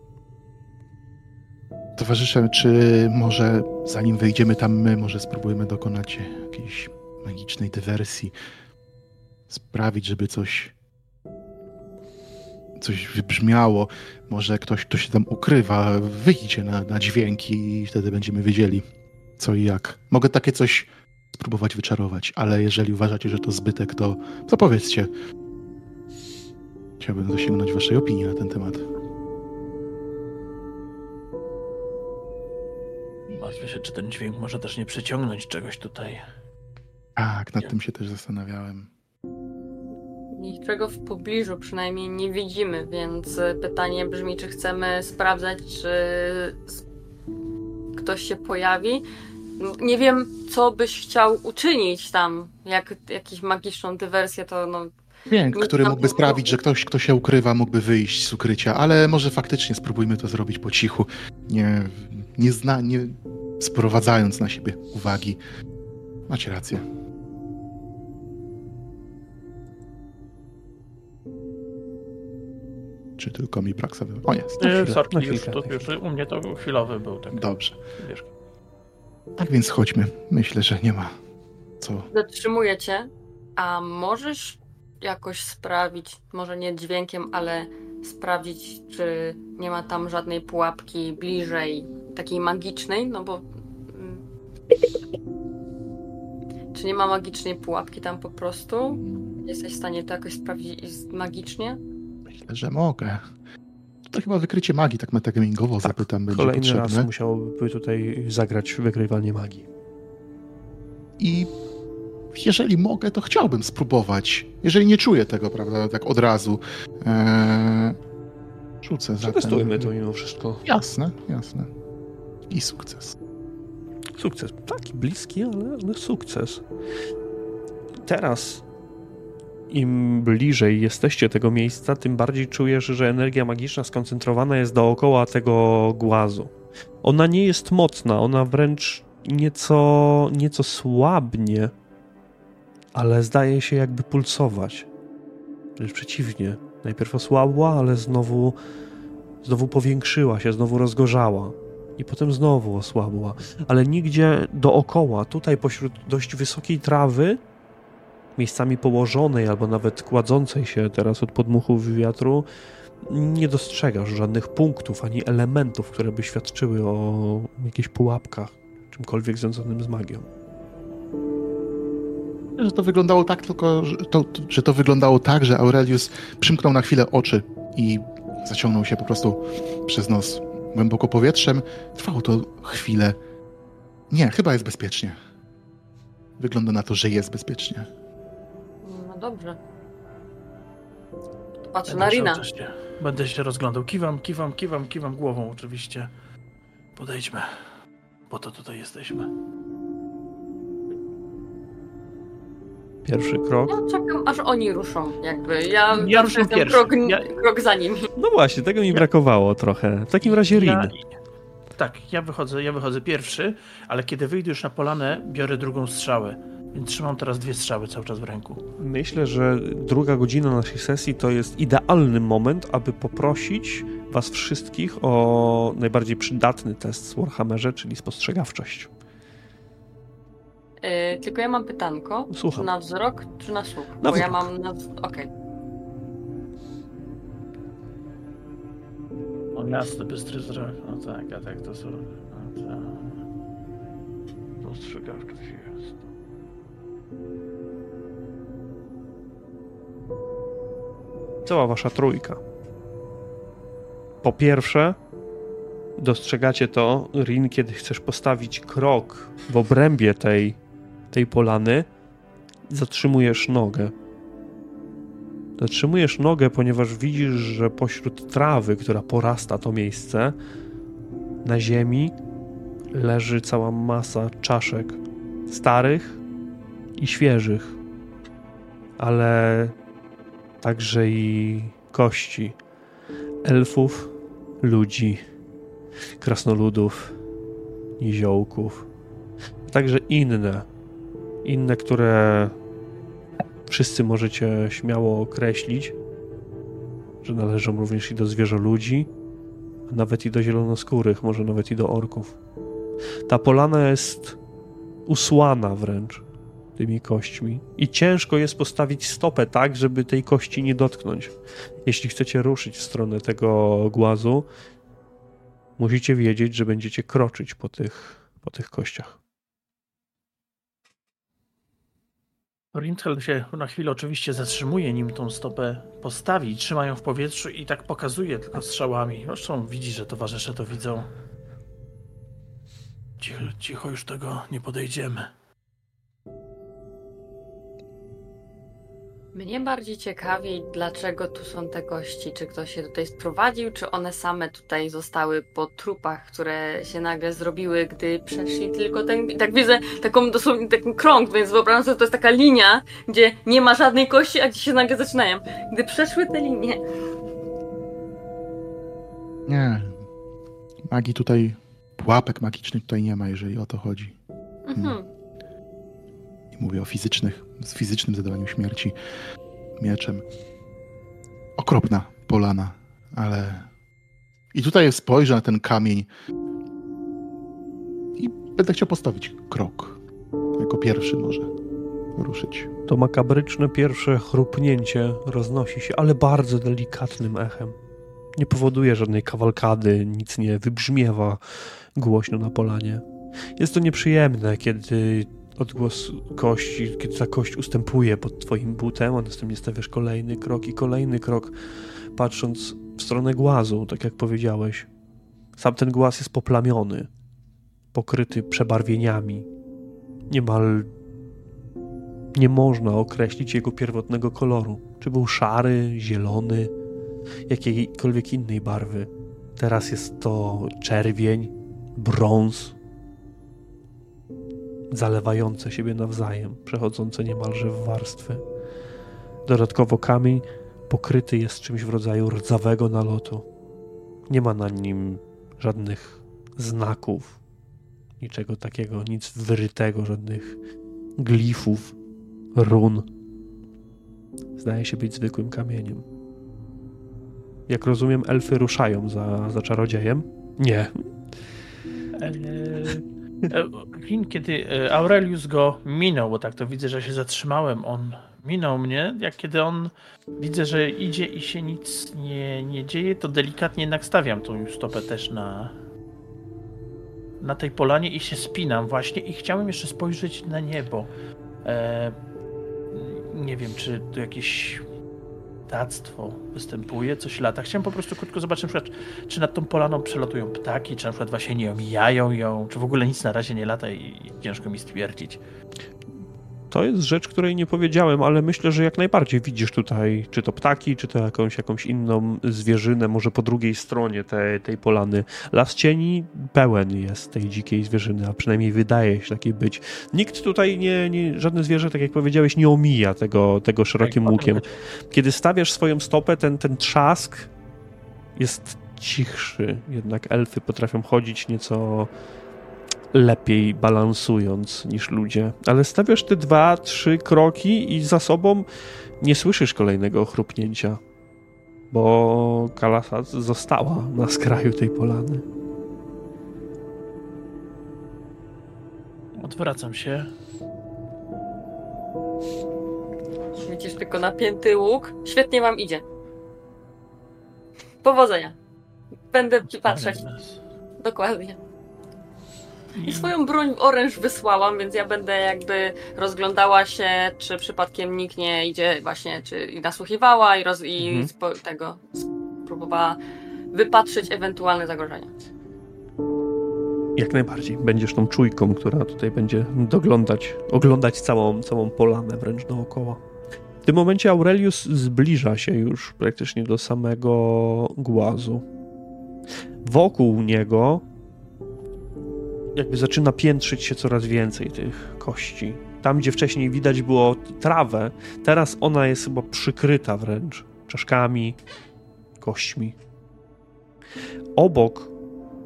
Towarzysze, czy może zanim wyjdziemy tam my, może spróbujemy dokonać jakiejś magicznej dywersji, sprawić, żeby coś wybrzmiało, może ktoś, kto się tam ukrywa, wyjdzie na dźwięki i wtedy będziemy wiedzieli co i jak. Mogę takie coś spróbować wyczarować, ale jeżeli uważacie, że to zbytek, to powiedzcie. Chciałbym zasięgnąć waszej opinii na ten temat. Martwię się, czy ten dźwięk może też nie przyciągnąć czegoś tutaj. Tak, nad tym się też zastanawiałem. Niczego w pobliżu przynajmniej nie widzimy, więc pytanie brzmi, czy chcemy sprawdzać, czy ktoś się pojawi. Nie wiem, co byś chciał uczynić tam, jakąś magiczną dywersję, to no... Dźwięk, który mógłby sprawić, że ktoś, kto się ukrywa, mógłby wyjść z ukrycia, ale może faktycznie spróbujmy to zrobić po cichu, nie sprowadzając na siebie uwagi. Macie rację. Czy tylko mi brak sobie? O, jest. Sorki, już u mnie to chwilowy był. Tak. Dobrze. Wiesz. Tak więc chodźmy. Myślę, że nie ma co. Zatrzymuję cię, a możesz jakoś sprawić, może nie dźwiękiem, ale sprawdzić, czy nie ma tam żadnej pułapki bliżej, takiej magicznej, no bo... Czy nie ma magicznej pułapki tam po prostu? Jesteś w stanie to jakoś sprawdzić magicznie? Myślę, że mogę. To chyba wykrycie magii, tak metagamingowo zapytam, będzie kolejny potrzebne. raz musiałby tutaj zagrać wykrywanie magii. I jeżeli mogę, to chciałbym spróbować. Jeżeli nie czuję tego, prawda, tak od razu. Rzucę za Przetestujmy to mimo wszystko. Jasne. I sukces. Sukces. Taki bliski, ale sukces. Teraz im bliżej jesteście tego miejsca, tym bardziej czujesz, że energia magiczna skoncentrowana jest dookoła tego głazu. Ona nie jest mocna, ona wręcz nieco słabnie, ale zdaje się jakby pulsować. Wręcz przeciwnie. Najpierw osłabła, ale znowu powiększyła się, znowu rozgorzała. I potem znowu osłabła. Ale nigdzie dookoła, tutaj pośród dość wysokiej trawy, miejscami położonej albo nawet kładzącej się teraz od podmuchów wiatru, nie dostrzegasz żadnych punktów ani elementów, które by świadczyły o jakichś pułapkach, czymkolwiek związanym z magią. Że to wyglądało tak, tylko że to wyglądało tak, że Aurelius przymknął na chwilę oczy i zaciągnął się po prostu przez nos głęboko powietrzem. Trwało to chwilę. Nie, chyba jest bezpiecznie. Wygląda na to, że jest bezpiecznie. No dobrze. Patrzę na Rina. Będę się rozglądał. Kiwam głową oczywiście. Podejdźmy. Po to tutaj jesteśmy. Pierwszy krok. Ja czekam, aż oni ruszą, jakby. Ja ruszę jestem pierwszy. krok za nimi. No właśnie, tego mi brakowało trochę. W takim razie Rin. Ja wychodzę pierwszy, ale kiedy wyjdę już na polanę, biorę drugą strzałę. Więc trzymam teraz 2 strzały cały czas w ręku. Myślę, że 2 godzina naszej sesji to jest idealny moment, aby poprosić was wszystkich o najbardziej przydatny test w Warhammerze, czyli spostrzegawczość. Tylko ja mam pytanko. Słucham. Czy na wzrok, czy na słuch? Na Bo ja wzrok. mam na... Okej. O, jasny, bystry wzrok. No tak, a tak to są... No tak. Spostrzegawczość jest. Cała wasza trójka. Po pierwsze, dostrzegacie to, Rin, kiedy chcesz postawić krok w obrębie tej polany, zatrzymujesz nogę. Zatrzymujesz nogę, ponieważ widzisz, że pośród trawy, która porasta to miejsce, na ziemi leży cała masa czaszek. Starych i świeżych. Ale także i kości. Elfów, ludzi, krasnoludów, niziołków. Także inne, które wszyscy możecie śmiało określić, że należą również i do zwierzoludzi, a nawet i do zielonoskórych, może nawet i do orków. Ta polana jest usłana wręcz tymi kośćmi i ciężko jest postawić stopę tak, żeby tej kości nie dotknąć. Jeśli chcecie ruszyć w stronę tego głazu, musicie wiedzieć, że będziecie kroczyć po tych kościach. Rintel się na chwilę oczywiście zatrzymuje, nim tą stopę postawi, trzyma ją w powietrzu i tak pokazuje tylko strzałami. Zresztą widzi, że towarzysze to widzą. Cicho, już tego nie podejdziemy. Mnie bardziej ciekawi, dlaczego tu są te kości. Czy ktoś się tutaj sprowadził, czy one same tutaj zostały po trupach, które się nagle zrobiły, gdy przeszli tylko ten... Tak widzę taką dosłownie taki krąg, więc wyobrażam sobie, że to jest taka linia, gdzie nie ma żadnej kości, a gdzie się nagle zaczynają. Gdy przeszły te linie... Nie. Magii tutaj, pułapek magicznych tutaj nie ma, jeżeli o to chodzi. I mówię o fizycznym zadawaniu śmierci mieczem. Okropna polana, ale... I tutaj spojrzę na ten kamień i będę chciał postawić krok. Jako pierwszy może ruszyć. To makabryczne pierwsze chrupnięcie roznosi się, ale bardzo delikatnym echem. Nie powoduje żadnej kawalkady, nic nie wybrzmiewa głośno na polanie. Jest to nieprzyjemne, kiedy odgłos kości, kiedy ta kość ustępuje pod twoim butem, a następnie stawiasz kolejny krok, patrząc w stronę głazu, tak jak powiedziałeś. Sam ten głaz jest poplamiony, pokryty przebarwieniami. Niemal nie można określić jego pierwotnego koloru. Czy był szary, zielony, jakiejkolwiek innej barwy. Teraz jest to czerwień, brąz, zalewające siebie nawzajem, przechodzące niemalże w warstwy. Dodatkowo kamień pokryty jest czymś w rodzaju rdzawego nalotu. Nie ma na nim żadnych znaków, niczego takiego, nic wyrytego, żadnych glifów, run. Zdaje się być zwykłym kamieniem. Jak rozumiem, elfy ruszają za czarodziejem? Nie. Kiedy Aurelius go minął, bo tak to widzę, że się zatrzymałem, on minął mnie, jak kiedy on widzę, że idzie i się nic nie dzieje, to delikatnie jednak stawiam tą stopę też na tej polanie i się spinam właśnie i chciałem jeszcze spojrzeć na niebo. Nie wiem, czy tu jakieś ptactwo występuje, coś lata. Chciałem po prostu krótko zobaczyć, na przykład, czy nad tą polaną przelatują ptaki, czy na przykład właśnie nie omijają ją, czy w ogóle nic na razie nie lata i ciężko mi stwierdzić. To jest rzecz, której nie powiedziałem, ale myślę, że jak najbardziej widzisz tutaj, czy to ptaki, czy to jakąś inną zwierzynę, może po drugiej stronie tej polany. Las cieni pełen jest tej dzikiej zwierzyny, a przynajmniej wydaje się takiej być. Nikt tutaj żadne zwierzę, tak jak powiedziałeś, nie omija tego szerokim łukiem. Kiedy stawiasz swoją stopę, ten trzask jest cichszy, jednak elfy potrafią chodzić nieco lepiej balansując niż ludzie. Ale stawiasz te 2-3 kroki i za sobą nie słyszysz kolejnego chrupnięcia, bo Kalasat została na skraju tej polany. Odwracam się. Widzisz tylko napięty łuk. Świetnie wam idzie. Powodzenia. Będę ci patrzeć. Dokładnie. I swoją broń oręż wysłałam, więc ja będę jakby rozglądała się, czy przypadkiem nikt nie idzie właśnie, czy nasłuchiwała i spróbowała wypatrzyć ewentualne zagrożenia. Jak najbardziej. Będziesz tą czujką, która tutaj będzie oglądać całą polanę wręcz dookoła. W tym momencie Aurelius zbliża się już praktycznie do samego głazu. Wokół niego jakby zaczyna piętrzyć się coraz więcej tych kości. Tam, gdzie wcześniej widać było trawę, teraz ona jest chyba przykryta wręcz czaszkami, kośćmi. Obok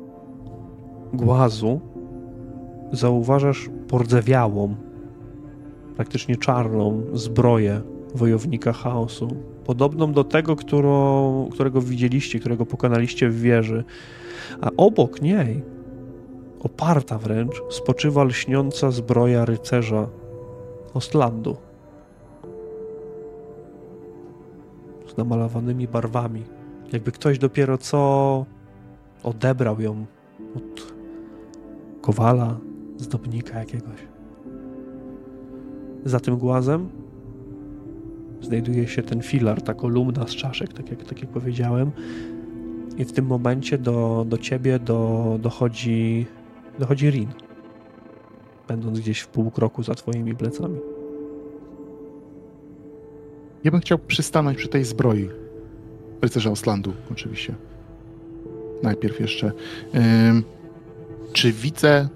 głazu zauważasz pordzewiałą, praktycznie czarną zbroję wojownika chaosu. Podobną do tego, którego widzieliście, którego pokonaliście w wieży. A obok niej, oparta wręcz, spoczywa lśniąca zbroja rycerza Ostlandu. Z namalowanymi barwami. Jakby ktoś dopiero co odebrał ją od kowala, zdobnika jakiegoś. Za tym głazem znajduje się ten filar, ta kolumna z czaszek, tak jak powiedziałem. I w tym momencie do ciebie dochodzi Rin, będąc gdzieś w pół kroku za twoimi plecami. Ja bym chciał przystanąć przy tej zbroi rycerza Ostlandu, oczywiście. Najpierw jeszcze. Czy widzę...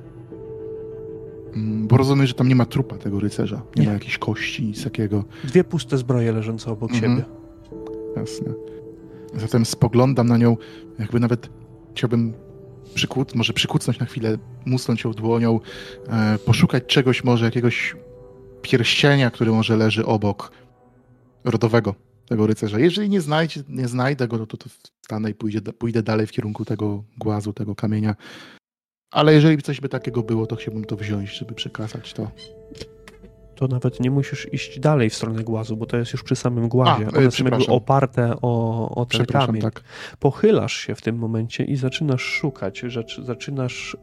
Bo rozumiem, że tam nie ma trupa tego rycerza. Nie ma jakiejś kości, nic takiego. 2 puste zbroje leżące obok siebie. Jasne. Zatem spoglądam na nią, jakby nawet chciałbym może przykucnąć na chwilę, musnąć ją dłonią, poszukać czegoś, może jakiegoś pierścienia, który może leży obok rodowego tego rycerza. Jeżeli nie znajdę go, to wstanę i pójdę dalej w kierunku tego głazu, tego kamienia. Ale jeżeli coś by takiego było, to chciałbym to wziąć, żeby przekazać to. To nawet nie musisz iść dalej w stronę głazu, bo to jest już przy samym głazie. One są jakby oparte o ten kamień. Tak. Pochylasz się w tym momencie i zaczynasz szukać, zaczynasz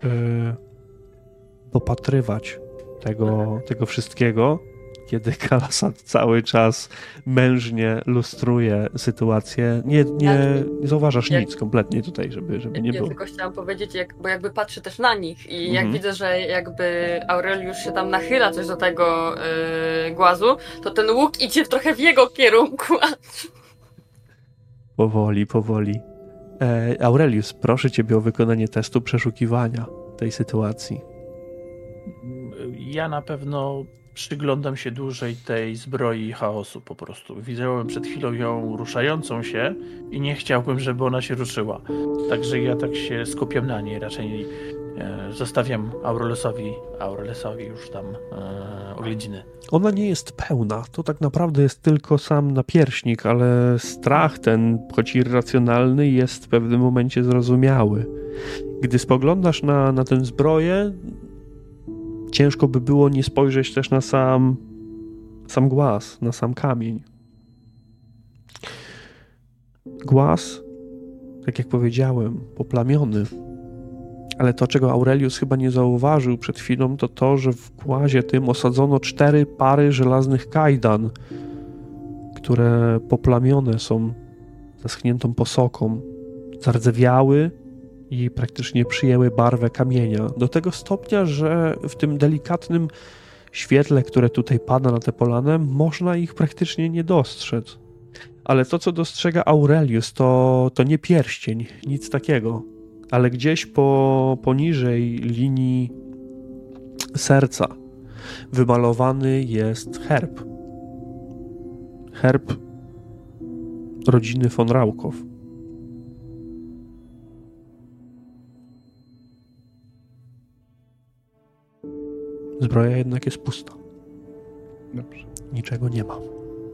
dopatrywać tego wszystkiego, kiedy Kalasat cały czas mężnie lustruje sytuację. Nie zauważasz nic kompletnie tutaj, żeby nie było. Ja tylko chciałam powiedzieć, bo jakby patrzę też na nich i jak widzę, że jakby Aureliusz się tam nachyla coś do tego głazu, to ten łuk idzie trochę w jego kierunku. Powoli. Aurelius, proszę ciebie o wykonanie testu przeszukiwania tej sytuacji. Ja na pewno przyglądam się dłużej tej zbroi chaosu po prostu. Widziałem przed chwilą ją ruszającą się i nie chciałbym, żeby ona się ruszyła. Także ja tak się skupiam na niej. Raczej zostawiam Aureliusowi już tam oględziny. Ona nie jest pełna. To tak naprawdę jest tylko sam napierśnik, ale strach ten, choć irracjonalny, jest w pewnym momencie zrozumiały. Gdy spoglądasz na tę zbroję, ciężko by było nie spojrzeć też na sam głaz, na sam kamień. Głaz, tak jak powiedziałem, poplamiony. Ale to, czego Aurelius chyba nie zauważył przed chwilą, to, że w głazie tym osadzono 4 pary żelaznych kajdan, które poplamione są zaschniętą posoką, zardzewiały i praktycznie przyjęły barwę kamienia. Do tego stopnia, że w tym delikatnym świetle, które tutaj pada na tę polanę, można ich praktycznie nie dostrzec. Ale to, co dostrzega Aurelius, to nie pierścień, nic takiego. Ale gdzieś poniżej linii serca wymalowany jest herb. Herb rodziny von Raukow. Zbroja jednak jest pusta. Dobrze. Niczego nie ma.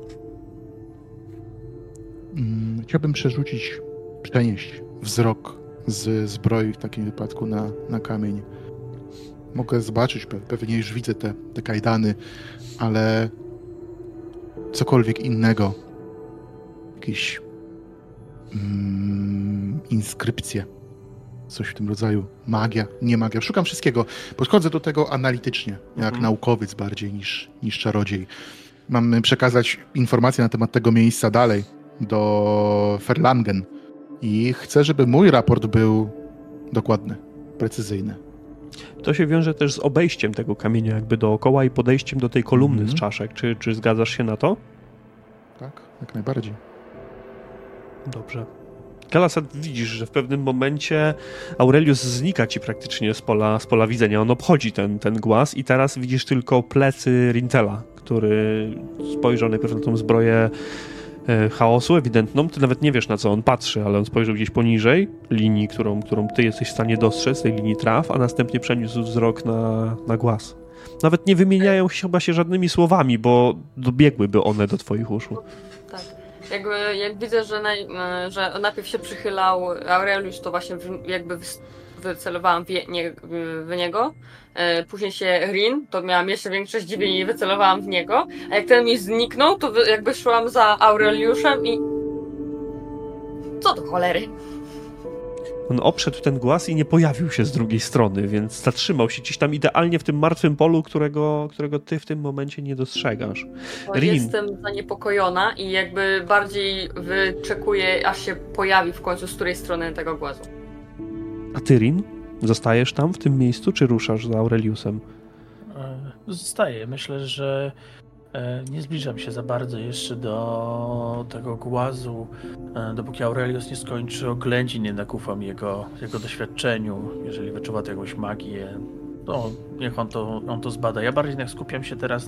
Chciałbym przenieść wzrok z zbroi w takim wypadku na kamień. Mogę zobaczyć, pewnie już widzę te kajdany, ale cokolwiek innego. Jakieś inskrypcje. Coś w tym rodzaju. Magia, nie magia. Szukam wszystkiego. Podchodzę do tego analitycznie, jak naukowiec bardziej niż czarodziej. Mam przekazać informacje na temat tego miejsca dalej do Ferlangen i chcę, żeby mój raport był dokładny, precyzyjny. To się wiąże też z obejściem tego kamienia jakby dookoła i podejściem do tej kolumny z czaszek. Czy zgadzasz się na to? Tak, jak najbardziej. Dobrze. Kalasat, widzisz, że w pewnym momencie Aurelius znika ci praktycznie z pola widzenia. On obchodzi ten głaz i teraz widzisz tylko plecy Rintela, który spojrzał najpierw na tą zbroję chaosu ewidentną. Ty nawet nie wiesz, na co on patrzy, ale on spojrzał gdzieś poniżej linii, którą ty jesteś w stanie dostrzec, tej linii traw, a następnie przeniósł wzrok na głaz. Nawet nie wymieniają chyba się żadnymi słowami, bo dobiegłyby one do twoich uszu. Tak. Jak widzę, że najpierw się przychylał Aurelius, to właśnie jakby wycelowałam w niego. Później się Rin, to miałam jeszcze większe zdziwienie i wycelowałam w niego. A jak ten mi zniknął, to jakby szłam za Aureliuszem i... Co do cholery? On obszedł ten głaz i nie pojawił się z drugiej strony, więc zatrzymał się gdzieś tam idealnie w tym martwym polu, którego ty w tym momencie nie dostrzegasz. Rin. Jestem zaniepokojona i jakby bardziej wyczekuję, aż się pojawi w końcu z której strony tego głazu. A ty, Rin? Zostajesz tam w tym miejscu, czy ruszasz za Aureliusem? Zostaję. Myślę, że nie zbliżam się za bardzo jeszcze do tego głazu, dopóki Aurelius nie skończy oględzin, jednak ufam jego doświadczeniu. Jeżeli wyczuwa to jakąś magię, to niech on to zbada. Ja bardziej jednak skupiam się teraz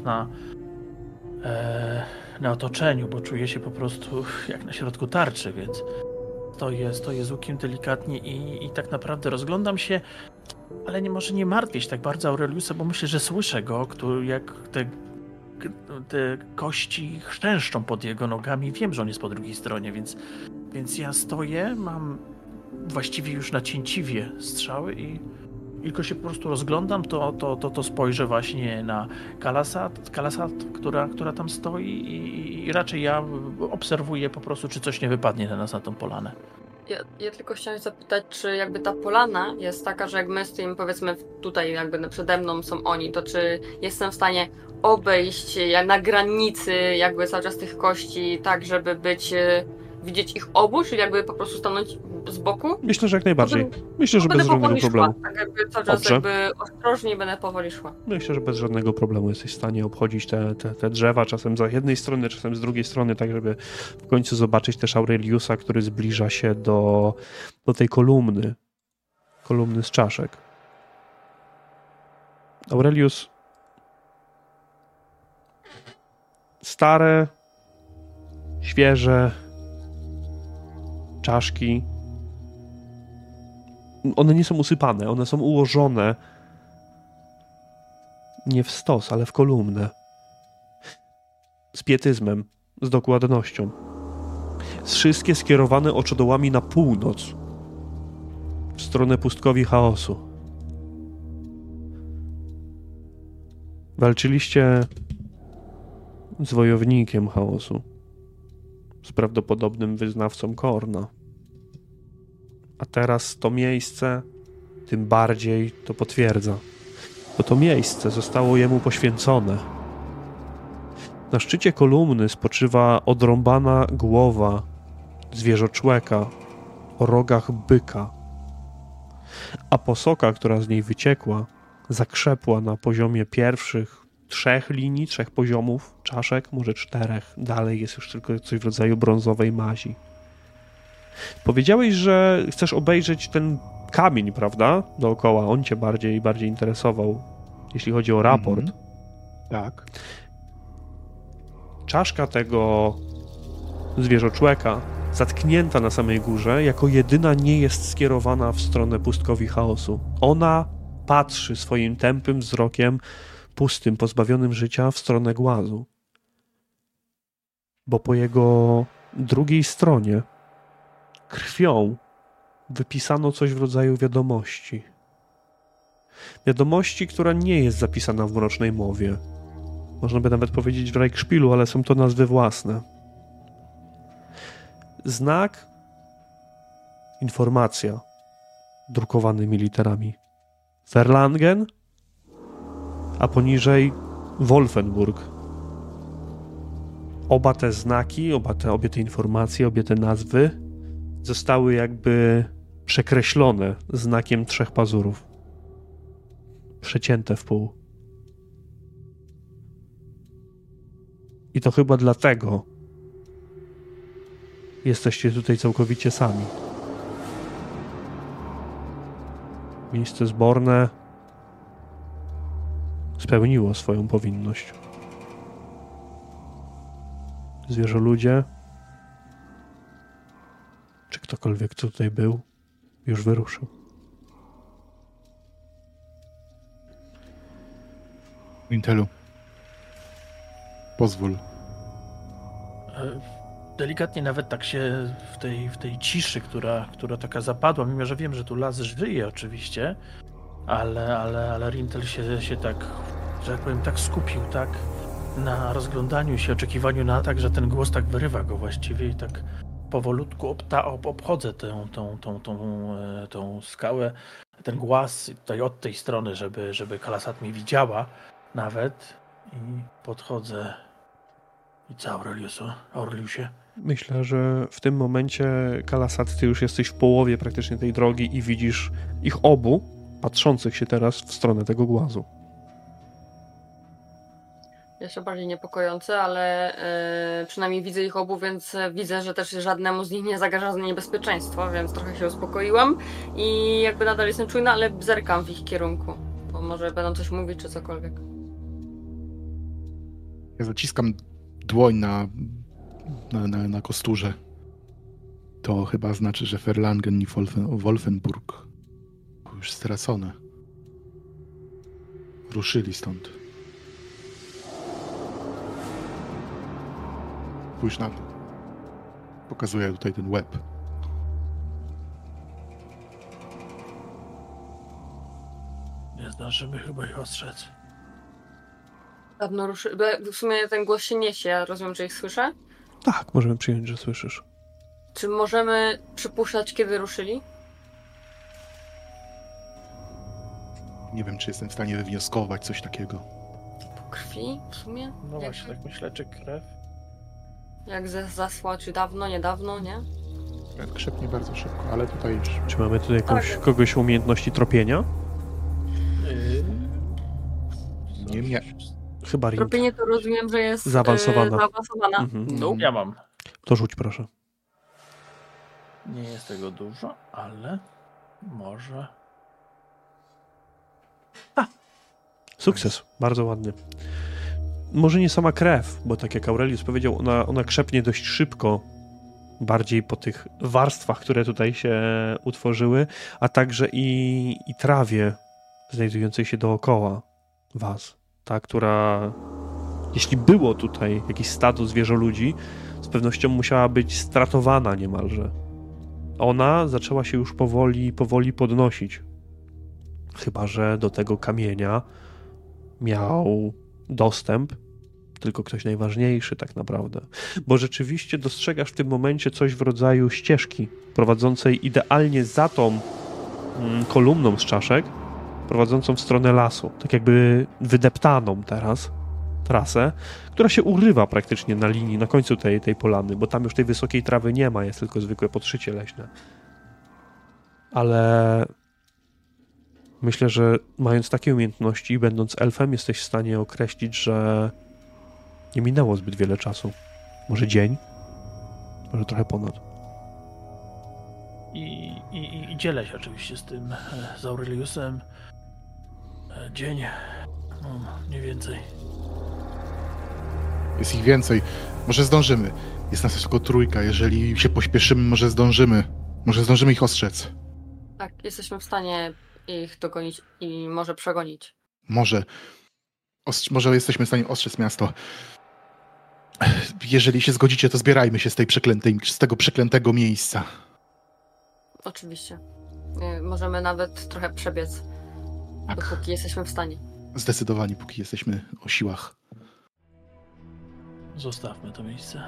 na otoczeniu, bo czuję się po prostu jak na środku tarczy, więc stoję z łukiem delikatnie i tak naprawdę rozglądam się, ale może nie martwię się tak bardzo Aureliusa, bo myślę, że słyszę go, jak te kości chrzęszczą pod jego nogami. Wiem, że on jest po drugiej stronie, więc ja stoję, mam właściwie już na cięciwie strzały i tylko się po prostu rozglądam, to spojrzę właśnie na Kalasat, która tam stoi i raczej ja obserwuję po prostu, czy coś nie wypadnie na nas na tą polanę. Ja tylko chciałam zapytać, czy jakby ta polana jest taka, że jak my stoimy, powiedzmy tutaj jakby przede mną są oni, to czy jestem w stanie obejść na granicy jakby cały czas tych kości tak, żeby widzieć ich obu, czy jakby po prostu stanąć z boku? Myślę, że jak najbardziej. Myślę, że bez żadnego problemu. Szła, tak jakby cały czas jakby ostrożnie będę powoli szła. Myślę, że bez żadnego problemu jesteś w stanie obchodzić te drzewa, czasem z jednej strony, czasem z drugiej strony, tak żeby w końcu zobaczyć też Aureliusa, który zbliża się do tej kolumny z czaszek. Aurelius, stare, świeże czaszki. One nie są usypane, one są ułożone nie w stos, ale w kolumnę. Z pietyzmem, z dokładnością. Wszystkie skierowane oczodołami na północ, w stronę pustkowi chaosu. Walczyliście z wojownikiem chaosu, z prawdopodobnym wyznawcą Korna. A teraz to miejsce tym bardziej to potwierdza, bo to miejsce zostało jemu poświęcone. Na szczycie kolumny spoczywa odrąbana głowa zwierzoczłeka o rogach byka, a posoka, która z niej wyciekła, zakrzepła na poziomie pierwszych 3 linii, 3 poziomów czaszek, może 4. Dalej jest już tylko coś w rodzaju brązowej mazi. Powiedziałeś, że chcesz obejrzeć ten kamień, prawda? Dookoła. On cię bardziej interesował, jeśli chodzi o raport. Tak. Czaszka tego zwierzoczłeka, zatknięta na samej górze, jako jedyna nie jest skierowana w stronę pustkowi chaosu. Ona patrzy swoim tępym wzrokiem, pustym, pozbawionym życia, w stronę głazu. Bo po jego drugiej stronie krwią wypisano coś w rodzaju wiadomości. Wiadomości, która nie jest zapisana w mrocznej mowie. Można by nawet powiedzieć w Reichspielu, ale są to nazwy własne. Znak, informacja, drukowanymi literami. Verlangen, a poniżej Wolfenburg. Oba te znaki, obie te informacje, obie te nazwy zostały jakby przekreślone znakiem 3 pazurów. Przecięte w pół. I to chyba dlatego jesteście tutaj całkowicie sami. Miejsce zborne spełniło swoją powinność. Zwierzoludzie, czy ktokolwiek kto tutaj był, już wyruszył. Intelu. Pozwól. Delikatnie nawet tak się w tej ciszy, która taka zapadła, mimo że wiem, że tu las żyje oczywiście, ale Rintel się tak, że tak powiem, tak skupił, tak na rozglądaniu się, oczekiwaniu na atak, że ten głos tak wyrywa go właściwie i tak powolutku obchodzę tą skałę, ten głaz tutaj od tej strony, żeby Kalasat mnie widziała nawet i podchodzę. I co, Aureliusie? Myślę, że w tym momencie, Kalasat, ty już jesteś w połowie praktycznie tej drogi i widzisz ich obu, patrzących się teraz w stronę tego głazu. Jeszcze bardziej niepokojące, ale przynajmniej widzę ich obu, więc widzę, że też żadnemu z nich nie zagraża niebezpieczeństwo, więc trochę się uspokoiłam i jakby nadal jestem czujna, ale zerkam w ich kierunku, bo może będą coś mówić czy cokolwiek. Ja zaciskam dłoń na kosturze. To chyba znaczy, że Verlangen i Wolfenburg już stracone. Ruszyli stąd. Spójrz na to. Pokazuję tutaj ten łeb. Nie zdążymy chyba ich ostrzec. Dawno ruszy... W sumie ten głos się niesie, ja rozumiem, że ich słyszę. Tak, możemy przyjąć, że słyszysz. Czy możemy przypuszczać, kiedy ruszyli? Nie wiem, czy jestem w stanie wywnioskować coś takiego. Po krwi w sumie? No właśnie, tak myślę, czy krew? Jak zasła, czy dawno, niedawno, nie? Krzepnie bardzo szybko, ale tutaj już... Czy mamy tutaj kogoś umiejętności tropienia? Nie. Chyba Ring. Tropienie to rozumiem, że jest Zaawansowana. No. Ja mam. To rzuć, proszę. Nie jest tego dużo, ale może... Sukces, bardzo ładny. Może nie sama krew, bo tak jak Aurelius powiedział, ona krzepnie dość szybko, bardziej po tych warstwach, które tutaj się utworzyły, a także i trawie znajdującej się dookoła was. Ta, która, jeśli było tutaj jakieś stado zwierzoludzi, z pewnością musiała być stratowana niemalże. Ona zaczęła się już powoli podnosić. Chyba że do tego kamienia miał dostęp tylko ktoś najważniejszy tak naprawdę. Bo rzeczywiście dostrzegasz w tym momencie coś w rodzaju ścieżki prowadzącej idealnie za tą kolumną z czaszek, prowadzącą w stronę lasu. Tak jakby wydeptaną teraz trasę, która się urywa praktycznie na linii, na końcu tej polany, bo tam już tej wysokiej trawy nie ma, jest tylko zwykłe podszycie leśne. Ale Myślę, że mając takie umiejętności i będąc elfem, jesteś w stanie określić, że nie minęło zbyt wiele czasu. Może dzień? Może trochę ponad. I dzielę się oczywiście z tym, z Aureliusem. Dzień. No, mniej więcej. Jest ich więcej. Może zdążymy. Jest nas tylko 3. Jeżeli się pośpieszymy, może zdążymy. Może zdążymy ich ostrzec. Tak, jesteśmy w stanie ich dogonić i może przegonić. Może. Może jesteśmy w stanie ostrzec miasto. Jeżeli się zgodzicie, to zbierajmy się z tego przeklętego miejsca. Oczywiście. Możemy nawet trochę przebiec, Tak. dopóki jesteśmy w stanie. Zdecydowanie, póki jesteśmy o siłach. Zostawmy to miejsce.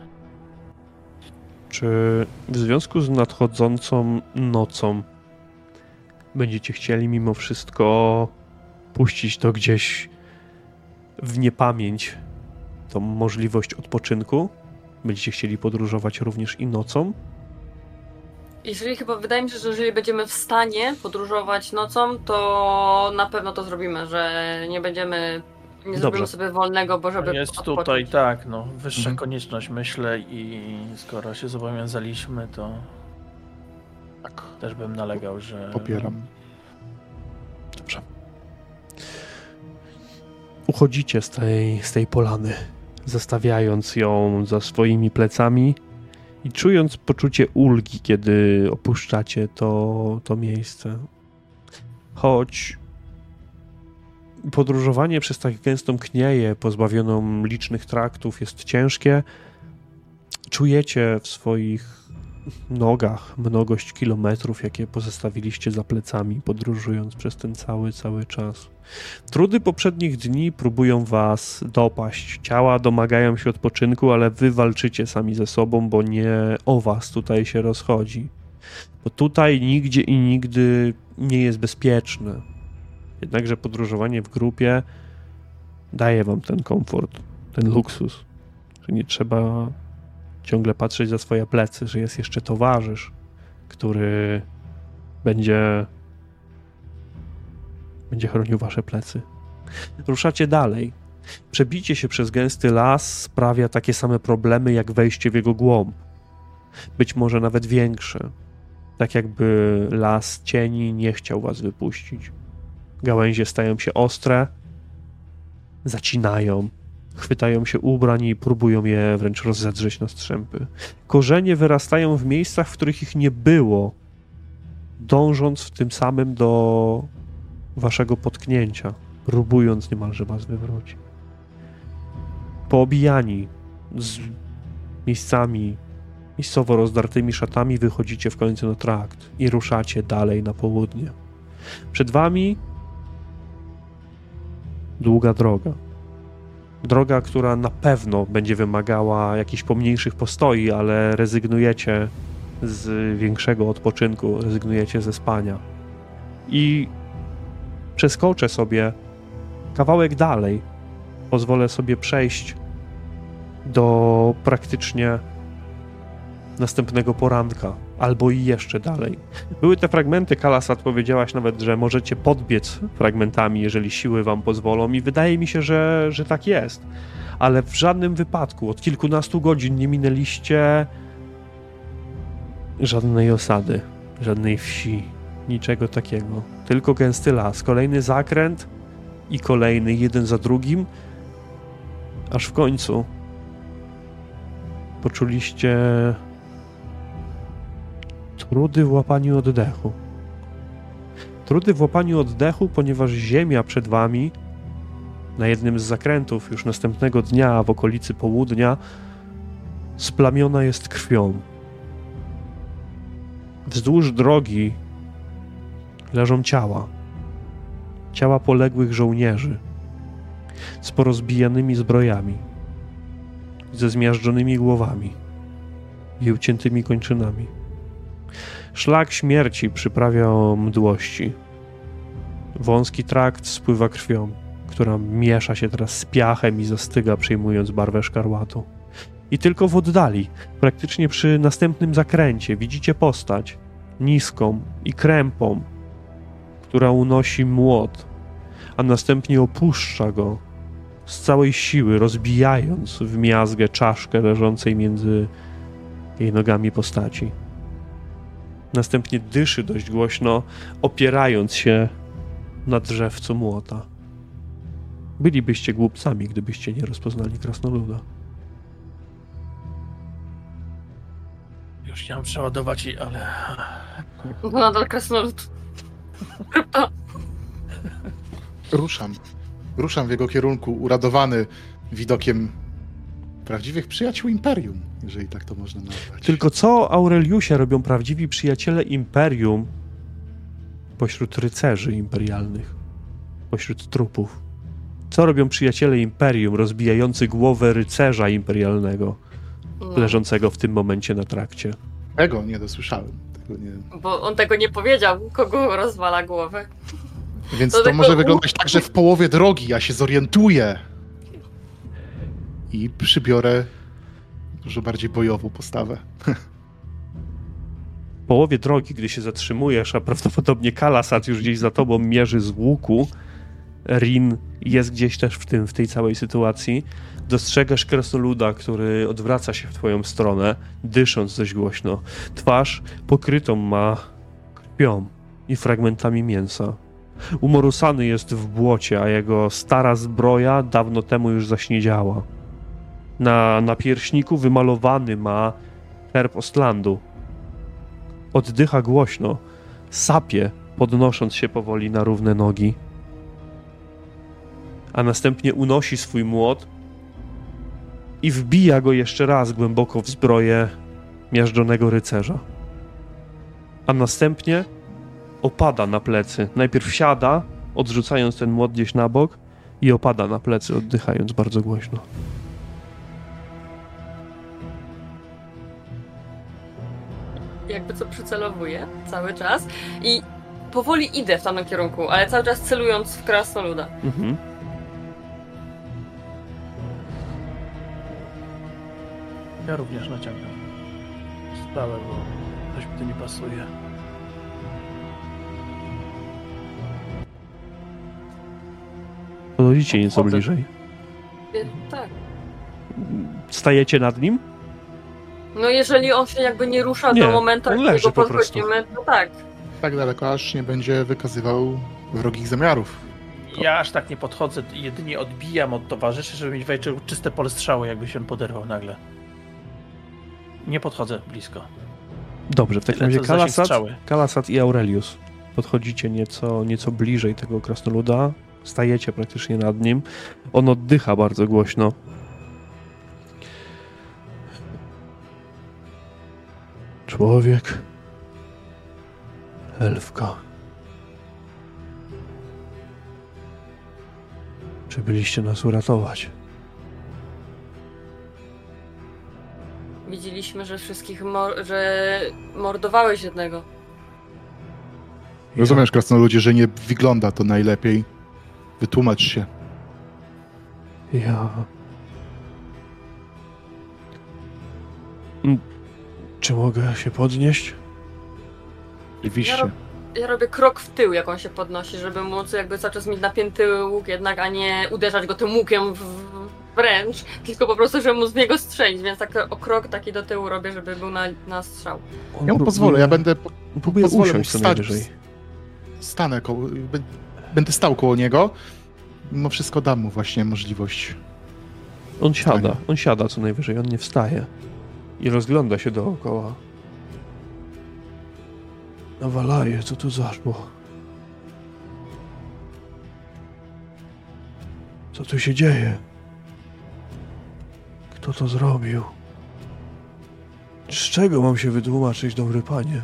Czy w związku z nadchodzącą nocą będziecie chcieli mimo wszystko puścić to gdzieś w niepamięć, tą możliwość odpoczynku? Będziecie chcieli podróżować również i nocą? Wydaje mi się, że jeżeli będziemy w stanie podróżować nocą, to na pewno to zrobimy, że nie zrobimy sobie wolnego, bo żeby jest odpocząć. Tutaj tak, wyższa konieczność, myślę, i skoro się zobowiązaliśmy, to Tak. też bym nalegał, że... Popieram. Dobrze. Uchodzicie z tej polany, zostawiając ją za swoimi plecami i czując poczucie ulgi, kiedy opuszczacie to miejsce. Choć podróżowanie przez tak gęstą knieję, pozbawioną licznych traktów, jest ciężkie, czujecie w swoich nogach mnogość kilometrów, jakie pozostawiliście za plecami, podróżując przez ten cały czas. Trudy poprzednich dni próbują was dopaść. Ciała domagają się odpoczynku, ale wy walczycie sami ze sobą, bo nie o was tutaj się rozchodzi. Bo tutaj nigdzie i nigdy nie jest bezpieczne. Jednakże podróżowanie w grupie daje wam ten komfort, ten luksus, że nie trzeba ciągle patrzeć za swoje plecy, że jest jeszcze towarzysz, który będzie chronił wasze plecy. Ruszacie dalej. Przebicie się przez gęsty las sprawia takie same problemy, jak wejście w jego głąb. Być może nawet większe. Tak jakby las cieni nie chciał was wypuścić. Gałęzie stają się ostre, zacinają, chwytają się ubrań i próbują je wręcz rozedrzeć na strzępy. Korzenie wyrastają w miejscach, w których ich nie było, dążąc w tym samym do waszego potknięcia, próbując niemalże was wywrócić. Poobijani z miejscowo rozdartymi szatami wychodzicie w końcu na trakt i ruszacie dalej na południe. Przed wami długa droga. Droga, która na pewno będzie wymagała jakichś pomniejszych postoi, ale rezygnujecie z większego odpoczynku, rezygnujecie ze spania. I przeskoczę sobie kawałek dalej. Pozwolę sobie przejść do praktycznie następnego poranka, albo i jeszcze dalej. Były te fragmenty, Kalasat, powiedziałaś nawet, że możecie podbiec fragmentami, jeżeli siły wam pozwolą, i wydaje mi się, że tak jest. Ale w żadnym wypadku od kilkunastu godzin nie minęliście żadnej osady, żadnej wsi, niczego takiego. Tylko gęsty las, kolejny zakręt i kolejny, jeden za drugim, aż w końcu poczuliście trudy w łapaniu oddechu. Trudy w łapaniu oddechu, ponieważ ziemia przed wami na jednym z zakrętów już następnego dnia w okolicy południa splamiona jest krwią. Wzdłuż drogi leżą ciała. Ciała poległych żołnierzy z porozbijanymi zbrojami, ze zmiażdżonymi głowami i uciętymi kończynami. Szlak śmierci przyprawia mdłości. Wąski trakt spływa krwią, która miesza się teraz z piachem i zastyga, przyjmując barwę szkarłatu. I tylko w oddali, praktycznie przy następnym zakręcie, widzicie postać niską i krępą, która unosi młot, a następnie opuszcza go z całej siły, rozbijając w miazgę czaszkę leżącej między jej nogami postaci. Następnie dyszy dość głośno, opierając się na drzewcu młota. Bylibyście głupcami, gdybyście nie rozpoznali krasnoluda. Już nie mam przeładować jej, ale... No nadal krasnolud. Ruszam w jego kierunku, uradowany widokiem prawdziwych przyjaciół Imperium, jeżeli tak to można nazwać. Tylko co, Aureliusie, robią prawdziwi przyjaciele Imperium pośród rycerzy imperialnych, pośród trupów? Co robią przyjaciele Imperium rozbijający głowę rycerza imperialnego, leżącego w tym momencie na trakcie? Tego nie dosłyszałem. Tego nie... Bo on tego nie powiedział, kogo rozwala głowę. Więc to może wyglądać tak, że w połowie drogi ja się zorientuję i przybiorę dużo bardziej bojową postawę. W połowie drogi, gdy się zatrzymujesz, a prawdopodobnie Kalasat już gdzieś za tobą mierzy z łuku, Rin jest gdzieś też w tej całej sytuacji, dostrzegasz krasnoluda, który odwraca się w twoją stronę, dysząc dość głośno. Twarz pokrytą ma krwią i fragmentami mięsa. Umorusany jest w błocie, a jego stara zbroja dawno temu już zaśniedziała. Na napierśniku wymalowany ma herb Ostlandu. Oddycha głośno, sapie, podnosząc się powoli na równe nogi. A następnie unosi swój młot i wbija go jeszcze raz głęboko w zbroję miażdżonego rycerza. A następnie opada na plecy. Najpierw siada, odrzucając ten młot gdzieś na bok i opada na plecy, oddychając bardzo głośno. Jakby co przycelowuję cały czas i powoli idę w tamtym kierunku, ale cały czas celując w krasnoluda. Mhm. Ja również naciągam. Stałe, bo coś mi tu nie pasuje. Podchodzicie nieco Podchodzę. bliżej. Tak. Stajecie nad nim? No jeżeli on się jakby nie rusza Nie, do momentu, on jak leży go po prostu. podchodzimy, to tak. Tak daleko, aż nie będzie wykazywał wrogich zamiarów. Ja aż tak nie podchodzę, jedynie odbijam od towarzyszy, żeby mieć czyste pole strzały, jakby się on poderwał nagle. Nie podchodzę blisko. Dobrze, w takim Lecę razie w zasięg strzały. Kalasat i Aurelius. Podchodzicie nieco bliżej tego krasnoluda. Stajecie praktycznie nad nim. On oddycha bardzo głośno. Człowiek. Elfka. Czy byliście nas uratować? Widzieliśmy, że wszystkich że mordowałeś jednego. Rozumiesz, krasnoludzie, że nie wygląda to najlepiej. Wytłumacz się. Ja... Czy mogę się podnieść? Oczywiście. Ja robię krok w tył, jak on się podnosi, żeby móc jakby cały czas mieć napięty łuk jednak, a nie uderzać go tym łukiem wręcz, tylko po prostu, żeby móc z niego strzelić, więc tak o krok taki do tyłu robię, żeby był na strzał. Ja mu pozwolę, ja będę... Próbuję pozwolę mu usiąść co wstać. najwyżej. Stanę koło... Będę stał koło niego. Mimo wszystko dam mu właśnie możliwość. On siada co najwyżej, on nie wstaje. I rozgląda się dookoła. Nawalaje, co tu zaszło? Co tu się dzieje? Kto to zrobił? Z czego mam się wytłumaczyć, dobry panie?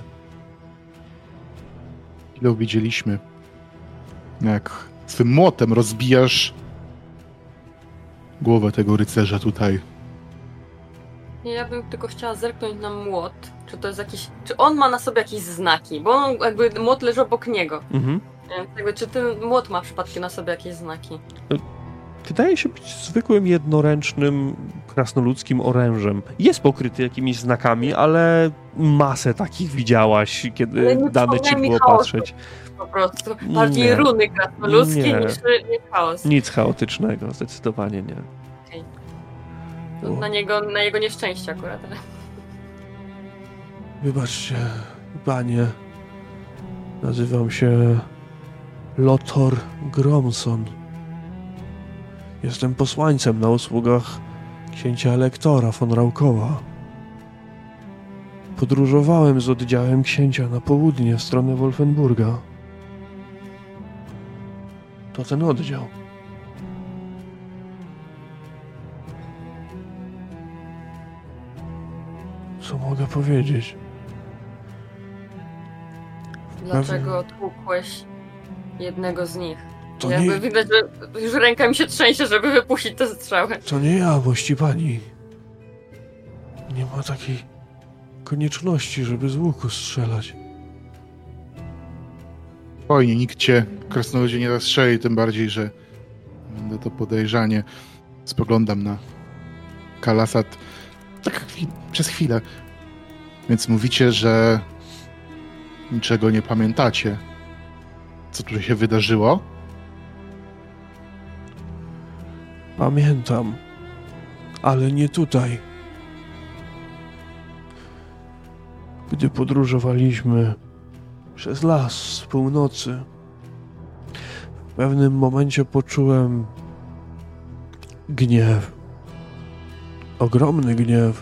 Ile widzieliśmy, jak swym młotem rozbijasz głowę tego rycerza tutaj. Ja bym tylko chciała zerknąć na młot, czy to jest jakiś, czy on ma na sobie jakieś znaki, bo on jakby młot leży obok niego. Mhm. Więc jakby, czy ten młot ma przypadkiem na sobie jakieś znaki? wydaje się być zwykłym, jednoręcznym, krasnoludzkim orężem. Jest pokryty jakimiś znakami, ale masę takich widziałaś, kiedy dane ci było patrzeć. Po prostu. Bardziej runy krasnoludzkie niż chaos. Nic chaotycznego, zdecydowanie nie. Okay. Na jego nieszczęście akurat. Wybaczcie, panie. Nazywam się Lothar Gromson. Jestem posłańcem na usługach księcia Elektora von Raukowa. Podróżowałem z oddziałem księcia na południe w stronę Wolfenburga. To ten oddział. Co mogę powiedzieć? Dlaczego tłukłeś jednego z nich? To Jakby nie... widać, że już ręka mi się trzęsie, żeby wypuścić te strzały. To nie ja, mości pani. Nie ma takiej konieczności, żeby z łuku strzelać. Spokojnie, nikt cię krasnoludzie nie zastrzeli, tym bardziej, że będę to podejrzanie. Spoglądam na Kalasat tak przez chwilę. Więc mówicie, że niczego nie pamiętacie. Co tu się wydarzyło? Pamiętam, ale nie tutaj. Gdy podróżowaliśmy przez las z północy, w pewnym momencie poczułem gniew. Ogromny gniew.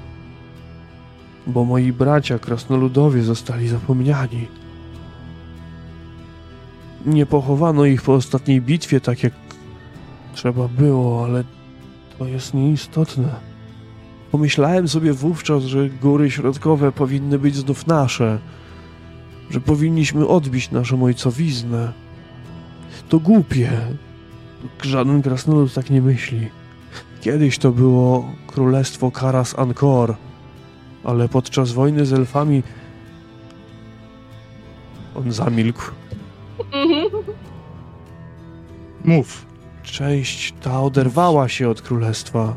Bo moi bracia krasnoludowie zostali zapomniani. Nie pochowano ich po ostatniej bitwie tak jak trzeba było, ale to jest nieistotne. Pomyślałem sobie wówczas, że góry środkowe powinny być znów nasze, że powinniśmy odbić naszą ojcowiznę. To głupie. Żaden krasnolud tak nie myśli. Kiedyś to było królestwo Karas Ankor, ale podczas wojny z elfami on zamilkł. Mów. Część ta oderwała się od królestwa.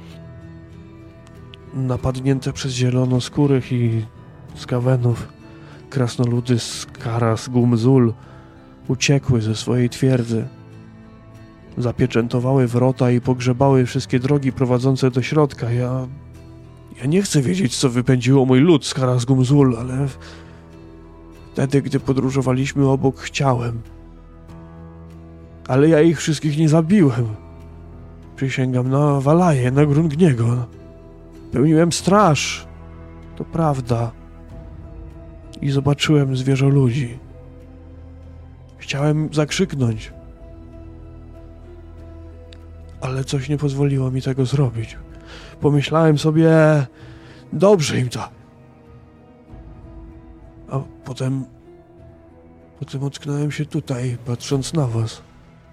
Napadnięte przez zielonoskórych i skawenów, krasnoludy z Karas Gumzul uciekły ze swojej twierdzy. Zapieczętowały wrota i pogrzebały wszystkie drogi prowadzące do środka. Ja nie chcę wiedzieć, co wypędziło mój lud z Karas Gumzul, ale wtedy, gdy podróżowaliśmy obok, chciałem. Ale ja ich wszystkich nie zabiłem. Przysięgam na Walaję, na Grungniego. Pełniłem straż. To prawda. I zobaczyłem zwierzoludzi. Chciałem zakrzyknąć. Ale coś nie pozwoliło mi tego zrobić. Pomyślałem sobie, dobrze im to. A potem ocknąłem się tutaj, patrząc na was.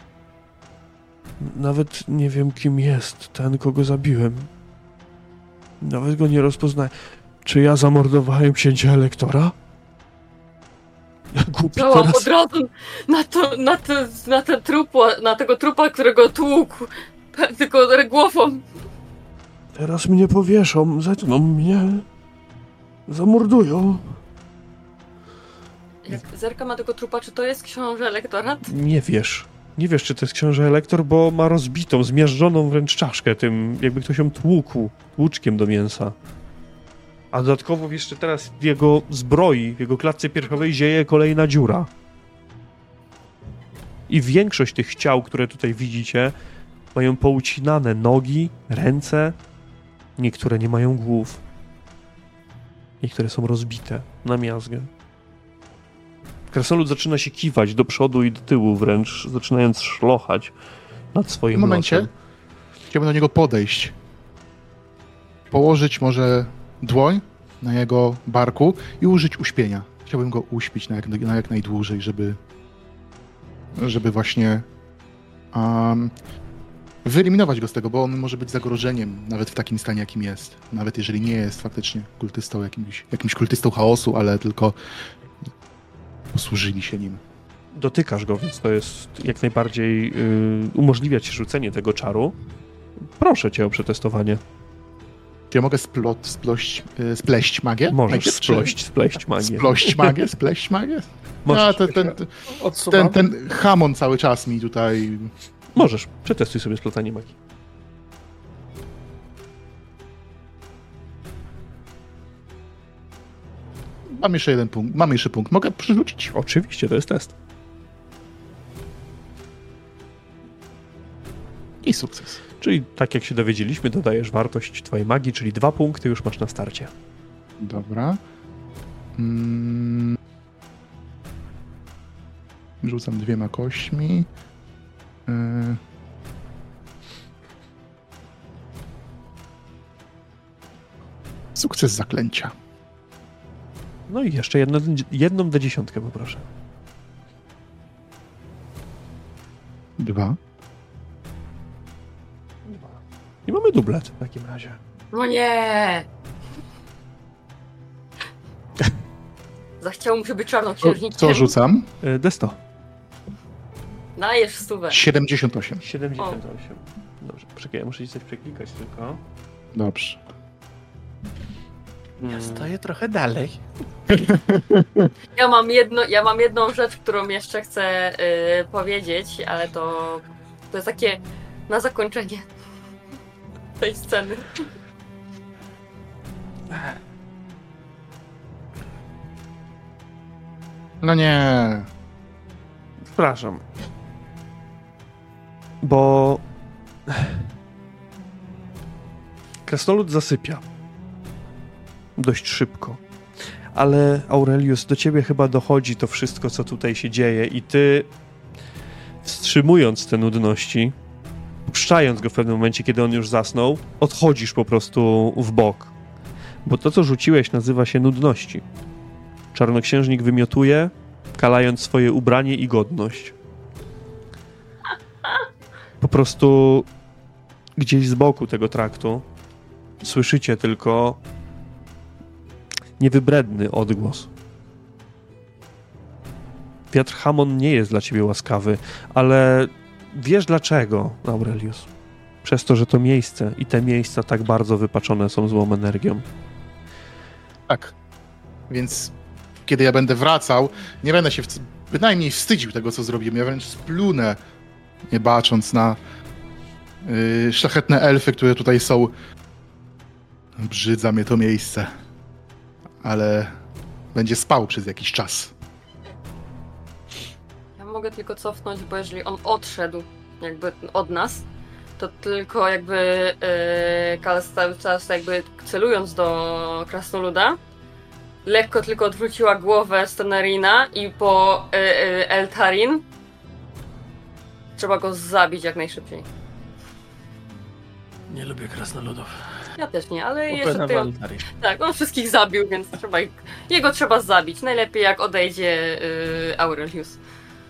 Nawet nie wiem, kim jest ten, kogo zabiłem. Nawet go nie rozpoznałem. Czy ja zamordowałem księcia Elektora? Głupi teraz... od razu na tego trupa, którego tłukł. Tylko głową. Teraz mnie powieszą, zetną mnie. Zamordują. Jak zerkam na tego trupa, czy to jest książę Elektora? Nie wiesz. Nie wiesz, czy to jest książę Elektor, bo ma rozbitą, zmiażdżoną wręcz czaszkę tym, jakby ktoś ją tłukł łuczkiem do mięsa. A dodatkowo jeszcze teraz w jego zbroi, w jego klatce piersiowej zieje kolejna dziura. I większość tych ciał, które tutaj widzicie, mają poucinane nogi, ręce. Niektóre nie mają głów. Niektóre są rozbite na miazgę. Krasnolud zaczyna się kiwać do przodu i do tyłu wręcz, zaczynając szlochać nad swoim W momencie losem. chciałbym do niego podejść. Położyć może dłoń na jego barku i użyć uśpienia. Chciałbym go uśpić na jak najdłużej, żeby właśnie wyeliminować go z tego, bo on może być zagrożeniem nawet w takim stanie, jakim jest. Nawet jeżeli nie jest faktycznie kultystą, jakimś kultystą chaosu, ale tylko posłużyli się nim. dotykasz go, więc to jest jak najbardziej umożliwia ci rzucenie tego czaru. Proszę cię o przetestowanie. Czy ja mogę spleść magię? Możesz spleść magię. Spleść magię? Możesz. Ten Hamon cały czas mi tutaj... Możesz, przetestuj sobie splotanie magii. Mam jeszcze jeden punkt. Mam jeszcze punkt. Mogę przerzucić? Oczywiście, to jest test. I sukces. Czyli tak jak się dowiedzieliśmy, dodajesz wartość twojej magii, czyli 2 punkty już masz na starcie. Dobra. Rzucam 2 kośćmi. Sukces zaklęcia. No i jeszcze jedną D10 poproszę. 2. I mamy dublet w takim razie. No nie! Zachciało mu się być czarnoksiężnikiem. Co rzucam? D100. Dajesz 100. 78. 78. Dobrze, poczekaj, ja muszę ci coś przeklikać tylko. Dobrze. Ja stoję trochę dalej. Ja mam jedną rzecz, którą jeszcze chcę powiedzieć, ale to jest takie na zakończenie tej sceny. No nie. Przepraszam. Bo krasnolud zasypia. Dość szybko. Ale Aurelius, do ciebie chyba dochodzi to wszystko, co tutaj się dzieje i ty, wstrzymując te nudności, puszczając go w pewnym momencie, kiedy on już zasnął, odchodzisz po prostu w bok. Bo to, co rzuciłeś, nazywa się nudności. Czarnoksiężnik wymiotuje, kalając swoje ubranie i godność. Po prostu gdzieś z boku tego traktu słyszycie tylko niewybredny odgłos. Wiatr Hamon nie jest dla ciebie łaskawy, ale wiesz dlaczego, Aurelius. Przez to, że to miejsce i te miejsca tak bardzo wypaczone są złą energią. Tak. Więc kiedy ja będę wracał, nie będę się bynajmniej wstydził tego, co zrobiłem. Ja wręcz splunę, nie bacząc na szlachetne elfy, które tutaj są. Brzydza mnie to miejsce. Ale będzie spał przez jakiś czas. Ja mogę tylko cofnąć, bo jeżeli on odszedł jakby od nas, to tylko jakby Kals cały czas jakby celując do krasnoluda, lekko tylko odwróciła głowę Stenarina i po Eltarin trzeba go zabić jak najszybciej. Nie lubię krasnoludów. Ja też nie, ale jeszcze ty... Eltarin. Tak, on wszystkich zabił, więc jego trzeba zabić. Najlepiej jak odejdzie Aurelius.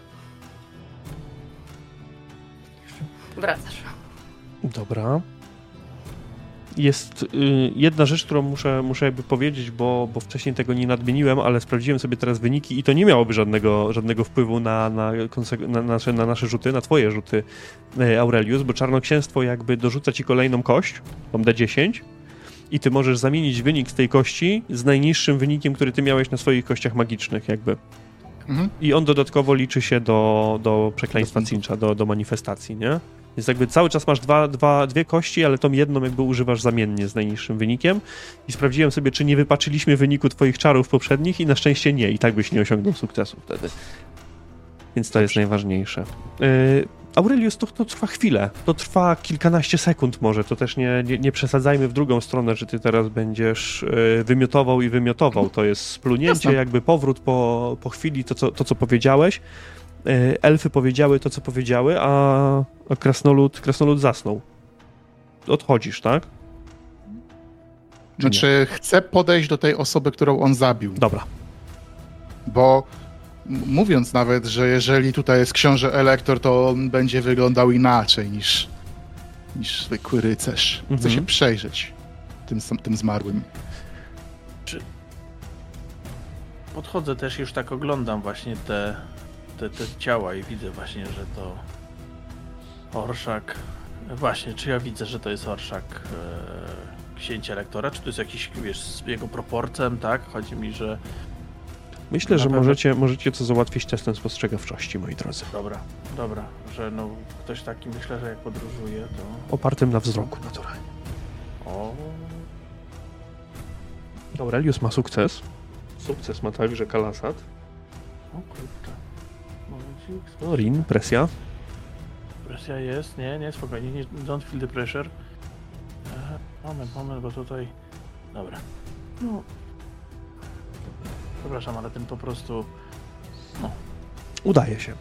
Wracasz. Dobra. Jest jedna rzecz, którą muszę jakby powiedzieć, bo wcześniej tego nie nadmieniłem, ale sprawdziłem sobie teraz wyniki i to nie miałoby żadnego wpływu na nasze rzuty, na twoje rzuty, Aurelius, bo czarnoksięstwo jakby dorzuca ci kolejną kość, tą D10, i ty możesz zamienić wynik z tej kości z najniższym wynikiem, który ty miałeś na swoich kościach magicznych jakby. Mhm. I on dodatkowo liczy się do przekleństwa Cincha, do manifestacji, nie? Więc jakby cały czas masz dwie kości, ale tą jedną jakby używasz zamiennie z najniższym wynikiem. I sprawdziłem sobie, czy nie wypaczyliśmy wyniku twoich czarów poprzednich i na szczęście nie. I tak byś nie osiągnął sukcesu wtedy. Więc to jest najważniejsze. Aurelius, to trwa chwilę. To trwa kilkanaście sekund może. To też nie przesadzajmy w drugą stronę, że ty teraz będziesz wymiotował i wymiotował. To jest splunięcie, jakby powrót po chwili, to co powiedziałeś. Elfy powiedziały to, co powiedziały, a krasnolud zasnął. Odchodzisz, tak? Znaczy, chcę podejść do tej osoby, którą on zabił. Dobra. Bo mówiąc nawet, że jeżeli tutaj jest książę Elektor, to on będzie wyglądał inaczej niż zwykły rycerz. Chcę się przejrzeć tym zmarłym. Podchodzę też, już tak oglądam właśnie te te ciała i widzę właśnie, że to orszak. Właśnie, czy ja widzę, że to jest orszak księcia Lektora? Czy to jest jakiś, wiesz, z jego proporcem, tak? Chodzi mi, że... Myślę, że możecie to załatwić testem spostrzegawczości, moi drodzy. Dobra, że no ktoś taki, myślę, że jak podróżuje, to... Opartym na wzroku, naturalnie. O. Aurelius ma sukces. Sukces ma także Kalasat. O kurczę. Momencik. No, Rin, presja. Presja jest, nie, spokojnie, nie, don't feel the pressure. Moment, bo tutaj... Dobra. No. Przepraszam, ale ten po prostu... No. Udaje się.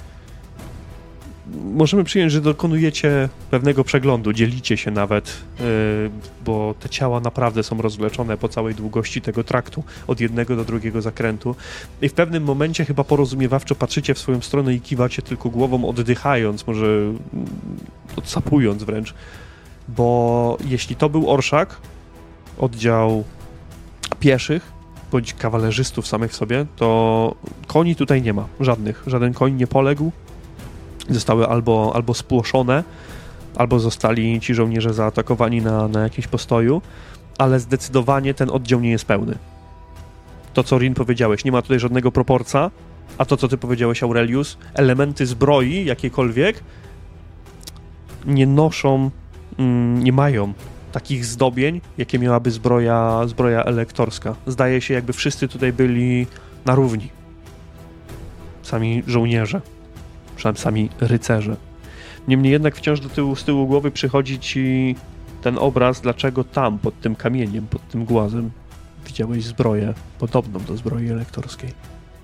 Możemy przyjąć, że dokonujecie pewnego przeglądu, dzielicie się nawet, bo te ciała naprawdę są rozwleczone po całej długości tego traktu, od jednego do drugiego zakrętu. I w pewnym momencie chyba porozumiewawczo patrzycie w swoją stronę i kiwacie tylko głową, oddychając, może odsapując wręcz, bo jeśli to był orszak, oddział pieszych, bądź kawalerzystów samych w sobie, to koni tutaj nie ma, żadnych. Żaden koń nie poległ. Zostały albo spłoszone, albo zostali ci żołnierze zaatakowani na jakimś postoju, ale zdecydowanie ten oddział nie jest pełny. To, co Rin powiedziałeś, nie ma tutaj żadnego proporca, a to, co ty powiedziałeś, Aurelius, elementy zbroi, jakiekolwiek, nie noszą, nie mają takich zdobień, jakie miałaby zbroja elektorska. Zdaje się, jakby wszyscy tutaj byli na równi. Sami żołnierze. Przynajmniej sami rycerze. Niemniej jednak wciąż z tyłu głowy przychodzi ci ten obraz, dlaczego tam, pod tym kamieniem, pod tym głazem widziałeś zbroję podobną do zbroi elektorskiej.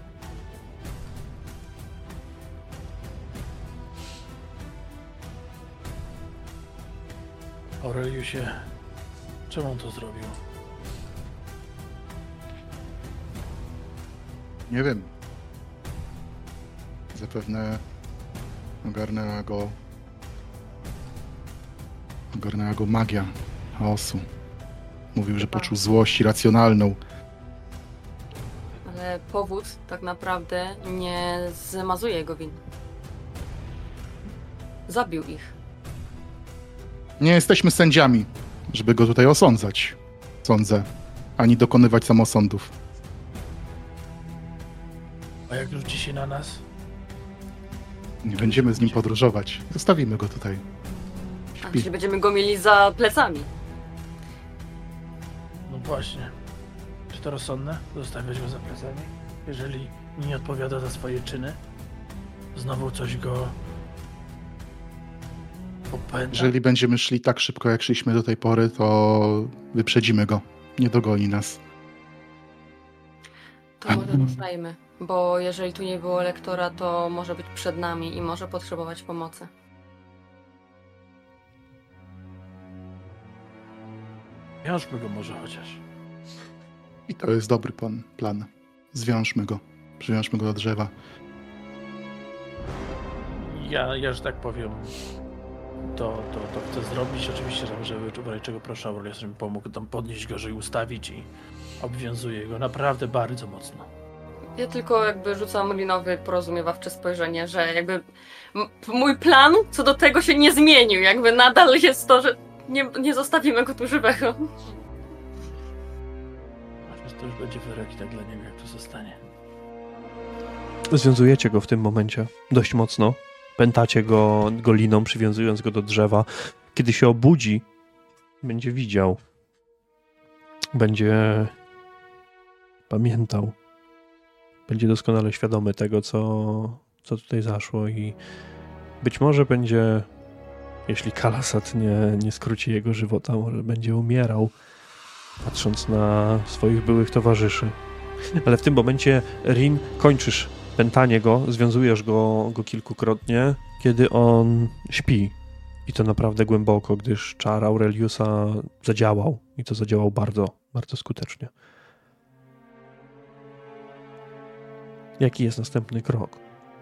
Aureliusie, czemu on to zrobił? Nie wiem. Zapewne ogarnęła go magia chaosu. Mówił, że poczuł złość irracjonalną. Ale powód tak naprawdę nie zmazuje jego win. Zabił ich. Nie jesteśmy sędziami, żeby go tutaj osądzać, sądzę, ani dokonywać samosądów. A jak rzuci się na nas? Nie będziemy z nim podróżować. Zostawimy go tutaj. A jeśli będziemy go mieli za plecami? No właśnie. Czy to rozsądne? Zostawiać go za plecami? Jeżeli nie odpowiada za swoje czyny? Znowu coś go opęta? Jeżeli będziemy szli tak szybko, jak szliśmy do tej pory, to wyprzedzimy go. Nie dogoni nas. To może ruszajmy, bo jeżeli tu nie było lektora, to może być przed nami i może potrzebować pomocy. Wiążmy go może chociaż. I to jest dobry plan. Zwiążmy go. Przywiążmy go do drzewa. Ja że tak powiem, to chcę zrobić. Oczywiście, żeby czego proszę Aurelius, żeby pomógł tam podnieść go, żeby ustawić i obwiązuję go naprawdę bardzo mocno. Ja tylko jakby rzucam Rinowi porozumiewawcze spojrzenie, że jakby mój plan co do tego się nie zmienił. Jakby nadal jest to, że nie zostawimy go tu żywego. To już będzie wyrok i tak dla niego, jak to zostanie. Związujecie go w tym momencie dość mocno. Pętacie go liną, przywiązując go do drzewa. Kiedy się obudzi, będzie widział. Będzie pamiętał. Będzie doskonale świadomy tego, co tutaj zaszło i być może będzie, jeśli Kalasat nie skróci jego żywota, może będzie umierał, patrząc na swoich byłych towarzyszy. Ale w tym momencie, Rin, kończysz pętanie go, związujesz go kilkukrotnie, kiedy on śpi. I to naprawdę głęboko, gdyż czar Aureliusa zadziałał. I to zadziałał bardzo, bardzo skutecznie. Jaki jest następny krok?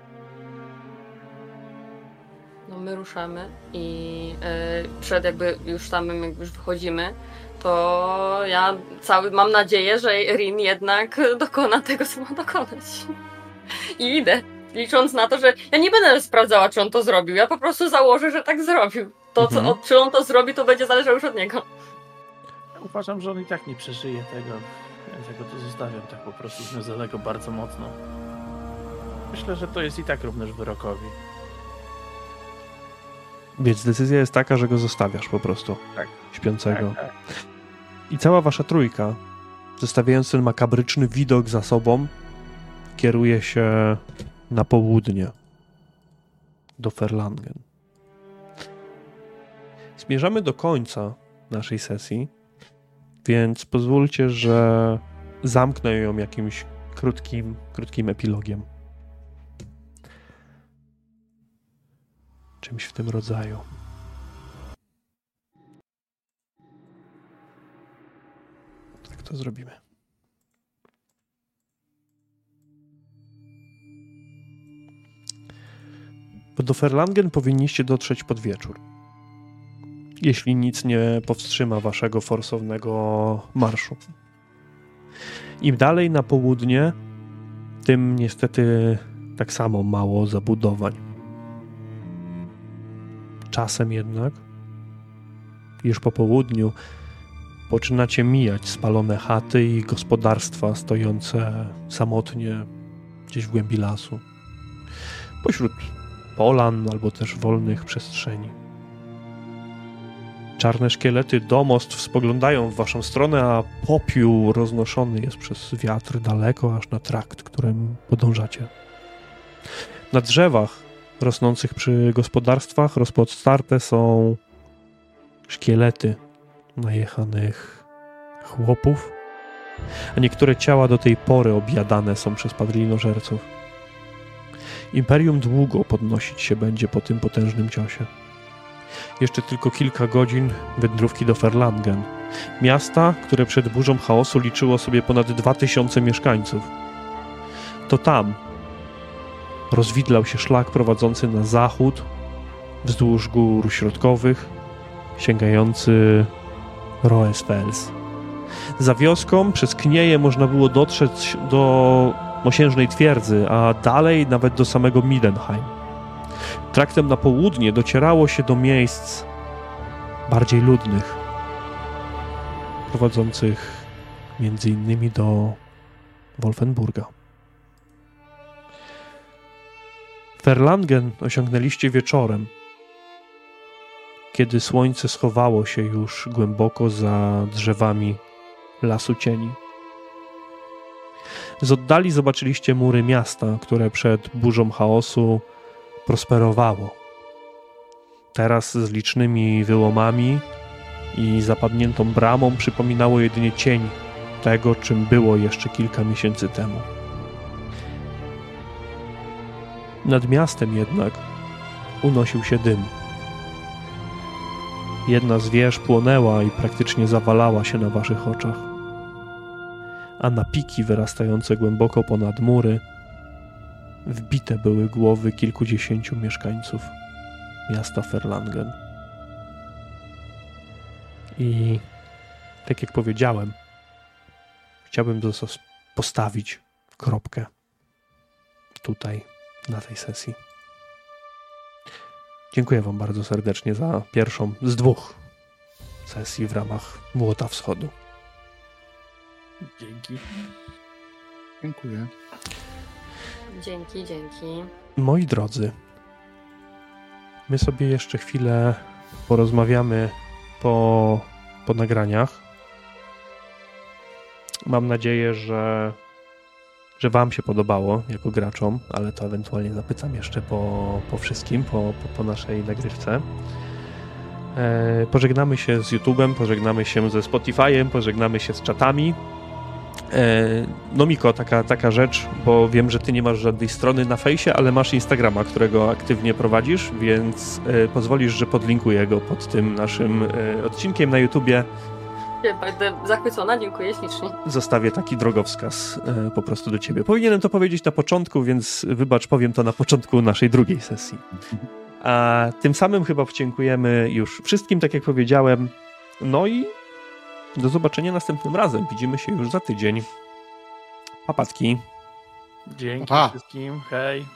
No my ruszamy i przed jakby już samym jak już wychodzimy, to ja mam nadzieję, że Rin jednak dokona tego, co ma dokonać. I idę. licząc na to, że ja nie będę sprawdzała, czy on to zrobił. Ja po prostu założę, że tak zrobił. To, czy on to zrobi, to będzie zależało już od niego. Ja uważam, że on i tak nie przeżyje tego, więc ja go tu zostawiam tak po prostu związanego bardzo mocno. Myślę, że to jest i tak również wyrokowi. Więc decyzja jest taka, że go zostawiasz po prostu. Tak. Śpiącego. Tak. I cała wasza trójka, zostawiając ten makabryczny widok za sobą, kieruje się na południe. Do Ferlangen. Zmierzamy do końca naszej sesji, więc pozwólcie, że zamknę ją jakimś krótkim epilogiem. Czymś w tym rodzaju. Tak to zrobimy. Do Ferlangen powinniście dotrzeć pod wieczór. Jeśli nic nie powstrzyma waszego forsownego marszu. Im dalej na południe, tym niestety tak samo mało zabudowań. Czasem jednak, już po południu, poczynacie mijać spalone chaty i gospodarstwa stojące samotnie gdzieś w głębi lasu. Pośród polan albo też wolnych przestrzeni. Czarne szkielety domostw spoglądają w waszą stronę, a popiół roznoszony jest przez wiatr daleko, aż na trakt, którym podążacie. Na drzewach rosnących przy gospodarstwach rozpostarte są szkielety najechanych chłopów, a niektóre ciała do tej pory objadane są przez padlinożerców. Imperium długo podnosić się będzie po tym potężnym ciosie. Jeszcze tylko kilka godzin wędrówki do Ferlangen. Miasta, które przed burzą chaosu liczyło sobie ponad 2000 mieszkańców. To tam rozwidlał się szlak prowadzący na zachód, wzdłuż gór środkowych, sięgający Roesfels. Za wioską przez Knieje można było dotrzeć do mosiężnej twierdzy, a dalej nawet do samego Midenheim. Traktem na południe docierało się do miejsc bardziej ludnych, prowadzących między innymi do Wolfenburga. Ferlangen osiągnęliście wieczorem, kiedy słońce schowało się już głęboko za drzewami lasu cieni. Z oddali zobaczyliście mury miasta, które przed burzą chaosu prosperowało. Teraz z licznymi wyłomami i zapadniętą bramą przypominało jedynie cień tego, czym było jeszcze kilka miesięcy temu. Nad miastem jednak unosił się dym. Jedna z wież płonęła i praktycznie zawalała się na waszych oczach. A na piki wyrastające głęboko ponad mury wbite były głowy kilkudziesięciu mieszkańców miasta Ferlangen. I tak jak powiedziałem, chciałbym postawić kropkę tutaj, na tej sesji. Dziękuję wam bardzo serdecznie za pierwszą z 2 sesji w ramach Młota Wschodu. Dzięki. Dziękuję. Dzięki. Moi drodzy, my sobie jeszcze chwilę porozmawiamy po nagraniach. Mam nadzieję, że wam się podobało jako graczom, ale to ewentualnie zapytam jeszcze po wszystkim, po naszej nagrywce. Pożegnamy się z YouTube'em, pożegnamy się ze Spotify'em, pożegnamy się z czatami. No Miko, taka rzecz, bo wiem, że ty nie masz żadnej strony na fejsie, ale masz Instagrama, którego aktywnie prowadzisz, więc pozwolisz, że podlinkuję go pod tym naszym odcinkiem na YouTubie. Będę zachwycona, dziękuję ślicznie. Zostawię taki drogowskaz po prostu do ciebie. Powinienem to powiedzieć na początku, więc wybacz, powiem to na początku naszej drugiej sesji. A tym samym chyba dziękujemy już wszystkim, tak jak powiedziałem. No i do zobaczenia następnym razem. Widzimy się już za tydzień. Papatki. Dzięki Pa. wszystkim. Hej.